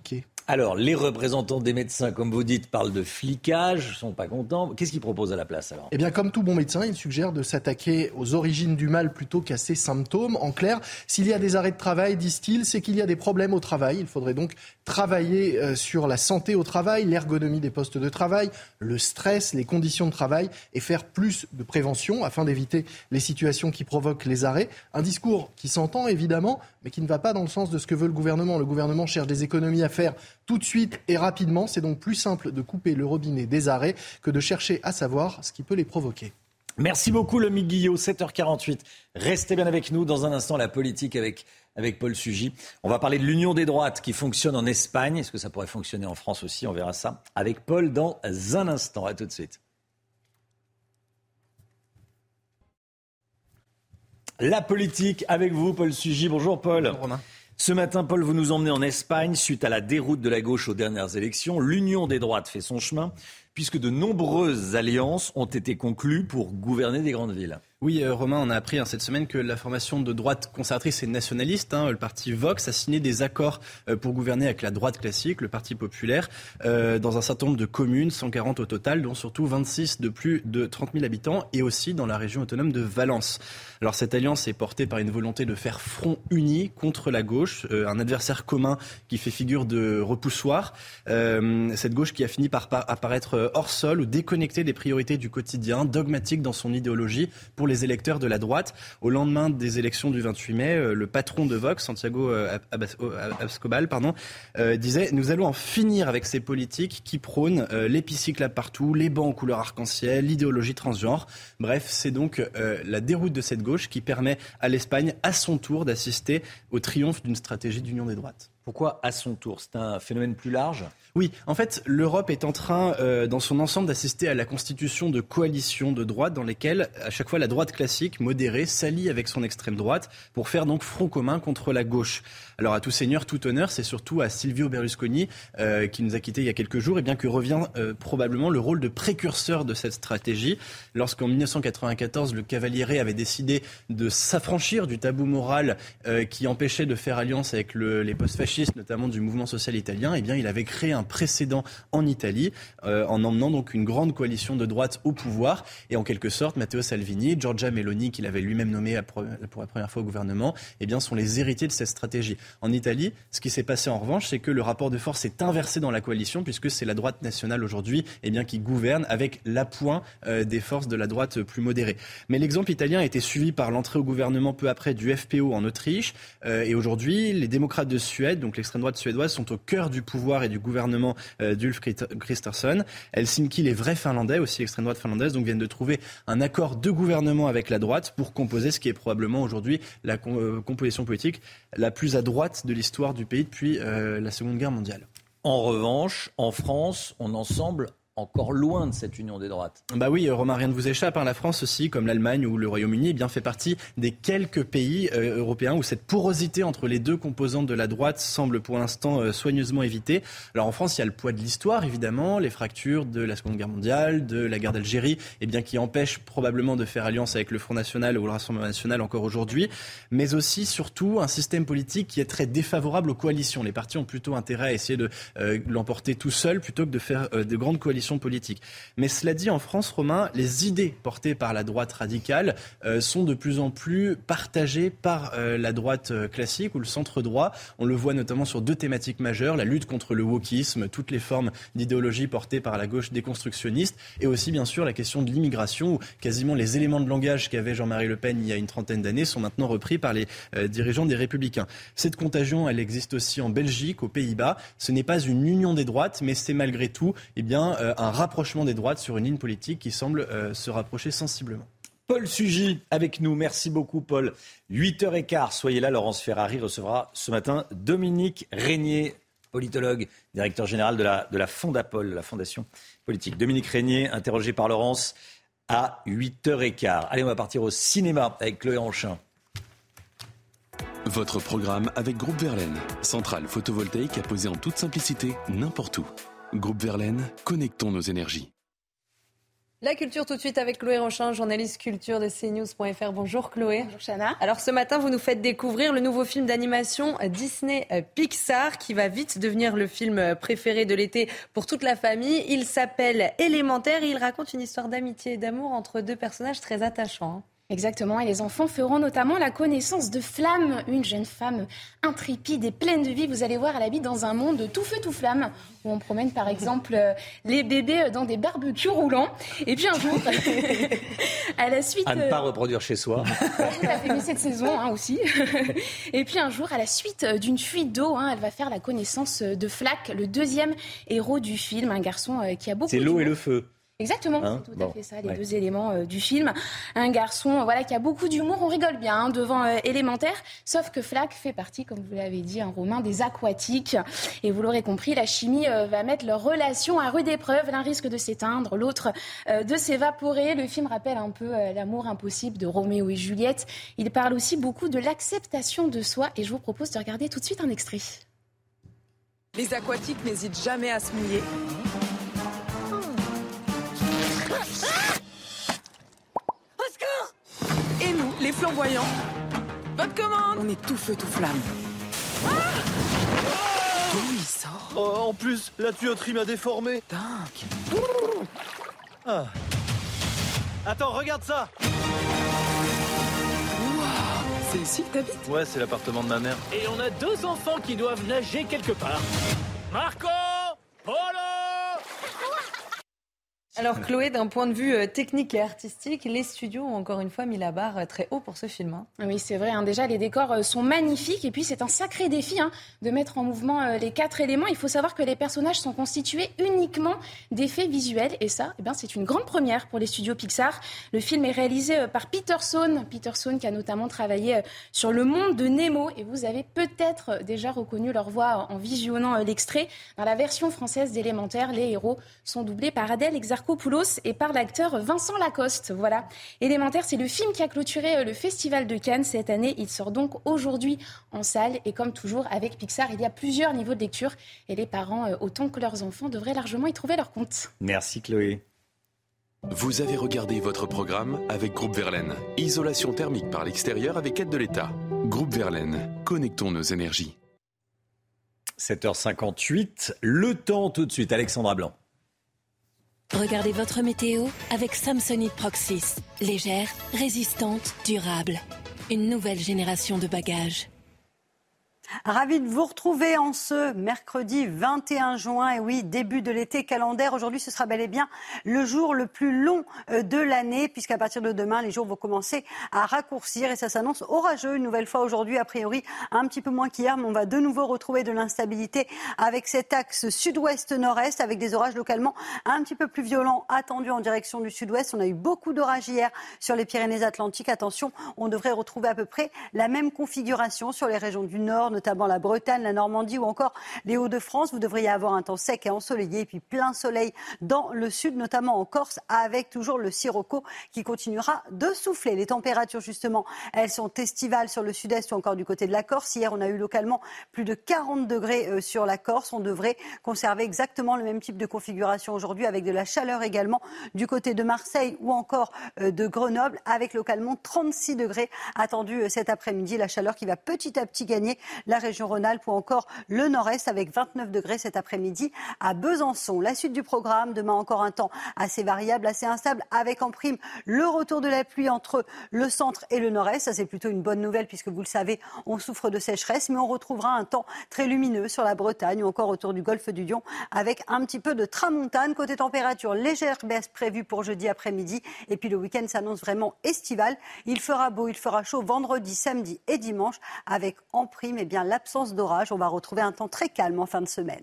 Alors, les représentants des médecins, comme vous dites, parlent de flicage, ne sont pas contents. Qu'est-ce qu'ils proposent à la place alors ? Eh bien, comme tout bon médecin, ils suggèrent de s'attaquer aux origines du mal plutôt qu'à ses symptômes. En clair, s'il y a des arrêts de travail, disent-ils, c'est qu'il y a des problèmes au travail. Il faudrait donc travailler euh, sur la santé au travail, l'ergonomie des postes de travail, le stress, les conditions de travail et faire plus de prévention afin d'éviter les situations qui provoquent les arrêts. Un discours qui s'entend évidemment, mais qui ne va pas dans le sens de ce que veut le gouvernement. Le gouvernement cherche des économies à faire tout de suite et rapidement. C'est donc plus simple de couper le robinet des arrêts que de chercher à savoir ce qui peut les provoquer. Merci beaucoup, Lomique Guillot, sept heures quarante-huit. Restez bien avec nous. Dans un instant, la politique avec, avec Paul Sugy. On va parler de l'union des droites qui fonctionne en Espagne. Est-ce que ça pourrait fonctionner en France aussi ? On verra ça avec Paul dans un instant. À tout de suite. La politique avec vous, Paul Sugy. Bonjour, Paul. Bonjour, Romain. Ce matin, Paul, vous nous emmenez en Espagne suite à la déroute de la gauche aux dernières élections. L'union des droites fait son chemin puisque de nombreuses alliances ont été conclues pour gouverner des grandes villes. Oui, euh, Romain, on a appris hein, cette semaine que la formation de droite conservatrice et nationaliste, hein, le parti Vox, a signé des accords euh, pour gouverner avec la droite classique, le parti populaire, euh, dans un certain nombre de communes, cent quarante au total, dont surtout vingt-six de plus de trente mille habitants, et aussi dans la région autonome de Valence. Alors cette alliance est portée par une volonté de faire front uni contre la gauche, euh, un adversaire commun qui fait figure de repoussoir. Euh, cette gauche qui a fini par apparaître hors sol ou déconnectée des priorités du quotidien, dogmatique dans son idéologie pour les électeurs de la droite. Au lendemain des élections du vingt-huit mai, le patron de Vox, Santiago Abascal, pardon, euh, disait « Nous allons en finir avec ces politiques qui prônent euh, les pistes cyclables partout, les bancs en couleur arc-en-ciel, l'idéologie transgenre. » Bref, c'est donc euh, la déroute de cette gauche qui permet à l'Espagne, à son tour, d'assister au triomphe d'une stratégie d'union des droites. Pourquoi à son tour ? C'est un phénomène plus large ? Oui, en fait, l'Europe est en train, euh, dans son ensemble, d'assister à la constitution de coalitions de droite dans lesquelles, à chaque fois, la droite classique, modérée, s'allie avec son extrême droite pour faire donc front commun contre la gauche. Alors, à tout seigneur, tout honneur, c'est surtout à Silvio Berlusconi, euh, qui nous a quittés il y a quelques jours, et bien que revient euh, probablement le rôle de précurseur de cette stratégie. Lorsqu'en dix-neuf cent quatre-vingt-quatorze, le Cavaliere avait décidé de s'affranchir du tabou moral euh, qui empêchait de faire alliance avec le, les post-fascistes, notamment du mouvement social italien, et bien il avait créé un précédent en Italie, euh, en emmenant donc une grande coalition de droite au pouvoir. Et en quelque sorte, Matteo Salvini, Giorgia Meloni, qu'il avait lui-même nommé pour la première fois au gouvernement, eh bien, sont les héritiers de cette stratégie. En Italie, ce qui s'est passé en revanche, c'est que le rapport de force s'est inversé dans la coalition, puisque c'est la droite nationale aujourd'hui eh bien, qui gouverne avec l'appoint euh, des forces de la droite plus modérée. Mais l'exemple italien a été suivi par l'entrée au gouvernement peu après du F P O en Autriche. Euh, et aujourd'hui, les démocrates de Suède, donc l'extrême droite suédoise, sont au cœur du pouvoir et du gouvernement euh, d'Ulf Kristersson. Helsinki, les vrais Finlandais, aussi l'extrême droite finlandaise, donc viennent de trouver un accord de gouvernement avec la droite pour composer ce qui est probablement aujourd'hui la com- euh, composition politique la plus à droite de l'histoire du pays depuis euh, la Seconde Guerre mondiale. En revanche, en France, on en semble encore loin de cette union des droites. Bah oui, Romain, rien ne vous échappe. Hein. La France aussi, comme l'Allemagne ou le Royaume-Uni, eh bien fait partie des quelques pays euh, européens où cette porosité entre les deux composantes de la droite semble pour l'instant euh, soigneusement évitée. Alors en France, il y a le poids de l'histoire, évidemment, les fractures de la Seconde Guerre mondiale, de la guerre d'Algérie, eh bien qui empêchent probablement de faire alliance avec le Front National ou le Rassemblement National encore aujourd'hui, mais aussi, surtout, un système politique qui est très défavorable aux coalitions. Les partis ont plutôt intérêt à essayer de euh, l'emporter tout seul plutôt que de faire euh, de grandes coalitions politique. Mais cela dit, en France, Romain, les idées portées par la droite radicale euh, sont de plus en plus partagées par euh, la droite euh, classique ou le centre droit. On le voit notamment sur deux thématiques majeures, la lutte contre le wokisme, toutes les formes d'idéologie portées par la gauche déconstructionniste, et aussi bien sûr la question de l'immigration, où quasiment les éléments de langage qu'avait Jean-Marie Le Pen il y a une trentaine d'années sont maintenant repris par les euh, dirigeants des Républicains. Cette contagion, elle existe aussi en Belgique, aux Pays-Bas. Ce n'est pas une union des droites, mais c'est malgré tout eh bien, euh, un rapprochement des droites sur une ligne politique qui semble euh, se rapprocher sensiblement. Paul Sugy avec nous. Merci beaucoup, Paul. huit heures quinze, soyez là. Laurence Ferrari recevra ce matin Dominique Régnier, politologue, directeur général de la, de la Fondapol, la Fondation politique. Dominique Régnier, interrogé par Laurence à huit heures quinze. Allez, on va partir au cinéma avec Chloé Anchin. Votre programme avec Groupe Verlaine, centrale photovoltaïque à poser en toute simplicité n'importe où. Groupe Verlaine, connectons nos énergies. La culture tout de suite avec Chloé Rochin, journaliste culture de C News point F R. Bonjour Chloé. Bonjour Chana. Alors ce matin, vous nous faites découvrir le nouveau film d'animation Disney Pixar qui va vite devenir le film préféré de l'été pour toute la famille. Il s'appelle Élémentaire et il raconte une histoire d'amitié et d'amour entre deux personnages très attachants. Hein. Exactement, et les enfants feront notamment la connaissance de Flamme, une jeune femme intrépide et pleine de vie. Vous allez voir, elle habite dans un monde tout feu tout flamme, où on promène par exemple euh, les bébés dans des barbecues roulants. Et puis un jour, à la suite... À ne pas reproduire chez soi. Elle a fait cette saison hein, aussi. Et puis un jour, à la suite d'une fuite d'eau, hein, elle va faire la connaissance de Flack, le deuxième héros du film, un garçon euh, qui a beaucoup... C'est l'eau et le feu. Exactement, hein c'est tout bon, à fait ça, les ouais. deux éléments euh, du film. Un garçon euh, voilà, qui a beaucoup d'humour, on rigole bien hein, devant euh, Élémentaire, sauf que Flack fait partie, comme vous l'avez dit, un Romain, des aquatiques. Et vous l'aurez compris, la chimie euh, va mettre leur relation à rude épreuve. L'un risque de s'éteindre, l'autre euh, de s'évaporer. Le film rappelle un peu euh, l'amour impossible de Roméo et Juliette. Il parle aussi beaucoup de l'acceptation de soi et je vous propose de regarder tout de suite un extrait. Les aquatiques n'hésitent jamais à se mouiller. Et nous, les flamboyants, votre commande. On est tout feu, tout flamme. Ah D'où il sort? Oh, en plus, la tuyauterie m'a déformé. Dingue. Ah. Attends, regarde ça. Wow. C'est ici que t'habites? Ouais, c'est l'appartement de ma mère. Et on a deux enfants qui doivent nager quelque part. Marco, Polo. Alors Chloé, d'un point de vue euh, technique et artistique, les studios ont encore une fois mis la barre euh, très haut pour ce film. Hein. Oui, c'est vrai. Hein. Déjà, les décors euh, sont magnifiques et puis c'est un sacré défi hein, de mettre en mouvement euh, les quatre éléments. Il faut savoir que les personnages sont constitués uniquement d'effets visuels et ça, eh ben, c'est une grande première pour les studios Pixar. Le film est réalisé euh, par Peter Sohn. Peter Sohn qui a notamment travaillé euh, sur Le Monde de Nemo et vous avez peut-être euh, déjà reconnu leur voix en visionnant euh, l'extrait. Dans la version française d'Élémentaire, les héros sont doublés par Adèle Exarchopoulos et par l'acteur Vincent Lacoste. Voilà. Élémentaire, c'est le film qui a clôturé le Festival de Cannes cette année. Il sort donc aujourd'hui en salle. Et comme toujours avec Pixar, il y a plusieurs niveaux de lecture. Et les parents, autant que leurs enfants, devraient largement y trouver leur compte. Merci Chloé. Vous avez regardé votre programme avec Groupe Verlaine. Isolation thermique par l'extérieur avec aide de l'État. Groupe Verlaine, connectons nos énergies. sept heures cinquante-huit, le temps tout de suite, Alexandra Blanc. Regardez votre météo avec Samsonite Proxys. Légère, résistante, durable. Une nouvelle génération de bagages. Ravi de vous retrouver en ce mercredi vingt et un juin. Et oui, début de l'été calendaire. Aujourd'hui, ce sera bel et bien le jour le plus long de l'année, puisqu'à partir de demain, les jours vont commencer à raccourcir et ça s'annonce orageux une nouvelle fois aujourd'hui. A priori, un petit peu moins qu'hier, mais on va de nouveau retrouver de l'instabilité avec cet axe sud-ouest-nord-est, avec des orages localement un petit peu plus violents attendus en direction du sud-ouest. On a eu beaucoup d'orages hier sur les Pyrénées-Atlantiques. Attention, on devrait retrouver à peu près la même configuration sur les régions du nord, notamment la Bretagne, la Normandie ou encore les Hauts-de-France. Vous devriez avoir un temps sec et ensoleillé et puis plein soleil dans le sud, notamment en Corse, avec toujours le sirocco qui continuera de souffler. Les températures, justement, elles sont estivales sur le sud-est ou encore du côté de la Corse. Hier, on a eu localement plus de quarante degrés sur la Corse. On devrait conserver exactement le même type de configuration aujourd'hui avec de la chaleur également du côté de Marseille ou encore de Grenoble, avec localement trente-six degrés attendus cet après-midi. La chaleur qui va petit à petit gagner la région Rhône-Alpes ou encore le nord-est avec vingt-neuf degrés cet après-midi à Besançon. La suite du programme, demain encore un temps assez variable, assez instable avec en prime le retour de la pluie entre le centre et le nord-est. Ça c'est plutôt une bonne nouvelle puisque vous le savez, on souffre de sécheresse, mais on retrouvera un temps très lumineux sur la Bretagne ou encore autour du golfe du Lion avec un petit peu de tramontane. Côté température, légère baisse prévue pour jeudi après-midi et puis le week-end s'annonce vraiment estival. Il fera beau, il fera chaud vendredi, samedi et dimanche avec en prime eh bien, l'absence d'orage. On va retrouver un temps très calme en fin de semaine.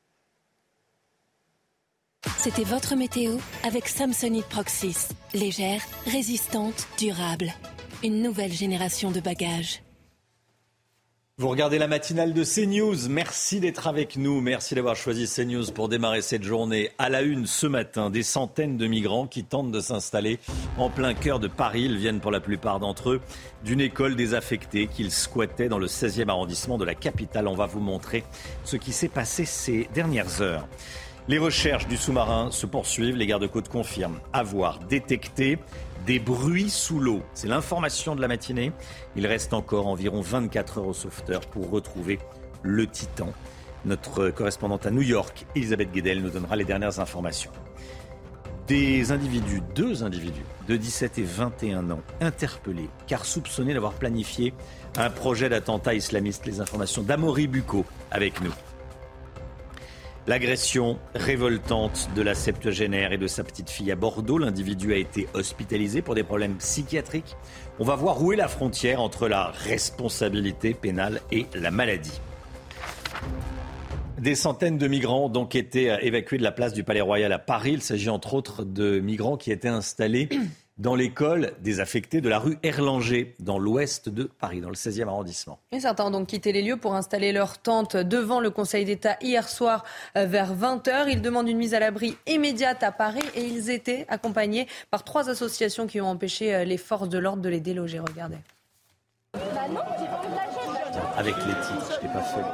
C'était votre météo avec Samsonite Proxys. Légère, résistante, durable. Une nouvelle génération de bagages. Vous regardez la matinale de CNews. Merci d'être avec nous. Merci d'avoir choisi CNews pour démarrer cette journée. À la une ce matin, des centaines de migrants qui tentent de s'installer en plein cœur de Paris. Ils viennent pour la plupart d'entre eux d'une école désaffectée qu'ils squattaient dans le seizième arrondissement de la capitale. On va vous montrer ce qui s'est passé ces dernières heures. Les recherches du sous-marin se poursuivent. Les gardes-côtes confirment avoir détecté des bruits sous l'eau. C'est l'information de la matinée. Il reste encore environ vingt-quatre heures aux sauveteurs pour retrouver le Titan. Notre correspondante à New York, Elisabeth Guedel, nous donnera les dernières informations. Des individus, deux individus de dix-sept et vingt et un ans, interpellés car soupçonnés d'avoir planifié un projet d'attentat islamiste. Les informations d'Amaury Bucco avec nous. L'agression révoltante de la septuagénaire et de sa petite fille à Bordeaux. L'individu a été hospitalisé pour des problèmes psychiatriques. On va voir où est la frontière entre la responsabilité pénale et la maladie. Des centaines de migrants ont donc été évacués de la place du Palais Royal à Paris. Il s'agit entre autres de migrants qui étaient installés dans l'école désaffectée de la rue Erlanger, dans l'ouest de Paris, dans le seizième arrondissement. Et certains ont donc quitté les lieux pour installer leur tente devant le Conseil d'État hier soir vers vingt heures. Ils demandent une mise à l'abri immédiate à Paris et ils étaient accompagnés par trois associations qui ont empêché les forces de l'ordre de les déloger. Regardez. Avec les titres, je n'ai pas fait.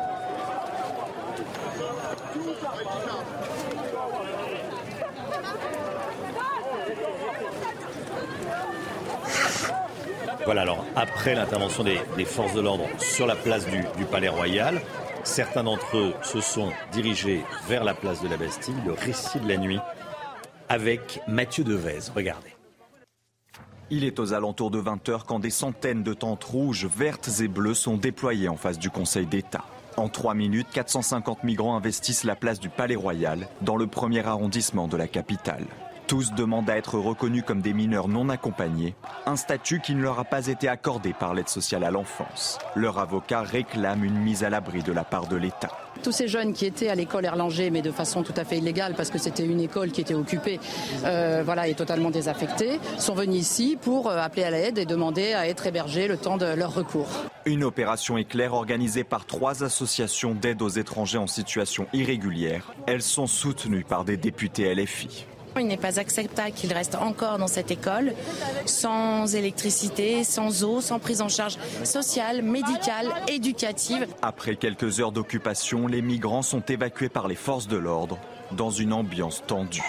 Voilà, alors après l'intervention des, des forces de l'ordre sur la place du, du Palais Royal, certains d'entre eux se sont dirigés vers la place de la Bastille. Le récit de la nuit avec Mathieu Devez. Regardez. Il est aux alentours de vingt heures quand des centaines de tentes rouges, vertes et bleues sont déployées en face du Conseil d'État. En trois minutes, quatre cent cinquante migrants investissent la place du Palais Royal, dans le premier arrondissement de la capitale. Tous demandent à être reconnus comme des mineurs non accompagnés, un statut qui ne leur a pas été accordé par l'aide sociale à l'enfance. Leur avocat réclame une mise à l'abri de la part de l'État. Tous ces jeunes qui étaient à l'école Erlanger, mais de façon tout à fait illégale, parce que c'était une école qui était occupée euh, voilà, et totalement désaffectée, sont venus ici pour euh, appeler à l'aide et demander à être hébergés le temps de leur recours. Une opération éclair organisée par trois associations d'aide aux étrangers en situation irrégulière. Elles sont soutenues par des députés L F I. Il n'est pas acceptable qu'il reste encore dans cette école sans électricité, sans eau, sans prise en charge sociale, médicale, éducative. Après quelques heures d'occupation, les migrants sont évacués par les forces de l'ordre dans une ambiance tendue.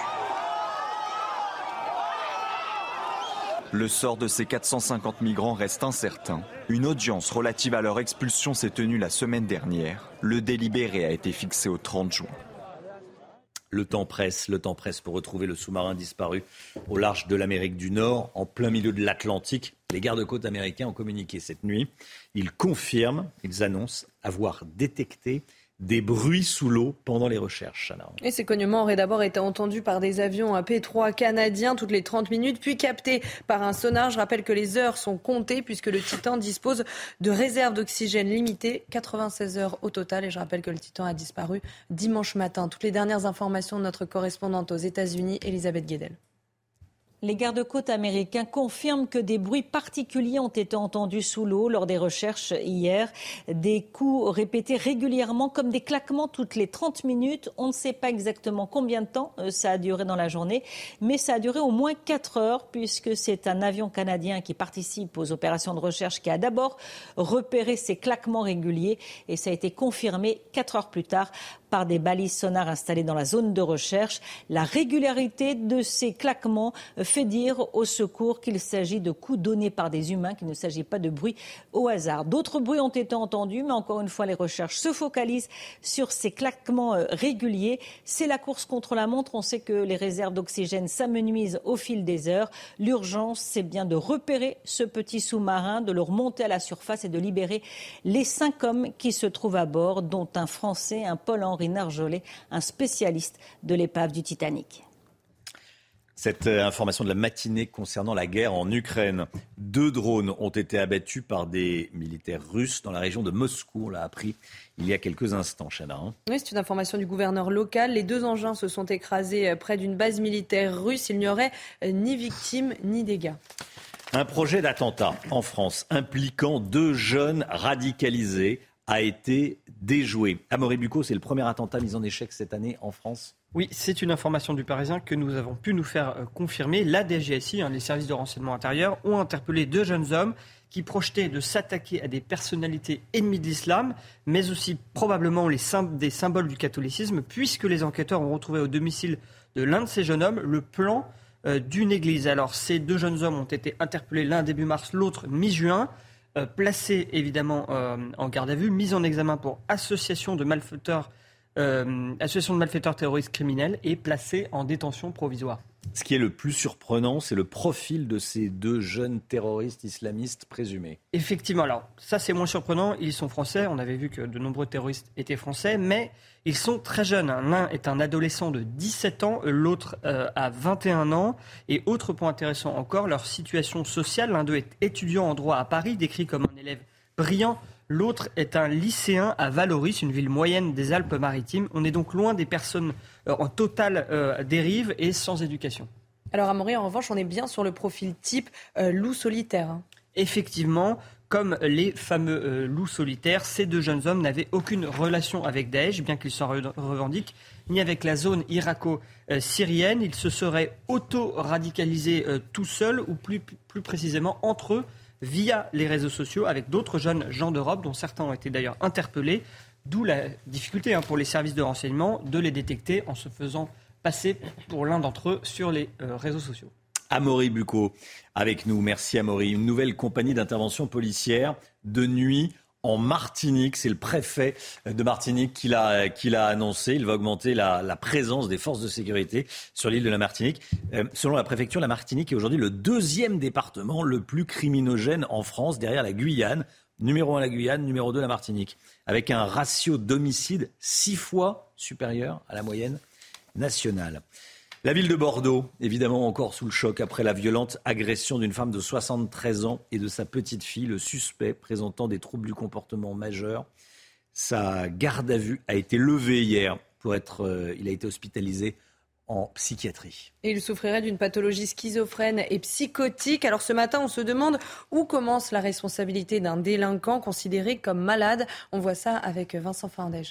Le sort de ces quatre cent cinquante migrants reste incertain. Une audience relative à leur expulsion s'est tenue la semaine dernière. Le délibéré a été fixé au trente juin. Le temps presse, le temps presse pour retrouver le sous-marin disparu au large de l'Amérique du Nord, en plein milieu de l'Atlantique. Les gardes-côtes américains ont communiqué cette nuit. Ils confirment, ils annoncent avoir détecté des bruits sous l'eau pendant les recherches. Chana. Et ces cognements auraient d'abord été entendus par des avions P trois canadiens toutes les trente minutes, puis captés par un sonar. Je rappelle que les heures sont comptées puisque le Titan dispose de réserves d'oxygène limitées, quatre-vingt-seize heures au total. Et je rappelle que le Titan a disparu dimanche matin. Toutes les dernières informations de notre correspondante aux États-Unis, Elisabeth Guedel. Les gardes-côtes américains confirment que des bruits particuliers ont été entendus sous l'eau lors des recherches hier. Des coups répétés régulièrement comme des claquements toutes les trente minutes. On ne sait pas exactement combien de temps ça a duré dans la journée, mais ça a duré au moins quatre heures puisque c'est un avion canadien qui participe aux opérations de recherche qui a d'abord repéré ces claquements réguliers et ça a été confirmé quatre heures plus tard par des balises sonars installées dans la zone de recherche. La régularité de ces claquements fait dire au secours qu'il s'agit de coups donnés par des humains, qu'il ne s'agit pas de bruits au hasard. D'autres bruits ont été entendus, mais encore une fois, les recherches se focalisent sur ces claquements réguliers. C'est la course contre la montre. On sait que les réserves d'oxygène s'amenuisent au fil des heures. L'urgence, c'est bien de repérer ce petit sous-marin, de le remonter à la surface et de libérer les cinq hommes qui se trouvent à bord, dont un Français, un Paul-Henri Narjolet, un spécialiste de l'épave du Titanic. Cette information de la matinée concernant la guerre en Ukraine. Deux drones ont été abattus par des militaires russes dans la région de Moscou. On l'a appris il y a quelques instants, Chana. Oui, c'est une information du gouverneur local. Les deux engins se sont écrasés près d'une base militaire russe. Il n'y aurait ni victimes ni dégâts. Un projet d'attentat en France impliquant deux jeunes radicalisés a été déjoué. Amaury Bucco, c'est le premier attentat mis en échec cette année en France. Oui, c'est une information du Parisien que nous avons pu nous faire euh, confirmer. La D G S I, hein, les services de renseignement intérieur, ont interpellé deux jeunes hommes qui projetaient de s'attaquer à des personnalités ennemies de l'islam, mais aussi probablement les sym- des symboles du catholicisme, puisque les enquêteurs ont retrouvé au domicile de l'un de ces jeunes hommes le plan euh, d'une église. Alors, ces deux jeunes hommes ont été interpellés, l'un début mars, l'autre mi-juin, euh, placés évidemment euh, en garde à vue, mis en examen pour association de malfaiteurs Euh, association de malfaiteurs terroristes criminels et placés en détention provisoire. Ce qui est le plus surprenant, c'est le profil de ces deux jeunes terroristes islamistes présumés. Effectivement, alors ça c'est moins surprenant, ils sont français, on avait vu que de nombreux terroristes étaient français, mais ils sont très jeunes. L'un est un adolescent de dix-sept ans, l'autre euh, a vingt et un ans. Et autre point intéressant encore, leur situation sociale, l'un d'eux est étudiant en droit à Paris, décrit comme un élève brillant. L'autre est un lycéen à Valoris, une ville moyenne des Alpes-Maritimes. On est donc loin des personnes euh, en totale euh, dérive et sans éducation. Alors Amaury, en revanche, on est bien sur le profil type euh, loup solitaire. Hein. Effectivement, comme les fameux euh, loups solitaires, ces deux jeunes hommes n'avaient aucune relation avec Daesh, bien qu'ils s'en re- revendiquent, ni avec la zone irako-syrienne. Ils se seraient auto-radicalisés euh, tout seuls, ou plus, plus précisément entre eux, via les réseaux sociaux avec d'autres jeunes gens d'Europe, dont certains ont été d'ailleurs interpellés, d'où la difficulté hein, pour les services de renseignement de les détecter en se faisant passer pour l'un d'entre eux sur les euh, réseaux sociaux. Amaury Bucco avec nous, merci Amaury. Une nouvelle compagnie d'intervention policière de nuit en Martinique, c'est le préfet de Martinique qui l'a, qui l'a annoncé. Il va augmenter la, la présence des forces de sécurité sur l'île de la Martinique. Euh, selon la préfecture, la Martinique est aujourd'hui le deuxième département le plus criminogène en France, derrière la Guyane. Numéro un la Guyane, numéro deux la Martinique. Avec un ratio d'homicide six fois supérieur à la moyenne nationale. La ville de Bordeaux, évidemment encore sous le choc après la violente agression d'une femme de soixante-treize ans et de sa petite fille, le suspect présentant des troubles du comportement majeurs. Sa garde à vue a été levée hier. Pour être, euh, il a été hospitalisé en psychiatrie. Et il souffrirait d'une pathologie schizophrène et psychotique. Alors ce matin, on se demande où commence la responsabilité d'un délinquant considéré comme malade. On voit ça avec Vincent Fandège.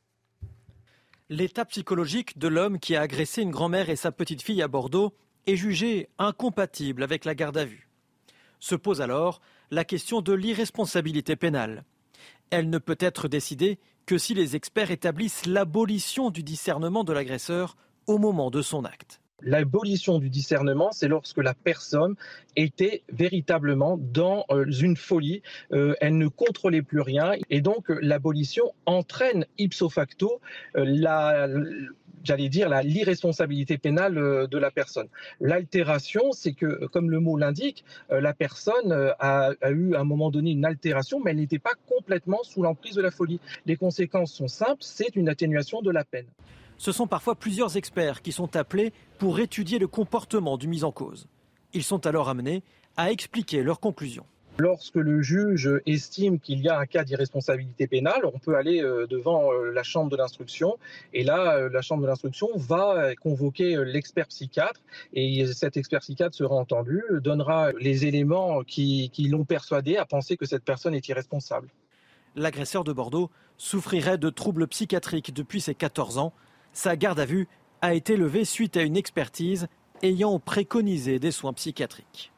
L'état psychologique de l'homme qui a agressé une grand-mère et sa petite-fille à Bordeaux est jugé incompatible avec la garde à vue. Se pose alors la question de l'irresponsabilité pénale. Elle ne peut être décidée que si les experts établissent l'abolition du discernement de l'agresseur au moment de son acte. L'abolition du discernement, c'est lorsque la personne était véritablement dans euh, une folie, euh, elle ne contrôlait plus rien, et donc euh, l'abolition entraîne ipso facto euh, la, j'allais dire, la, l'irresponsabilité pénale euh, de la personne. L'altération, c'est que, comme le mot l'indique, euh, la personne euh, a, a eu à un moment donné une altération, mais elle n'était pas complètement sous l'emprise de la folie. Les conséquences sont simples, c'est une atténuation de la peine. Ce sont parfois plusieurs experts qui sont appelés pour étudier le comportement du mis en cause. Ils sont alors amenés à expliquer leurs conclusions. Lorsque le juge estime qu'il y a un cas d'irresponsabilité pénale, on peut aller devant la chambre de l'instruction et là, la chambre de l'instruction va convoquer l'expert psychiatre et cet expert psychiatre sera entendu, donnera les éléments qui, qui l'ont persuadé à penser que cette personne est irresponsable. L'agresseur de Bordeaux souffrirait de troubles psychiatriques depuis ses quatorze ans. Sa garde à vue a été levée suite à une expertise ayant préconisé des soins psychiatriques.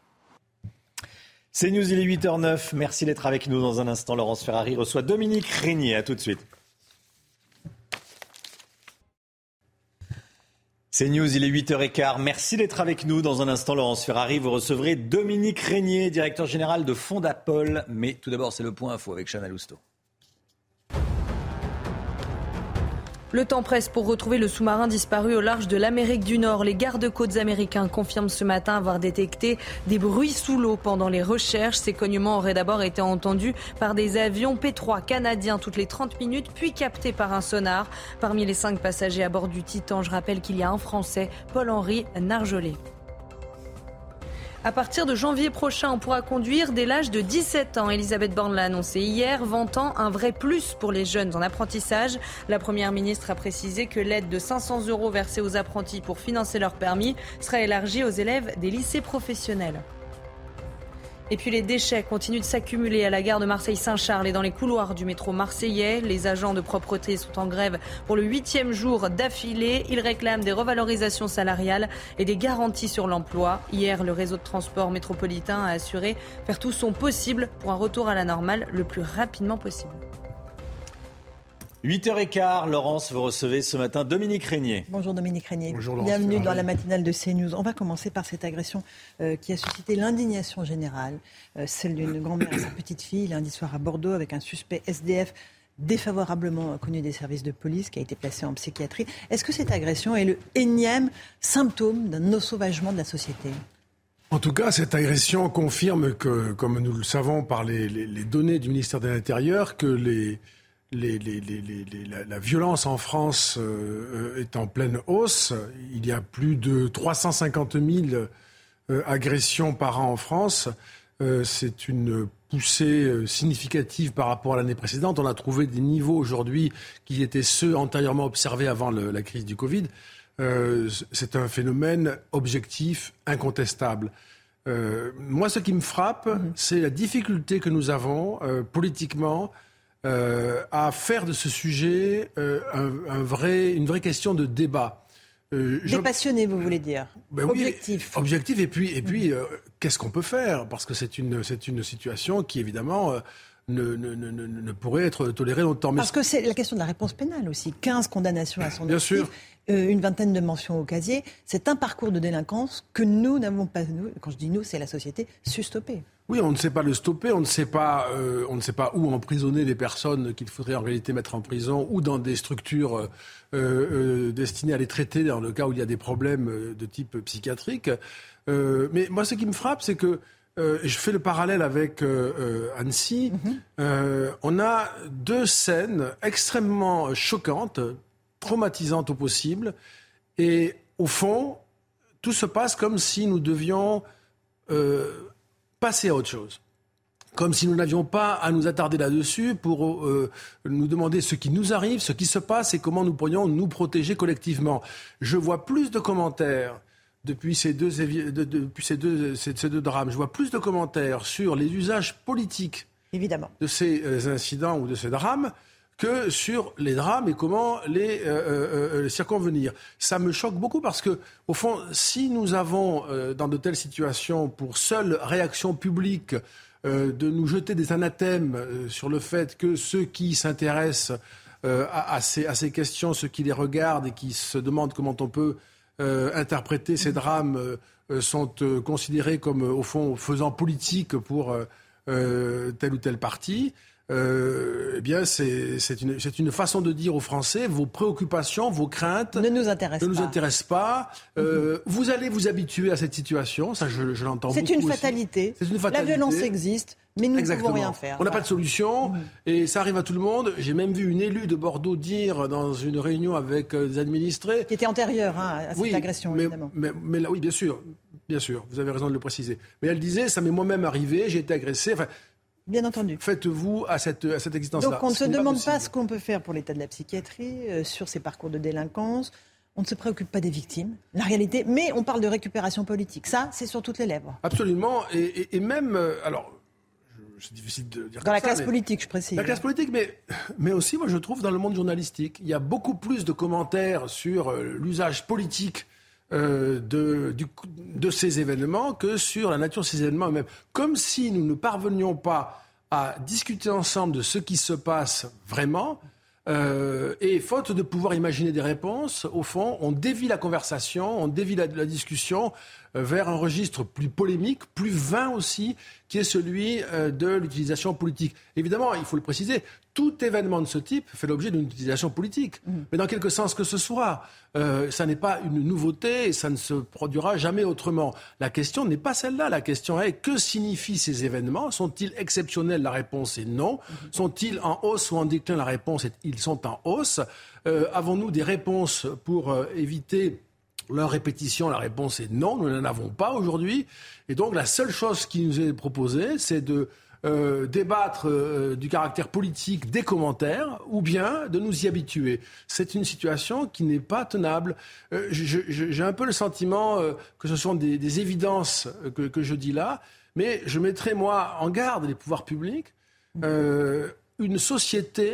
C'est News, il est huit heures zéro neuf. Merci d'être avec nous. Dans un instant, Laurence Ferrari reçoit Dominique Régnier. A tout de suite. C'est News, il est huit heures quinze. Merci d'être avec nous. Dans un instant, Laurence Ferrari, vous recevrez Dominique Régnier, directeur général de Fondapol. Mais tout d'abord, c'est le point info avec Chana Lousteau. Le temps presse pour retrouver le sous-marin disparu au large de l'Amérique du Nord. Les gardes-côtes américains confirment ce matin avoir détecté des bruits sous l'eau pendant les recherches. Ces cognements auraient d'abord été entendus par des avions P trois canadiens toutes les trente minutes, puis captés par un sonar. Parmi les cinq passagers à bord du Titan, je rappelle qu'il y a un Français, Paul-Henri Narjolet. À partir de janvier prochain, on pourra conduire dès l'âge de dix-sept ans. Elisabeth Borne l'a annoncé hier, vantant un vrai plus pour les jeunes en apprentissage. La Première ministre a précisé que l'aide de cinq cents euros versée aux apprentis pour financer leur permis sera élargie aux élèves des lycées professionnels. Et puis les déchets continuent de s'accumuler à la gare de Marseille-Saint-Charles et dans les couloirs du métro marseillais. Les agents de propreté sont en grève pour le huitième jour d'affilée. Ils réclament des revalorisations salariales et des garanties sur l'emploi. Hier, le réseau de transport métropolitain a assuré faire tout son possible pour un retour à la normale le plus rapidement possible. huit heures quinze, Laurence, vous recevez ce matin Dominique Régnier. Bonjour Dominique Régnier. Bonjour Laurence. Bienvenue dans la matinale de CNews. On va commencer par cette agression euh, qui a suscité l'indignation générale, euh, celle d'une grand-mère et sa petite fille lundi soir à Bordeaux avec un suspect S D F défavorablement connu des services de police qui a été placé en psychiatrie. Est-ce que cette agression est le énième symptôme d'un ensauvagement de la société ? En tout cas, cette agression confirme que, comme nous le savons par les, les, les données du ministère de l'Intérieur, que les Les, les, les, les, les, la, la violence en France euh, est en pleine hausse. Il y a plus de trois cent cinquante mille euh, agressions par an en France. Euh, c'est une poussée euh, significative par rapport à l'année précédente. On a trouvé des niveaux aujourd'hui qui étaient ceux antérieurement observés avant le, la crise du Covid. Euh, c'est un phénomène objectif, incontestable. Euh, moi, ce qui me frappe, mmh. c'est la difficulté que nous avons euh, politiquement Euh, à faire de ce sujet euh, un, un vrai, une vraie question de débat. Euh, Dépassionné, vous voulez dire ben Objectif. Oui, objectif, et puis, et puis euh, qu'est-ce qu'on peut faire ? Parce que c'est une, c'est une situation qui, évidemment, euh, ne, ne, ne, ne pourrait être tolérée longtemps. Mais Parce que c'est la question de la réponse pénale aussi. quinze condamnations à son Bien actif, sûr. Euh, une vingtaine de mentions au casier. C'est un parcours de délinquance que nous n'avons pas, nous, quand je dis nous, c'est la société, su stopper. Oui, on ne sait pas le stopper, on ne sait pas, euh, on ne sait pas où emprisonner les personnes qu'il faudrait en réalité mettre en prison, ou dans des structures euh, euh, destinées à les traiter dans le cas où il y a des problèmes de type psychiatrique. Euh, mais moi, ce qui me frappe, c'est que euh, je fais le parallèle avec euh, euh, Annecy. Mm-hmm. Euh, on a deux scènes extrêmement choquantes, traumatisantes au possible, et au fond, tout se passe comme si nous devions euh, passer à autre chose. Comme si nous n'avions pas à nous attarder là-dessus pour euh, nous demander ce qui nous arrive, ce qui se passe et comment nous pourrions nous protéger collectivement. Je vois plus de commentaires depuis ces deux, de, de, depuis ces deux, ces, ces deux drames. Je vois plus de commentaires sur les usages politiques Évidemment. de ces euh, incidents ou de ces drames que sur les drames et comment les, euh, euh, les circonvenir. Ça me choque beaucoup parce que, au fond, si nous avons, euh, dans de telles situations, pour seule réaction publique, euh, de nous jeter des anathèmes euh, sur le fait que ceux qui s'intéressent euh, à, à, ces, à ces questions, ceux qui les regardent et qui se demandent comment on peut euh, interpréter ces drames, euh, sont euh, considérés comme, au fond, faisant politique pour euh, euh, tel ou tel parti, Euh, eh bien, c'est, c'est, une, c'est une façon de dire aux Français, vos préoccupations, vos craintes ne nous intéressent ne nous pas. Intéressent pas. Euh, mm-hmm. Vous allez vous habituer à cette situation, ça je, je l'entends c'est beaucoup une fatalité. C'est une fatalité. La violence existe, mais nous Exactement. ne pouvons rien faire. On n'a voilà. pas de solution, mm-hmm. et ça arrive à tout le monde. J'ai même vu une élue de Bordeaux dire dans une réunion avec euh, des administrés... Qui était antérieure hein, à cette oui, agression, mais, évidemment. Mais, mais là, oui, bien sûr, bien sûr, vous avez raison de le préciser. Mais elle disait, ça m'est moi-même arrivé, j'ai été agressée... Enfin, bien entendu. Faites-vous à cette, à cette existence-là. Donc on ne se ce demande pas, pas ce qu'on peut faire pour l'état de la psychiatrie, euh, sur ces parcours de délinquance. On ne se préoccupe pas des victimes, la réalité. Mais on parle de récupération politique. Ça, c'est sur toutes les lèvres. Absolument. Et, et, et même, euh, alors, c'est difficile de dire dans la ça, classe politique, je précise. La classe politique, mais, mais aussi, moi, je trouve, dans le monde journalistique. Il y a beaucoup plus de commentaires sur euh, l'usage politique Euh, de, du, de ces événements que sur la nature de ces événements eux-mêmes. Comme si nous ne parvenions pas à discuter ensemble de ce qui se passe vraiment, euh, et faute de pouvoir imaginer des réponses, au fond, on dévie la conversation, on dévie la, la discussion euh, vers un registre plus polémique, plus vain aussi, qui est celui euh, de l'utilisation politique. Évidemment, il faut le préciser, tout événement de ce type fait l'objet d'une utilisation politique. Mmh. Mais dans quelque sens que ce soit, euh, ça n'est pas une nouveauté et ça ne se produira jamais autrement. La question n'est pas celle-là. La question est, que signifient ces événements ? Sont-ils exceptionnels ? La réponse est non. Mmh. Sont-ils en hausse ou en déclin ? La réponse est, ils sont en hausse. Euh, avons-nous des réponses pour euh, éviter leur répétition ? La réponse est non. Nous n'en avons pas aujourd'hui. Et donc, la seule chose qui nous est proposée, c'est de Euh, débattre euh, du caractère politique des commentaires ou bien de nous y habituer. C'est une situation qui n'est pas tenable. Euh, je, je, j'ai un peu le sentiment euh, que ce sont des, des évidences que, que je dis là, Mais je mettrai, moi, en garde les pouvoirs publics. Euh, une société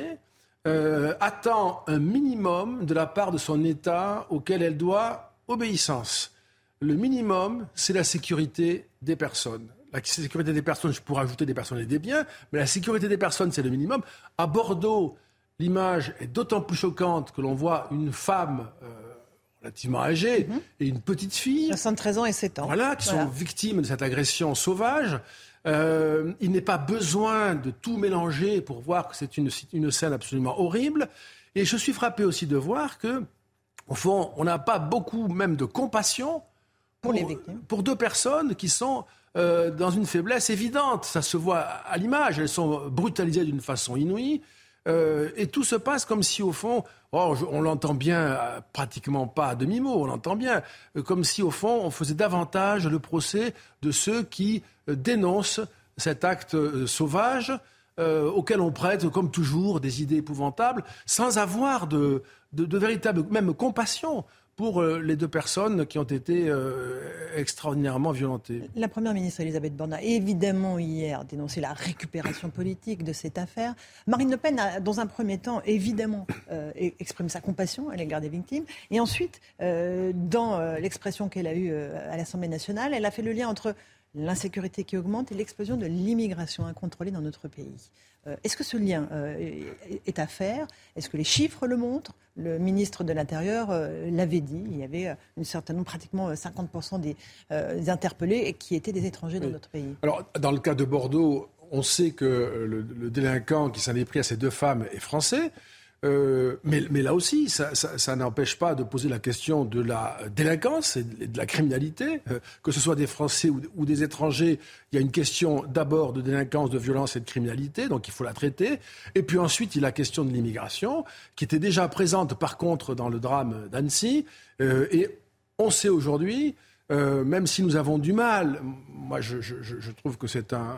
euh, attend un minimum de la part de son État auquel elle doit obéissance. Le minimum, c'est la sécurité des personnes. La sécurité des personnes, je pourrais ajouter des personnes et des biens, mais la sécurité des personnes, c'est le minimum. À Bordeaux, l'image est d'autant plus choquante que l'on voit une femme euh, relativement âgée mmh. et une petite fille. soixante-treize ans et sept ans. Voilà, qui voilà. sont victimes de cette agression sauvage. Euh, il n'est pas besoin de tout mélanger pour voir que c'est une, une scène absolument horrible. Et je suis frappé aussi de voir que, au fond, on n'a pas beaucoup même de compassion pour, pour, les victimes. pour deux personnes qui sont euh, dans une faiblesse évidente. Ça se voit à l'image. Elles sont brutalisées d'une façon inouïe. Euh, et tout se passe comme si, au fond, oh, je, on l'entend bien, euh, pratiquement pas à demi-mot, on l'entend bien, euh, comme si, au fond, on faisait davantage le procès de ceux qui euh, dénoncent cet acte euh, sauvage, euh, auquel on prête, comme toujours, des idées épouvantables, sans avoir de, de, de véritable, même compassion pour euh, les deux personnes qui ont été euh, extraordinairement violentées. La Première ministre Elisabeth Borne a évidemment hier dénoncé la récupération politique de cette affaire. Marine Le Pen a, dans un premier temps, évidemment euh, exprimé sa compassion à l'égard des victimes. Et ensuite, euh, dans euh, l'expression qu'elle a eue euh, à l'Assemblée nationale, elle a fait le lien entre l'insécurité qui augmente et l'explosion de l'immigration incontrôlée dans notre pays. Euh, est-ce que ce lien euh, est à faire ? Est-ce que les chiffres le montrent ? Le ministre de l'Intérieur euh, l'avait dit, il y avait une certaine, pratiquement cinquante pour cent des, euh, des interpellés qui étaient des étrangers dans oui. notre pays. Alors, dans le cas de Bordeaux, on sait que le, le délinquant qui s'en est pris à ces deux femmes est français. Euh, mais, mais là aussi, ça, ça, ça n'empêche pas de poser la question de la délinquance et de la criminalité. Euh, que ce soit des Français ou, ou des étrangers, il y a une question d'abord de délinquance, de violence et de criminalité, donc il faut la traiter. Et puis ensuite, il y a la question de l'immigration, qui était déjà présente par contre dans le drame d'Annecy. Euh, et on sait aujourd'hui, euh, même si nous avons du mal, moi je, je, je trouve que, c'est un,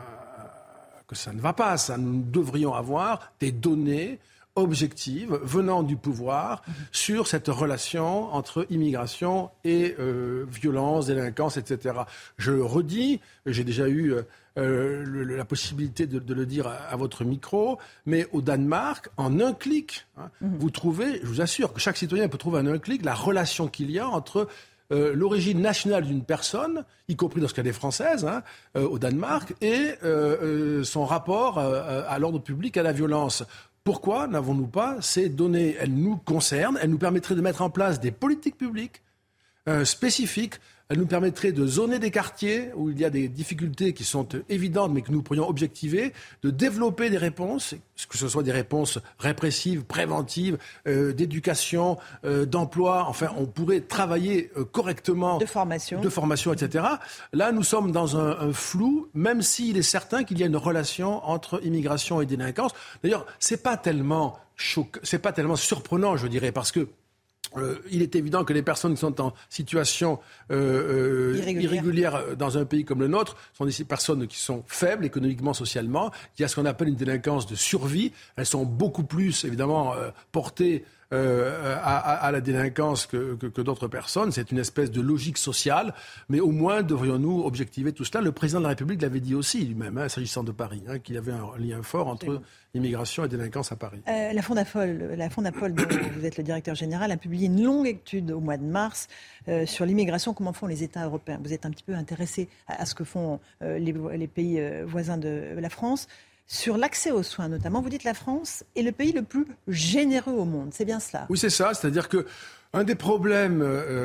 que ça ne va pas, ça, nous devrions avoir des données objective venant du pouvoir mmh. sur cette relation entre immigration et euh, violence, délinquance, et cetera. Je le redis, j'ai déjà eu euh, le, la possibilité de, de le dire à, à votre micro, mais au Danemark, en un clic, hein, mmh. vous trouvez, je vous assure que chaque citoyen peut trouver en un clic la relation qu'il y a entre Euh, l'origine nationale d'une personne, y compris lorsqu'elle est française, hein, euh, au Danemark, et euh, euh, son rapport euh, à l'ordre public, à la violence. Pourquoi n'avons-nous pas ces données ? Elles nous concernent, elles nous permettraient de mettre en place des politiques publiques euh, spécifiques. Elle nous permettrait de zoner des quartiers où il y a des difficultés qui sont évidentes mais que nous pourrions objectiver, de développer des réponses, que ce soit des réponses répressives, préventives, euh, d'éducation, euh, d'emploi. Enfin, on pourrait travailler euh, correctement. De formation. De formation, et cetera. Là, nous sommes dans un, un flou, même s'il est certain qu'il y a une relation entre immigration et délinquance. D'ailleurs, c'est pas tellement choquant, c'est pas tellement surprenant, je dirais, parce que Euh, il est évident que les personnes qui sont en situation euh, euh, irrégulière. irrégulière dans un pays comme le nôtre sont des personnes qui sont faibles économiquement, socialement. Il y a ce qu'on appelle une délinquance de survie. Elles sont beaucoup plus, évidemment, euh, portées euh, à, à, à la délinquance que, que, que d'autres personnes. C'est une espèce de logique sociale. Mais au moins, devrions-nous objectiver tout cela. Le président de la République l'avait dit aussi lui-même, hein, s'agissant de Paris, hein, qu'il y avait un lien fort entre immigration et délinquance à Paris. Euh, la Fondapol, la Fondapol dont vous êtes le directeur général, a publié une longue étude au mois de mars euh, sur l'immigration, comment font les États européens. Vous êtes un petit peu intéressé à, à ce que font euh, les, les pays euh, voisins de la France. Sur l'accès aux soins notamment, vous dites la France est le pays le plus généreux au monde. C'est bien cela ? Oui, c'est ça. C'est-à-dire que un des problèmes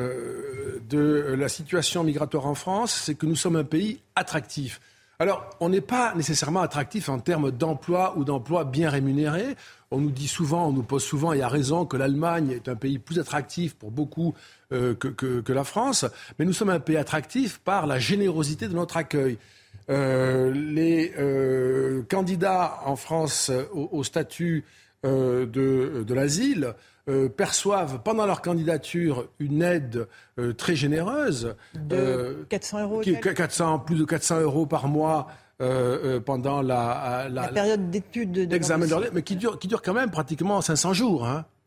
euh, de la situation migratoire en France, c'est que nous sommes un pays attractif. Alors, on n'est pas nécessairement attractif en termes d'emploi ou d'emploi bien rémunérés. On nous dit souvent, on nous pose souvent, et à raison, que l'Allemagne est un pays plus attractif pour beaucoup euh, que, que, que la France. Mais nous sommes un pays attractif par la générosité de notre accueil. Euh, les euh, candidats en France au, au statut euh, de, de l'asile euh, perçoivent pendant leur candidature une aide euh, très généreuse. De euh, quatre cents euros qui, quatre cents, plus de quatre cents euros par mois euh, euh, pendant la, la, la période d'études de, de d'examen de leur, mais qui dure, qui dure quand même pratiquement cinq cents jours. Hein.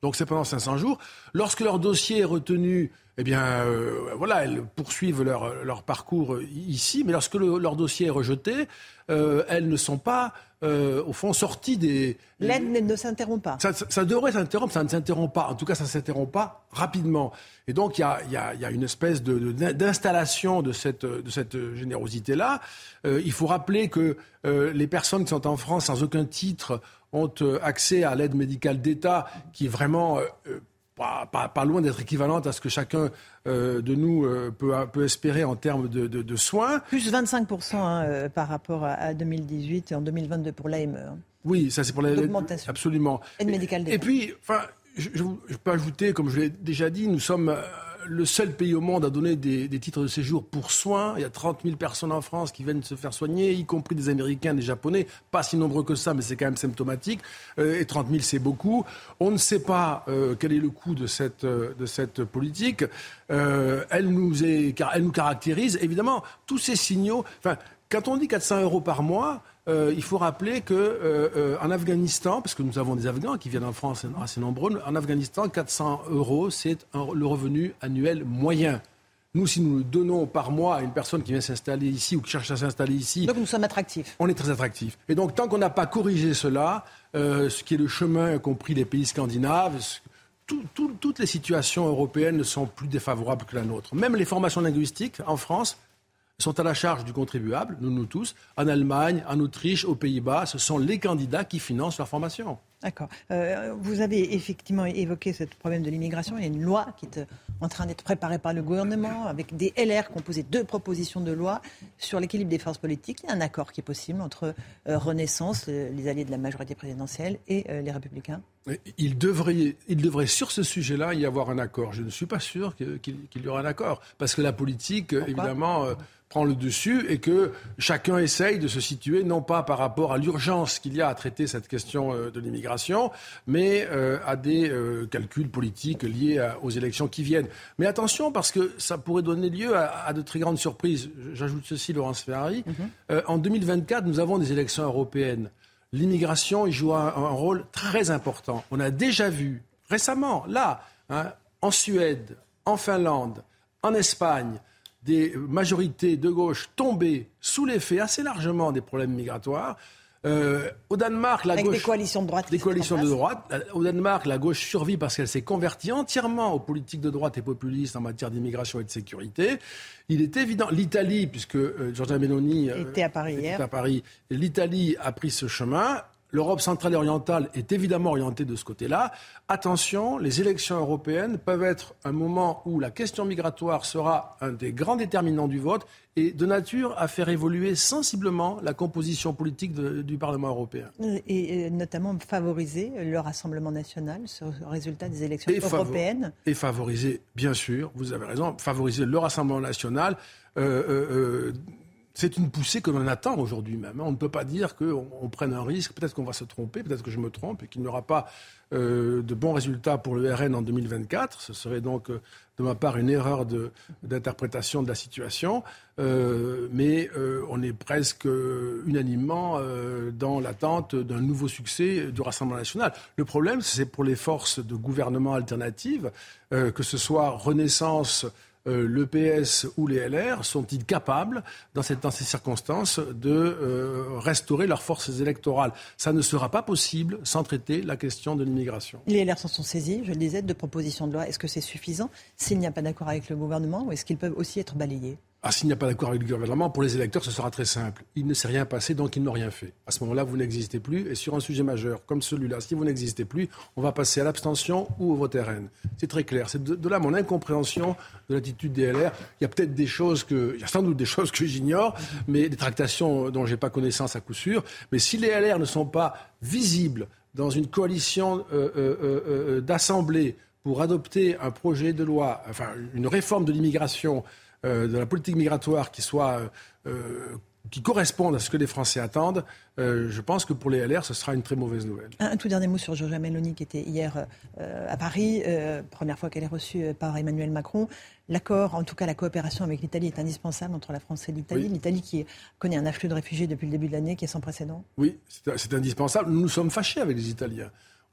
Donc c'est pendant cinq cents jours. Lorsque leur dossier est retenu, eh bien, euh, voilà, elles poursuivent leur, leur parcours ici. Mais lorsque le, leur dossier est rejeté, euh, elles ne sont pas, euh, au fond, sorties des... L'aide ne, ne s'interrompt pas. Ça, ça, ça devrait s'interrompre, ça ne s'interrompt pas. En tout cas, ça ne s'interrompt pas rapidement. Et donc, il y a, y a, y a une espèce de, de, d'installation de cette, de cette générosité-là. Euh, il faut rappeler que euh, les personnes qui sont en France sans aucun titre ont euh, accès à l'aide médicale d'État, qui est vraiment... Euh, Pas, pas, pas loin d'être équivalente à ce que chacun euh, de nous euh, peut, peut espérer en termes de, de, de soins. Plus vingt-cinq pour cent hein, euh, par rapport à, à deux mille dix-huit et en deux mille vingt-deux pour l'A M E. Hein. Oui, ça c'est pour l'aide. L'augmentation. Absolument. Aide médicale d'État. Et puis, enfin, je, je, je peux ajouter, comme je l'ai déjà dit, nous sommes euh, le seul pays au monde à donner des, des titres de séjour pour soins. Il y a trente mille personnes en France qui viennent se faire soigner, y compris des Américains, des Japonais. Pas si nombreux que ça, mais c'est quand même symptomatique. Euh, et trente mille, c'est beaucoup. On ne sait pas euh, quel est le coût de cette, euh, de cette politique. Euh, elle, nous est, elle nous caractérise. Évidemment, tous ces signaux... Enfin, quand on dit quatre cents euros par mois... Euh, il faut rappeler que euh, euh, en Afghanistan, parce que nous avons des Afghans qui viennent en France assez nombreux, en Afghanistan, quatre cents euros, c'est un, le revenu annuel moyen. Nous, si nous le donnons par mois à une personne qui vient s'installer ici ou qui cherche à s'installer ici... Donc nous sommes attractifs. On est très attractifs. Et donc, tant qu'on n'a pas corrigé cela, euh, ce qui est le chemin qu'ont pris les pays scandinaves... Tout, tout, toutes les situations européennes ne sont plus défavorables que la nôtre. Même les formations linguistiques en France sont à la charge du contribuable, nous, nous tous. En Allemagne, en Autriche, aux Pays-Bas, ce sont les candidats qui financent leur formation. D'accord. Euh, vous avez effectivement évoqué ce problème de l'immigration. Il y a une loi qui est en train d'être préparée par le gouvernement avec des L R qui ont posé deux propositions de loi sur l'équilibre des forces politiques. Il y a un accord qui est possible entre euh, Renaissance, les alliés de la majorité présidentielle, et euh, les Républicains. Il devrait, il devrait sur ce sujet-là y avoir un accord. Je ne suis pas sûr que, qu'il, qu'il y aura un accord. Parce que la politique, Pourquoi évidemment... Euh, prend le dessus et que chacun essaye de se situer non pas par rapport à l'urgence qu'il y a à traiter cette question euh, de l'immigration, mais euh, à des euh, calculs politiques liés à, aux élections qui viennent. Mais attention, parce que ça pourrait donner lieu à, à de très grandes surprises. J'ajoute ceci, Laurence Ferrari. Mm-hmm. Euh, en deux mille vingt-quatre, nous avons des élections européennes. L'immigration y joue un, un rôle très important. On a déjà vu récemment, là, hein, en Suède, en Finlande, en Espagne, des majorités de gauche tombées sous l'effet assez largement des problèmes migratoires. Euh, au Danemark, la Avec gauche... des coalitions de droite. Des coalitions de droite. Au Danemark, la gauche survit parce qu'elle s'est convertie entièrement aux politiques de droite et populistes en matière d'immigration et de sécurité. Il est évident... L'Italie, puisque euh, Giorgia Meloni... Euh, était à Paris était hier. à Paris. L'Italie a pris ce chemin. L'Europe centrale et orientale est évidemment orientée de ce côté-là. Attention, les élections européennes peuvent être un moment où la question migratoire sera un des grands déterminants du vote et de nature à faire évoluer sensiblement la composition politique de, du Parlement européen. Et, et notamment favoriser le Rassemblement national sur le résultat des élections et européennes. Favor- et favoriser, bien sûr, vous avez raison, favoriser le Rassemblement national. Euh, euh, euh, C'est une poussée que l'on attend aujourd'hui même. On ne peut pas dire qu'on on prenne un risque. Peut-être qu'on va se tromper, peut-être que je me trompe et qu'il n'y aura pas euh, de bons résultats pour le R N en deux mille vingt-quatre. Ce serait donc, euh, de ma part, une erreur de, d'interprétation de la situation. Euh, mais euh, on est presque unanimement euh, dans l'attente d'un nouveau succès du Rassemblement national. Le problème, c'est pour les forces de gouvernement alternatives, euh, que ce soit Renaissance... Euh, le P S ou les L R, sont-ils capables, dans, cette, dans ces circonstances, de euh, restaurer leurs forces électorales ? Ça ne sera pas possible sans traiter la question de l'immigration. Les L R s'en sont saisis, je le disais, de propositions de loi. Est-ce que c'est suffisant s'il n'y a pas d'accord avec le gouvernement ou est-ce qu'ils peuvent aussi être balayés ? Ah, s'il n'y a pas d'accord avec le gouvernement, pour les électeurs, ce sera très simple. Il ne s'est rien passé, donc ils n'ont rien fait. À ce moment-là, vous n'existez plus. Et sur un sujet majeur comme celui-là, si vous n'existez plus, on va passer à l'abstention ou au vote R N. C'est très clair. C'est de, de là mon incompréhension de l'attitude des L R. Il y a peut-être des choses que... Il y a sans doute des choses que j'ignore, mais des tractations dont je n'ai pas connaissance à coup sûr. Mais si les L R ne sont pas visibles dans une coalition euh, euh, euh, d'assemblée pour adopter un projet de loi, enfin une réforme de l'immigration... Euh, de la politique migratoire qui soit euh, qui corresponde à ce que les Français attendent, euh, je pense que pour les L R, ce sera une très mauvaise nouvelle. Un, un tout dernier mot sur Giorgia Meloni qui était hier euh, à Paris, euh, première fois qu'elle est reçue par Emmanuel Macron. L'accord, en tout cas la coopération avec l'Italie est indispensable entre la France et l'Italie. Oui. L'Italie qui connaît un afflux de réfugiés depuis le début de l'année qui est sans précédent. Oui, c'est, c'est indispensable. Nous nous sommes fâchés avec les Italiens.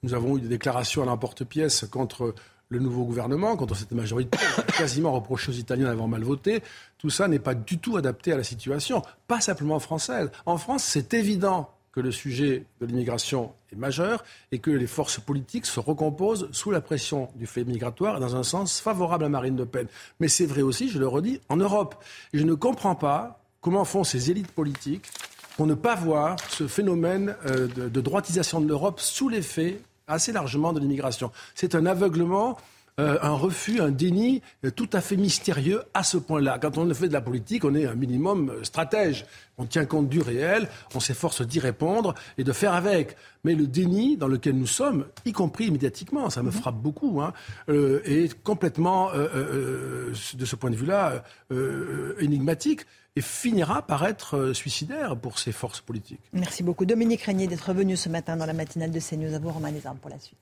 Nous avons eu des déclarations à l'emporte-pièce contre le nouveau gouvernement, contre cette majorité, on a quasiment reproché aux Italiens d'avoir mal voté. Tout ça n'est pas du tout adapté à la situation, pas simplement française. En France, c'est évident que le sujet de l'immigration est majeur et que les forces politiques se recomposent sous la pression du fait migratoire dans un sens favorable à Marine Le Pen. Mais c'est vrai aussi, je le redis, en Europe. Et je ne comprends pas comment font ces élites politiques pour ne pas voir ce phénomène de, de droitisation de l'Europe sous l'effet assez largement de l'immigration. C'est un aveuglement, euh, un refus, un déni euh, tout à fait mystérieux à ce point-là. Quand on fait de la politique, on est un minimum euh, stratège. On tient compte du réel, on s'efforce d'y répondre et de faire avec. Mais le déni dans lequel nous sommes, y compris médiatiquement, ça me frappe beaucoup, hein, euh, est complètement, euh, euh, de ce point de vue-là, euh, énigmatique. Et finira par être suicidaire pour ces forces politiques. Merci beaucoup Dominique Régnier d'être venu ce matin dans la matinale de CNews. À vous Romain Desarmes pour la suite.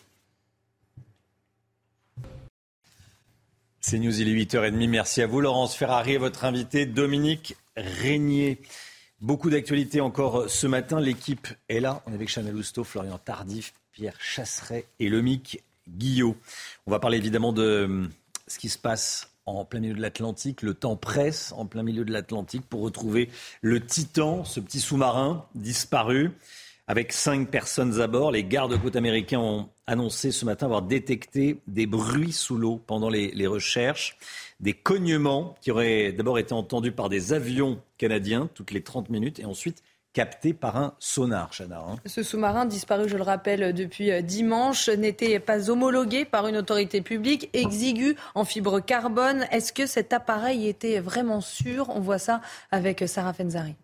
CNews, il est huit heures trente. Merci à vous Laurence Ferrari et votre invité Dominique Régnier. Beaucoup d'actualités encore ce matin. L'équipe est là. On est avec Chanel Housteau, Florian Tardif, Pierre Chasseret et Lomique Guillot. On va parler évidemment de ce qui se passe en plein milieu de l'Atlantique. Le temps presse en plein milieu de l'Atlantique pour retrouver le Titan, ce petit sous-marin disparu, avec cinq personnes à bord. Les gardes-côtes américains ont annoncé ce matin avoir détecté des bruits sous l'eau pendant les, les recherches, des cognements qui auraient d'abord été entendus par des avions canadiens toutes les trente minutes et ensuite capté par un sonar, Chana. Hein. Ce sous-marin, disparu, je le rappelle, depuis dimanche, n'était pas homologué par une autorité publique, exigu en fibre carbone. Est-ce que cet appareil était vraiment sûr ? On voit ça avec Sarah Fenzari.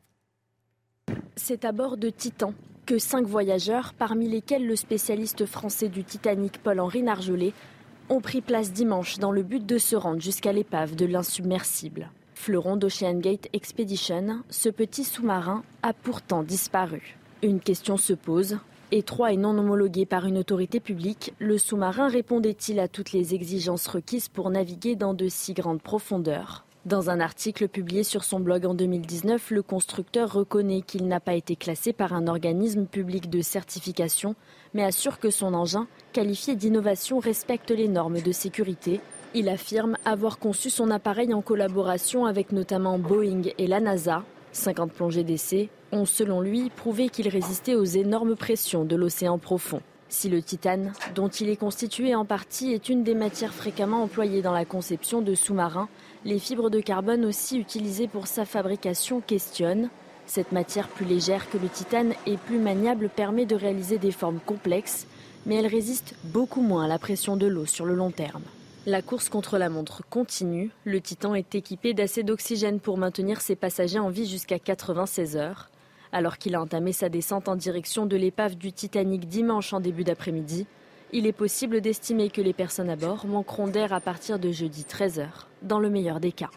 C'est à bord de Titan que cinq voyageurs, parmi lesquels le spécialiste français du Titanic Paul-Henri Narjolet, ont pris place dimanche dans le but de se rendre jusqu'à l'épave de l'insubmersible. Fleuron d'Oceangate Expedition, ce petit sous-marin a pourtant disparu. Une question se pose. Étroit et non homologué par une autorité publique, le sous-marin répondait-il à toutes les exigences requises pour naviguer dans de si grandes profondeurs ? Dans un article publié sur son blog en deux mille dix-neuf, le constructeur reconnaît qu'il n'a pas été classé par un organisme public de certification, mais assure que son engin, qualifié d'innovation, respecte les normes de sécurité. Il affirme avoir conçu son appareil en collaboration avec notamment Boeing et la NASA. cinquante plongées d'essai ont, selon lui, prouvé qu'il résistait aux énormes pressions de l'océan profond. Si le titane, dont il est constitué en partie, est une des matières fréquemment employées dans la conception de sous-marins, les fibres de carbone aussi utilisées pour sa fabrication questionnent. Cette matière plus légère que le titane et plus maniable permet de réaliser des formes complexes, mais elle résiste beaucoup moins à la pression de l'eau sur le long terme. La course contre la montre continue. Le Titan est équipé d'assez d'oxygène pour maintenir ses passagers en vie jusqu'à quatre-vingt-seize heures. Alors qu'il a entamé sa descente en direction de l'épave du Titanic dimanche en début d'après-midi, il est possible d'estimer que les personnes à bord manqueront d'air à partir de jeudi treize heures, dans le meilleur des cas.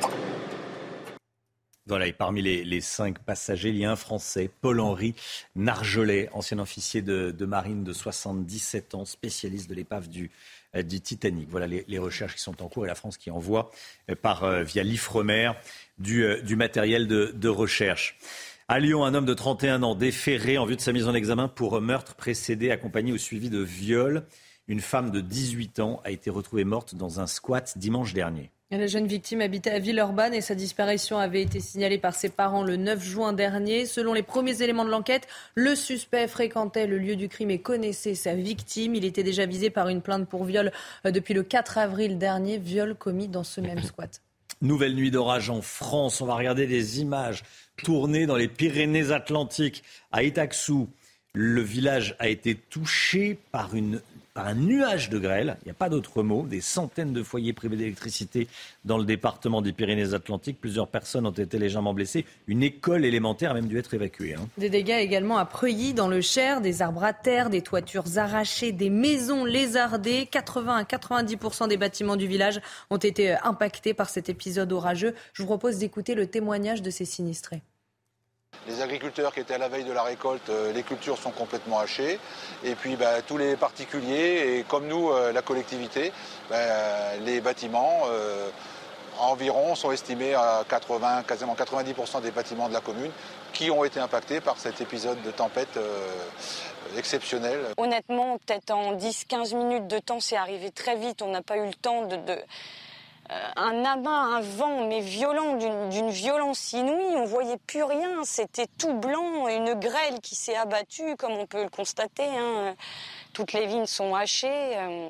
Voilà, et parmi les, les cinq passagers, il y a un Français, Paul-Henri Narjolet, ancien officier de, de marine de soixante-dix-sept ans, spécialiste de l'épave du, euh, du Titanic. Voilà les, les recherches qui sont en cours et la France qui envoie euh, par, euh, via l'Ifremer du, euh, du matériel de, de recherche. À Lyon, un homme de trente et un ans déféré en vue de sa mise en examen pour meurtre précédé, accompagné ou suivi de viol. Une femme de dix-huit ans a été retrouvée morte dans un squat dimanche dernier. La jeune victime habitait à Villeurbanne et sa disparition avait été signalée par ses parents le neuf juin dernier. Selon les premiers éléments de l'enquête, le suspect fréquentait le lieu du crime et connaissait sa victime. Il était déjà visé par une plainte pour viol depuis le quatre avril dernier, viol commis dans ce même squat. Nouvelle nuit d'orage en France. On va regarder des images tournées dans les Pyrénées-Atlantiques. À Itaxou, le village a été touché par, une, par un nuage de grêle. Il n'y a pas d'autre mot. Des centaines de foyers privés d'électricité dans le département des Pyrénées-Atlantiques. Plusieurs personnes ont été légèrement blessées. Une école élémentaire a même dû être évacuée. Hein. Des dégâts également à Preuilly, dans le Cher. Des arbres à terre, des toitures arrachées, des maisons lézardées. quatre-vingts à quatre-vingt-dix pour cent des bâtiments du village ont été impactés par cet épisode orageux. Je vous propose d'écouter le témoignage de ces sinistrés. Les agriculteurs qui étaient à la veille de la récolte, euh, les cultures sont complètement hachées. Et puis bah, tous les particuliers, et comme nous, euh, la collectivité, bah, les bâtiments euh, environ sont estimés à quatre-vingts, quasiment quatre-vingt-dix pour cent des bâtiments de la commune qui ont été impactés par cet épisode de tempête euh, exceptionnel. Honnêtement, peut-être en dix à quinze minutes de temps, c'est arrivé très vite. On n'a pas eu le temps de... de... Euh, un amas, un vent, mais violent, d'une, d'une violence inouïe. On ne voyait plus rien. C'était tout blanc. Une grêle qui s'est abattue, comme on peut le constater. Hein. Toutes les vignes sont hachées. Euh...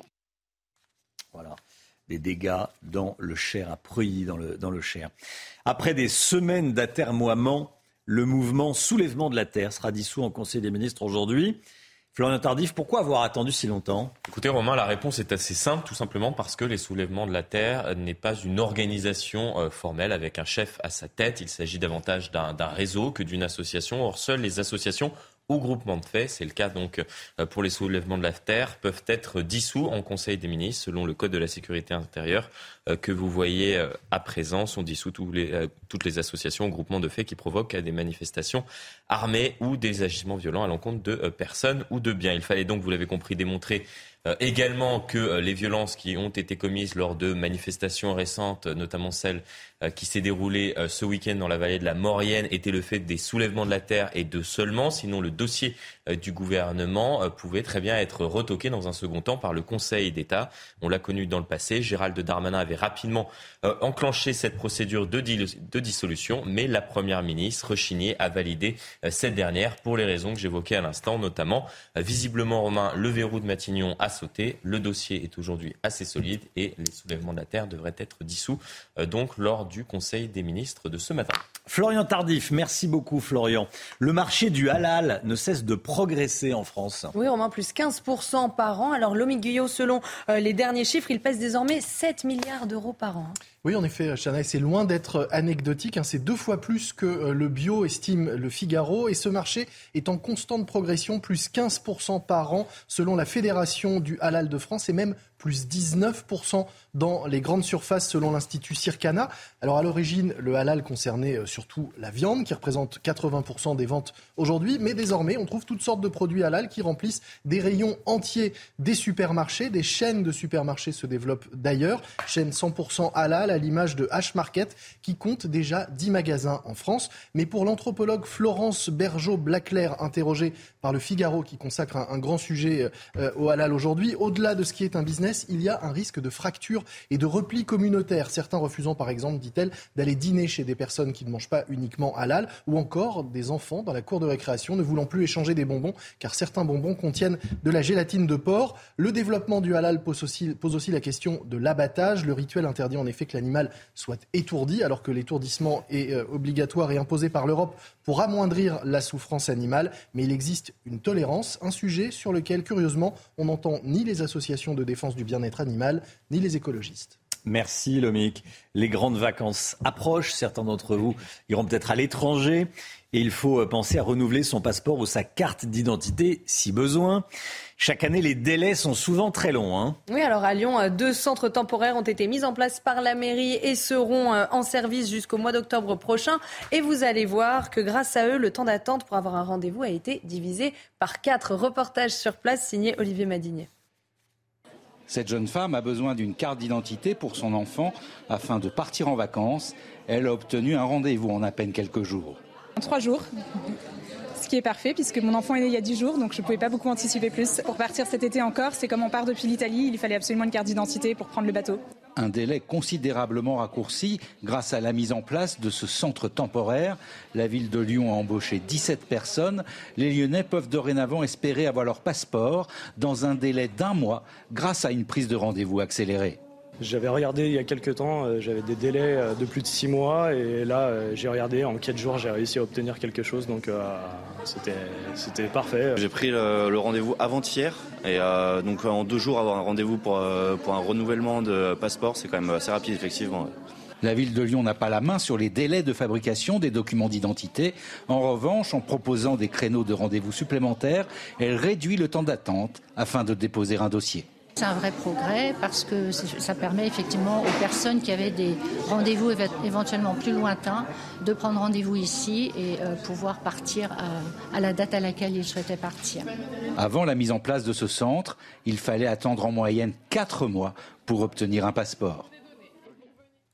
Voilà. Des dégâts dans le Cher, à Preuilly, dans le, dans le Cher. Après des semaines d'atermoiement, le mouvement Soulèvement de la Terre sera dissous en Conseil des ministres aujourd'hui. Florian Tardif, pourquoi avoir attendu si longtemps ? Écoutez Romain, la réponse est assez simple, tout simplement parce que les Soulèvements de la Terre n'est pas une organisation euh, formelle avec un chef à sa tête. Il s'agit davantage d'un, d'un réseau que d'une association. Or, seules les associations ou groupements de faits, c'est le cas donc pour les Soulèvements de la Terre, peuvent être dissous en Conseil des ministres selon le Code de la sécurité intérieure que vous voyez à présent. Sont dissous tous les, toutes les associations ou groupements de faits qui provoquent des manifestations armées ou des agissements violents à l'encontre de personnes ou de biens. Il fallait donc, vous l'avez compris, démontrer Euh, également que euh, les violences qui ont été commises lors de manifestations récentes, notamment celle euh, qui s'est déroulée euh, ce week-end dans la vallée de la Maurienne, étaient le fait des Soulèvements de la Terre et de seulement, sinon le dossier euh, du gouvernement euh, pouvait très bien être retoqué dans un second temps par le Conseil d'État. On l'a connu dans le passé. Gérald Darmanin avait rapidement euh, enclenché cette procédure de, di- de dissolution, mais la Première ministre rechignait à valider euh, cette dernière pour les raisons que j'évoquais à l'instant, notamment euh, visiblement, Romain, le verrou de Matignon a sauté. Le dossier est aujourd'hui assez solide et les Soulèvements de la Terre devraient être dissous euh, donc lors du Conseil des ministres de ce matin. Florian Tardif, merci beaucoup Florian. Le marché du halal ne cesse de progresser en France. Oui, Romain, plus quinze pour cent par an. Alors Lomique Guyot, selon euh, les derniers chiffres, il pèse désormais sept milliards d'euros par an. Oui, en effet, Chana, c'est loin d'être anecdotique. Hein, c'est deux fois plus que euh, le bio, estime le Figaro. Et ce marché est en constante progression, plus quinze pour cent par an, selon la Fédération du halal de France, et même plus dix-neuf pour cent dans les grandes surfaces, selon l'Institut Circana. Alors à l'origine, le halal concernait surtout la viande, qui représente quatre-vingts pour cent des ventes aujourd'hui. Mais désormais, on trouve toutes sortes de produits halal qui remplissent des rayons entiers des supermarchés. Des chaînes de supermarchés se développent d'ailleurs. Chaîne cent pour cent halal, à l'image de H-Market, qui compte déjà dix magasins en France. Mais pour l'anthropologue Florence Bergeau-Blaclair, interrogée par le Figaro, qui consacre un, un grand sujet euh, au halal aujourd'hui, au-delà de ce qui est un business, il y a un risque de fracture et de repli communautaire. Certains refusant, par exemple, dit-elle, d'aller dîner chez des personnes qui ne mangent pas uniquement halal, ou encore des enfants dans la cour de récréation ne voulant plus échanger des bonbons, car certains bonbons contiennent de la gélatine de porc. Le développement du halal pose aussi, pose aussi la question de l'abattage. Le rituel interdit en effet que l'animal soit étourdi, alors que l'étourdissement est euh, obligatoire et imposé par l'Europe pour amoindrir la souffrance animale. Mais il existe une tolérance, un sujet sur lequel, curieusement, on n'entend ni les associations de défense du bien-être animal, ni les écologistes. Merci Lomique. Les grandes vacances approchent. Certains d'entre vous iront peut-être à l'étranger. Et il faut penser à renouveler son passeport ou sa carte d'identité si besoin. Chaque année, les délais sont souvent très longs. Hein. Oui, alors à Lyon, deux centres temporaires ont été mis en place par la mairie et seront en service jusqu'au mois d'octobre prochain. Et vous allez voir que grâce à eux, le temps d'attente pour avoir un rendez-vous a été divisé par quatre. Reportages sur place signé Olivier Madinier. Cette jeune femme a besoin d'une carte d'identité pour son enfant afin de partir en vacances. Elle a obtenu un rendez-vous en à peine quelques jours. En trois jours, ce qui est parfait puisque mon enfant est né il y a dix jours, donc je ne pouvais pas beaucoup anticiper plus. Pour partir cet été en Corse, c'est comme on part depuis l'Italie, il fallait absolument une carte d'identité pour prendre le bateau. Un délai considérablement raccourci grâce à la mise en place de ce centre temporaire. La ville de Lyon a embauché dix-sept personnes. Les Lyonnais peuvent dorénavant espérer avoir leur passeport dans un délai d'un mois grâce à une prise de rendez-vous accélérée. J'avais regardé il y a quelques temps, j'avais des délais de plus de six mois et là j'ai regardé, en quatre jours j'ai réussi à obtenir quelque chose, donc euh, c'était, c'était parfait. J'ai pris le, le rendez-vous avant-hier et euh, donc en deux jours avoir un rendez-vous pour, euh, pour un renouvellement de passeport, c'est quand même assez rapide effectivement. La ville de Lyon n'a pas la main sur les délais de fabrication des documents d'identité. En revanche, en proposant des créneaux de rendez-vous supplémentaires, elle réduit le temps d'attente afin de déposer un dossier. C'est un vrai progrès parce que ça permet effectivement aux personnes qui avaient des rendez-vous éventuellement plus lointains de prendre rendez-vous ici et euh, pouvoir partir à, à la date à laquelle ils souhaitaient partir. Avant la mise en place de ce centre, il fallait attendre en moyenne quatre mois pour obtenir un passeport.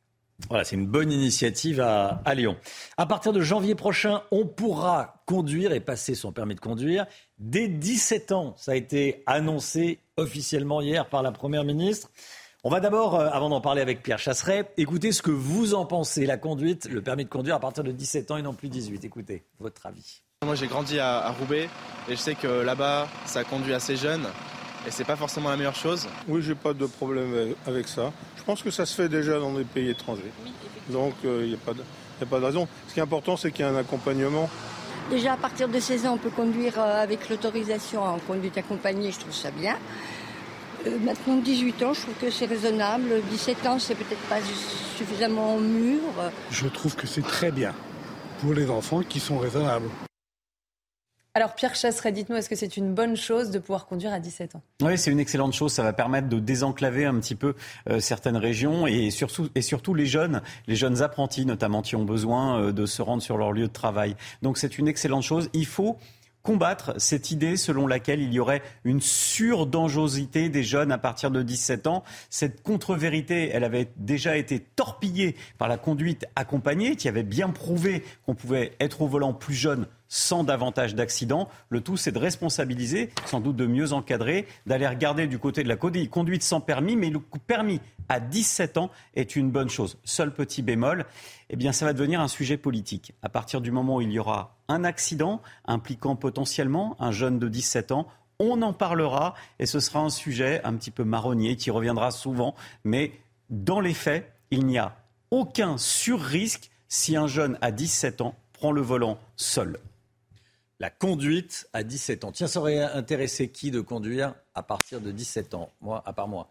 Voilà, c'est une bonne initiative à, à Lyon. À partir de janvier prochain, on pourra conduire et passer son permis de conduire dès dix-sept ans. Ça a été annoncé officiellement hier par la Première ministre. On va d'abord, euh, avant d'en parler avec Pierre Chasseret, écouter ce que vous en pensez. La conduite, le permis de conduire à partir de dix-sept ans et non plus dix-huit. Écoutez, votre avis. Moi, j'ai grandi à, à Roubaix et je sais que là-bas, ça conduit assez jeune. Et c'est pas forcément la meilleure chose. Oui, j'ai pas de problème avec ça. Je pense que ça se fait déjà dans des pays étrangers. Donc il euh, n'y a, a pas de raison. Ce qui est important, c'est qu'il y ait un accompagnement. Déjà, à partir de seize ans, on peut conduire euh, avec l'autorisation en conduite accompagnée, je trouve ça bien. Euh, maintenant, dix-huit ans, je trouve que c'est raisonnable. dix-sept ans, c'est peut-être pas suffisamment mûr. Je trouve que c'est très bien pour les enfants qui sont raisonnables. Alors Pierre Chasseret, dites-nous, est-ce que c'est une bonne chose de pouvoir conduire à dix-sept ans ? Oui, c'est une excellente chose. Ça va permettre de désenclaver un petit peu euh, certaines régions et surtout, et surtout les jeunes, les jeunes apprentis notamment qui ont besoin euh, de se rendre sur leur lieu de travail. Donc c'est une excellente chose. Il faut combattre cette idée selon laquelle il y aurait une surdangerosité des jeunes à partir de dix-sept ans. Cette contre-vérité, elle avait déjà été torpillée par la conduite accompagnée, qui avait bien prouvé qu'on pouvait être au volant plus jeune sans davantage d'accidents. Le tout, c'est de responsabiliser, sans doute de mieux encadrer, d'aller regarder du côté de la conduite sans permis, mais le permis à dix-sept ans est une bonne chose. Seul petit bémol, eh bien, ça va devenir un sujet politique. À partir du moment où il y aura un accident impliquant potentiellement un jeune de dix-sept ans, on en parlera et ce sera un sujet un petit peu marronnier qui reviendra souvent. Mais dans les faits, il n'y a aucun sur-risque si un jeune à dix-sept ans prend le volant seul. La conduite à dix-sept ans. Tiens, ça aurait intéressé qui de conduire à partir de dix-sept ans ? Moi, à part moi.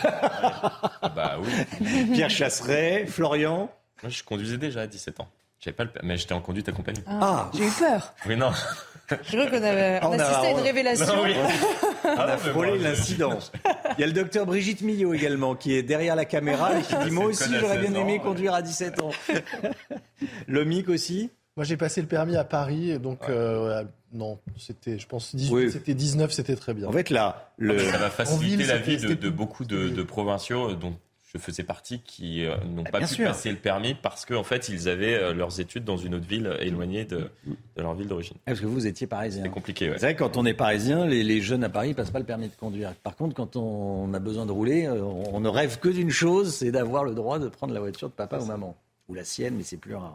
Ah bah oui. Pierre Chasseret, Florian. Moi, je conduisais déjà à dix-sept ans. J'avais pas le... Mais j'étais en conduite accompagnée. Ah, j'ai eu peur. Oui, non. Je crois qu'on avait on on assisté a... à une révélation. Non, oui. On a frôlé l'incident. Il y a le docteur Brigitte Millot également qui est derrière la caméra et qui dit « Moi aussi, j'aurais bien aimé ans, conduire à dix-sept ans. » Lomic aussi. Moi, j'ai passé le permis à Paris, donc ouais. euh, non, c'était, je pense, dix-huit, oui. C'était dix-neuf, c'était très bien. En fait, là, le... ça va faciliter ville, la vie de, de beaucoup de, de provinciaux dont je faisais partie qui euh, n'ont ah, pas pu sûr. passer le permis parce qu'en en fait, ils avaient euh, leurs études dans une autre ville éloignée de, de leur ville d'origine. Ah, parce que vous étiez parisien. C'est compliqué, ouais. C'est vrai que quand on est parisien, les, les jeunes à Paris ne passent pas le permis de conduire. Par contre, quand on a besoin de rouler, on, on ne rêve que d'une chose, c'est d'avoir le droit de prendre la voiture de papa ou maman. Ou la sienne, mais c'est plus rare.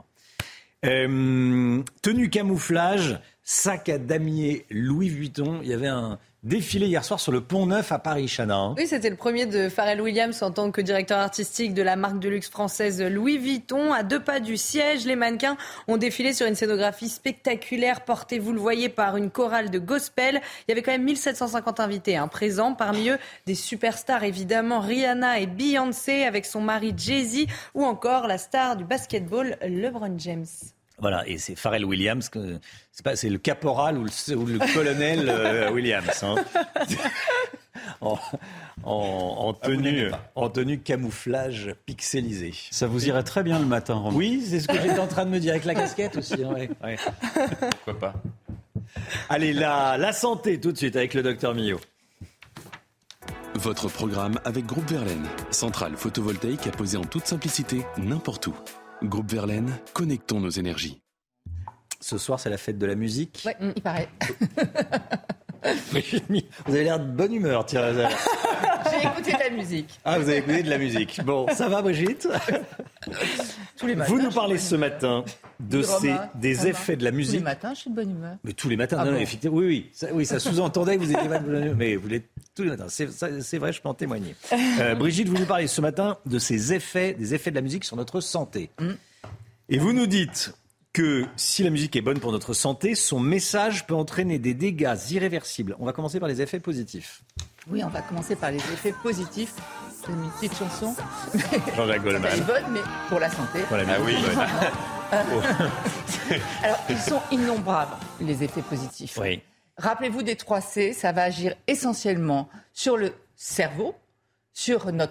Euh, tenue camouflage, sac à damier Louis Vuitton. Il y avait un défilé hier soir sur le Pont Neuf à Paris, Chana. Hein. Oui, c'était le premier de Pharrell Williams en tant que directeur artistique de la marque de luxe française Louis Vuitton. À deux pas du siège, les mannequins ont défilé sur une scénographie spectaculaire portée, vous le voyez, par une chorale de gospel. Il y avait quand même mille sept cent cinquante invités hein, présents. Parmi eux, des superstars évidemment, Rihanna et Beyoncé avec son mari Jay-Z ou encore la star du basketball LeBron James. Voilà, et c'est Pharrell Williams, que, c'est, pas, c'est le caporal ou le, ou le colonel euh, Williams. Hein. en, en, en, tenue, en tenue camouflage pixelisé. Ça vous irait très bien le matin, Romain. Oui, c'est ce que j'étais en train de me dire, avec la casquette aussi. Ouais, ouais. Pourquoi pas. Allez, la, la santé tout de suite avec le docteur Millot. Votre programme avec Groupe Verlaine, centrale photovoltaïque à poser en toute simplicité n'importe où. Groupe Verlaine, connectons nos énergies. Ce soir, c'est la fête de la musique. Oui, il paraît. Vous avez l'air de bonne humeur, tiens. J'ai écouté de la musique. Ah, vous avez écouté de la musique. Bon, ça va, Brigitte ? Tous les matins. Vous nous parlez ce matin de ces, Romain, des Romain. effets de la musique. Tous les matins, je suis de bonne humeur. Mais tous les matins, ah non, bon. non, effectivement. Oui, oui, ça, oui, ça sous-entendait que vous étiez pas de bonne humeur. Mais vous l'êtes tous les matins. C'est, ça, c'est vrai, je peux en témoigner. Euh, Brigitte, vous nous parlez ce matin de ces effets, des effets de la musique sur notre santé. Mm. Et vous nous dites que si la musique est bonne pour notre santé, son message peut entraîner des dégâts irréversibles. On va commencer par les effets positifs. Oui, on va commencer par les effets positifs. C'est une petite chanson. Jean-Jacques Goldman. Elle est bonne, mais pour la santé. Pour la ah oui. Alors, ils sont innombrables, les effets positifs. Oui. Rappelez-vous des trois C, ça va agir essentiellement sur le cerveau, sur notre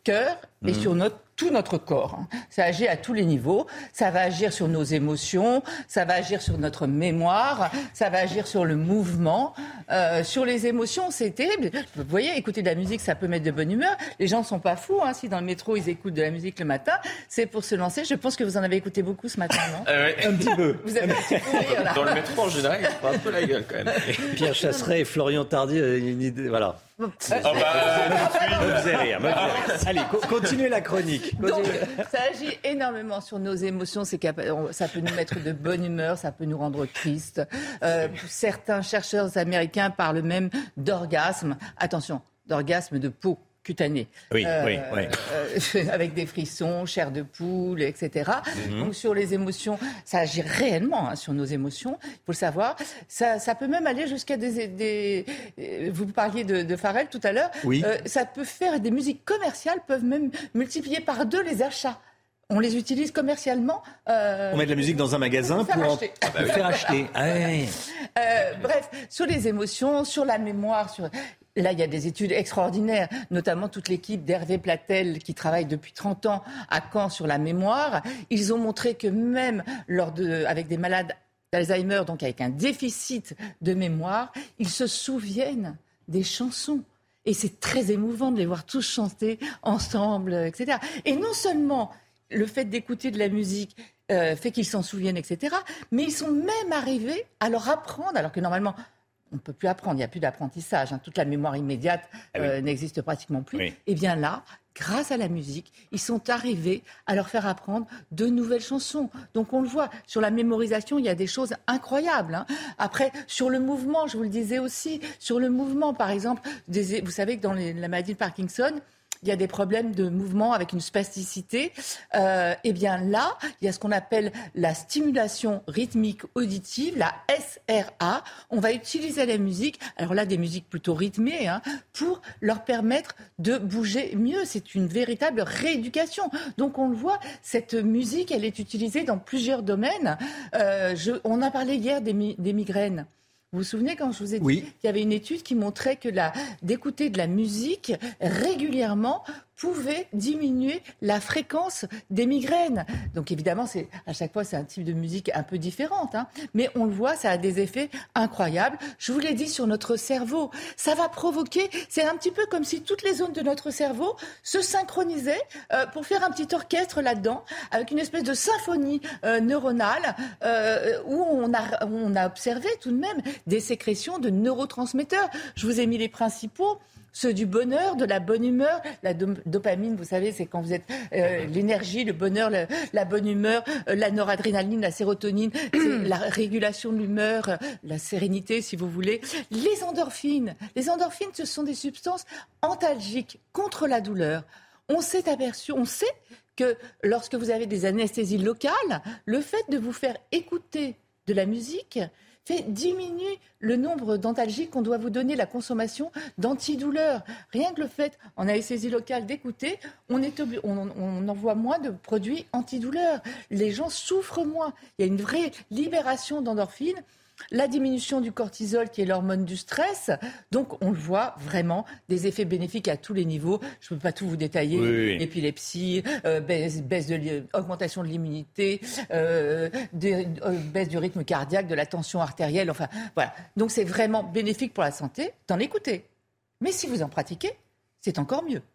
cœur et mmh. sur notre, tout notre corps. Ça agit à tous les niveaux. Ça va agir sur nos émotions, ça va agir sur notre mémoire, ça va agir sur le mouvement. Euh, sur les émotions, c'est terrible. Vous voyez, écouter de la musique, ça peut mettre de bonne humeur. Les gens ne sont pas fous. Hein. Si dans le métro, ils écoutent de la musique le matin, c'est pour se lancer. Je pense que vous en avez écouté beaucoup ce matin, non euh, ouais. Un petit peu. Vous avez un petit peu rire, là. Dans le métro, en général, il se prend un peu la gueule, quand même. Pierre Chasseret et Florian Tardy, une idée, voilà. Bon, euh, oh bah, me faisait rire, me faisait rire. Allez, co- continuez la chronique. Continuez. Donc, ça agit énormément sur nos émotions. C'est capable, ça peut nous mettre de bonne humeur, ça peut nous rendre tristes. Euh, certains chercheurs américains parlent même d'orgasme. Attention, d'orgasme de peau cutanée. Oui, euh, oui, oui. Euh, avec des frissons, chair de poule, et cetera. Mm-hmm. Donc sur les émotions, ça agit réellement hein, sur nos émotions. Il faut le savoir. Ça, ça peut même aller jusqu'à des, des. Vous parliez de, de Pharrell tout à l'heure. Oui. Euh, ça peut faire des musiques commerciales peuvent même multiplier par deux les achats. On les utilise commercialement. Euh, on met de la musique dans un magasin pour, pour en... ah bah, faire acheter. Ah ouais. euh, bref, sur les émotions, sur la mémoire, sur. Là, il y a des études extraordinaires, notamment toute l'équipe d'Hervé Platel qui travaille depuis trente ans à Caen sur la mémoire. Ils ont montré que même lors de, avec des malades d'Alzheimer, donc avec un déficit de mémoire, ils se souviennent des chansons. Et c'est très émouvant de les voir tous chanter ensemble, et cetera. Et non seulement le fait d'écouter de la musique euh, fait qu'ils s'en souviennent, et cetera, mais ils sont même arrivés à leur apprendre, alors que normalement... on ne peut plus apprendre, il n'y a plus d'apprentissage. Hein. Toute la mémoire immédiate euh, ah oui. n'existe pratiquement plus. Oui. Et bien là, grâce à la musique, ils sont arrivés à leur faire apprendre de nouvelles chansons. Donc on le voit, sur la mémorisation, il y a des choses incroyables. Hein. Après, sur le mouvement, je vous le disais aussi, sur le mouvement, par exemple, des, vous savez que dans les, la maladie de Parkinson, il y a des problèmes de mouvement avec une spasticité. Euh, et bien là, il y a ce qu'on appelle la stimulation rythmique auditive, la S R A. On va utiliser la musique, alors là des musiques plutôt rythmées, hein, pour leur permettre de bouger mieux. C'est une véritable rééducation. Donc on le voit, cette musique, elle est utilisée dans plusieurs domaines. Euh, je, on a parlé hier des, mi- des migraines. Vous vous souvenez quand je vous ai dit oui. qu'il y avait une étude qui montrait que la, d'écouter de la musique régulièrement pouvait diminuer la fréquence des migraines. Donc évidemment, c'est, à chaque fois, c'est un type de musique un peu différente. Hein, mais on le voit, ça a des effets incroyables. Je vous l'ai dit sur notre cerveau. Ça va provoquer, c'est un petit peu comme si toutes les zones de notre cerveau se synchronisaient euh, pour faire un petit orchestre là-dedans, avec une espèce de symphonie euh, neuronale euh, où on a, on a observé tout de même des sécrétions de neurotransmetteurs. Je vous ai mis les principaux. Ceux du bonheur, de la bonne humeur. La do- dopamine, vous savez, c'est quand vous êtes euh, l'énergie, le bonheur, le, la bonne humeur, euh, la noradrénaline, la sérotonine, c'est la régulation de l'humeur, euh, la sérénité, si vous voulez. Les endorphines. Les endorphines, ce sont des substances antalgiques contre la douleur. On s'est aperçu, on sait que lorsque vous avez des anesthésies locales, le fait de vous faire écouter de la musique fait diminuer le nombre d'antalgiques qu'on doit vous donner, la consommation d'antidouleurs. Rien que le fait, en anesthésie locale, d'écouter, on, est obli- on, on envoie moins de produits antidouleurs. Les gens souffrent moins. Il y a une vraie libération d'endorphines. La diminution du cortisol, qui est l'hormone du stress. Donc, on le voit vraiment, des effets bénéfiques à tous les niveaux. Je ne peux pas tout vous détailler. Oui, oui. Épilepsie, euh, baisse, baisse de, li- augmentation de l'immunité, euh, de, euh, baisse du rythme cardiaque, de la tension artérielle. Enfin, voilà. Donc, c'est vraiment bénéfique pour la santé d'en écouter. Mais si vous en pratiquez, c'est encore mieux.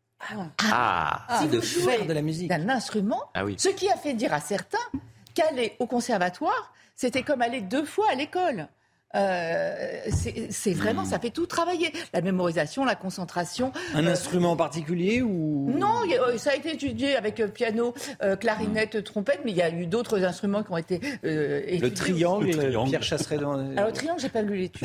Ah, si de vous jouez faire de la musique. d'un instrument, Ah oui. ce qui a fait dire à certains qu'aller au conservatoire, c'était comme aller deux fois à l'école. Euh, c'est, c'est vraiment, ça fait tout travailler. La mémorisation, la concentration. Un euh, instrument en particulier ou... Non, y a, ça a été étudié avec euh, piano, euh, clarinette, mmh. trompette, mais il y a eu d'autres instruments qui ont été euh, étudiés. Le triangle, Le triangle. Pierre Chasseret dans... Alors, le triangle, j'ai pas lu l'étude.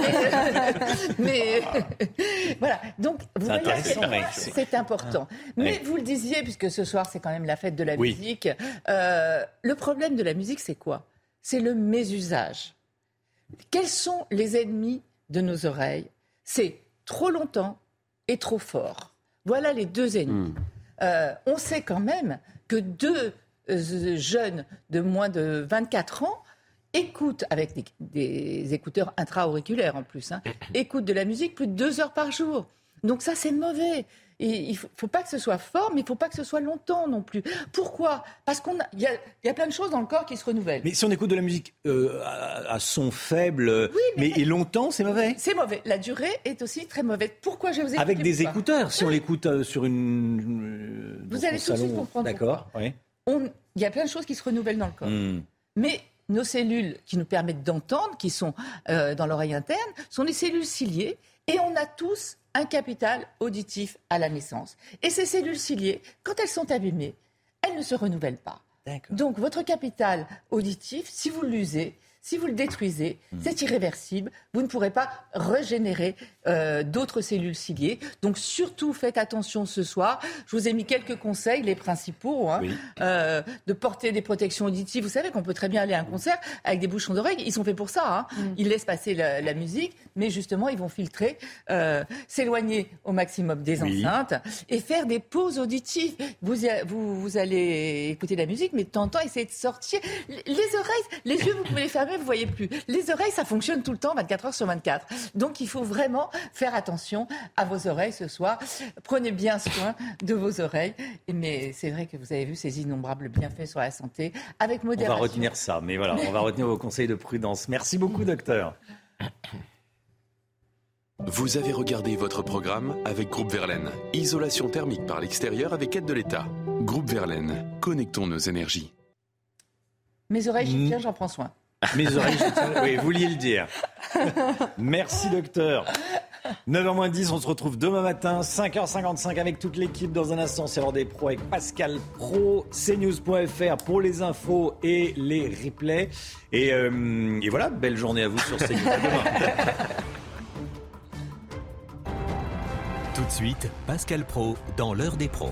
mais voilà. Donc, vous c'est voyez, intéressant, c'est, ouais. c'est important. Ah. Mais ouais. Vous le disiez, puisque ce soir, c'est quand même la fête de la oui. musique. Euh, le problème de la musique, c'est quoi ? C'est le mésusage. Quels sont les ennemis de nos oreilles ? C'est trop longtemps et trop fort. Voilà les deux ennemis. Mmh. Euh, on sait quand même que deux euh, jeunes de moins de vingt-quatre ans écoutent, avec des, des écouteurs intra-auriculaires en plus, hein, écoutent de la musique plus de deux heures par jour. Donc ça, c'est mauvais. Et il ne faut, faut pas que ce soit fort, mais il ne faut pas que ce soit longtemps non plus. Pourquoi ? Parce qu'il y a, y a plein de choses dans le corps qui se renouvellent. Mais si on écoute de la musique euh, à, à son faible, oui, mais, mais et longtemps, c'est mauvais. C'est mauvais. La durée est aussi très mauvaise. Pourquoi je vais vous expliquer Avec des pourquoi. écouteurs, si oui. on l'écoute euh, sur une... Euh, vous allez tout de suite comprendre. D'accord, oui. Il y a plein de choses qui se renouvellent dans le corps. Mm. Mais nos cellules qui nous permettent d'entendre, qui sont euh, dans l'oreille interne, sont les cellules ciliées. Et on a tous un capital auditif à la naissance. Et ces cellules ciliées, quand elles sont abîmées, elles ne se renouvellent pas. D'accord. Donc votre capital auditif, si vous l'usez, si vous le détruisez, mmh. c'est irréversible. Vous ne pourrez pas régénérer euh, d'autres cellules ciliées. Donc surtout, faites attention ce soir. Je vous ai mis quelques conseils, les principaux, hein, oui. euh, de porter des protections auditives. Vous savez qu'on peut très bien aller à un concert avec des bouchons d'oreilles. Ils sont faits pour ça. Hein. Mmh. Ils laissent passer la, la musique, mais justement, ils vont filtrer, euh, s'éloigner au maximum des oui. enceintes et faire des pauses auditives. Vous, vous, vous allez écouter la musique, mais de temps en temps, essayez de sortir. Les oreilles, les yeux, vous pouvez les fermer, vous ne voyez plus. Les oreilles, ça fonctionne tout le temps, vingt-quatre heures sur vingt-quatre. Donc, il faut vraiment faire attention à vos oreilles ce soir. Prenez bien soin de vos oreilles. Mais c'est vrai que vous avez vu ces innombrables bienfaits sur la santé avec modération. On va retenir ça, mais voilà, on va retenir vos conseils de prudence. Merci beaucoup, docteur. Vous avez regardé votre programme avec Groupe Verlaine. Isolation thermique par l'extérieur avec aide de l'État. Groupe Verlaine, connectons nos énergies. Mes oreilles, j'y tiens, j'en prends soin. Mes oreilles, j'y tiens, oui, vous vouliez le dire. Merci, docteur. neuf heures moins dix, on se retrouve demain matin, cinq heures cinquante-cinq avec toute l'équipe. Dans un instant, c'est l'heure des pros avec Pascal Pro, c news point f r pour les infos et les replays. Et, euh, et voilà, belle journée à vous sur C News. À demain. Tout de suite, Pascal Pro dans l'heure des pros.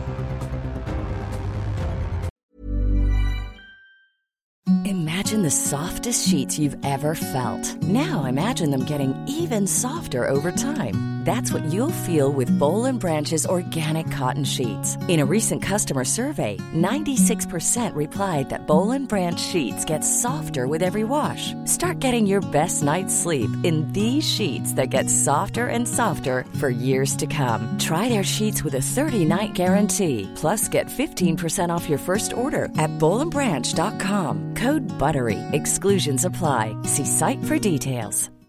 Imagine the softest sheets you've ever felt. Now imagine them getting even softer over time. That's what you'll feel with Boll and Branch's organic cotton sheets. In a recent customer survey, ninety-six percent replied that Boll and Branch sheets get softer with every wash. Start getting your best night's sleep in these sheets that get softer and softer for years to come. Try their sheets with a thirty-night guarantee. Plus, get fifteen percent off your first order at boll and branch dot com. Code BUTTERY. Exclusions apply. See site for details.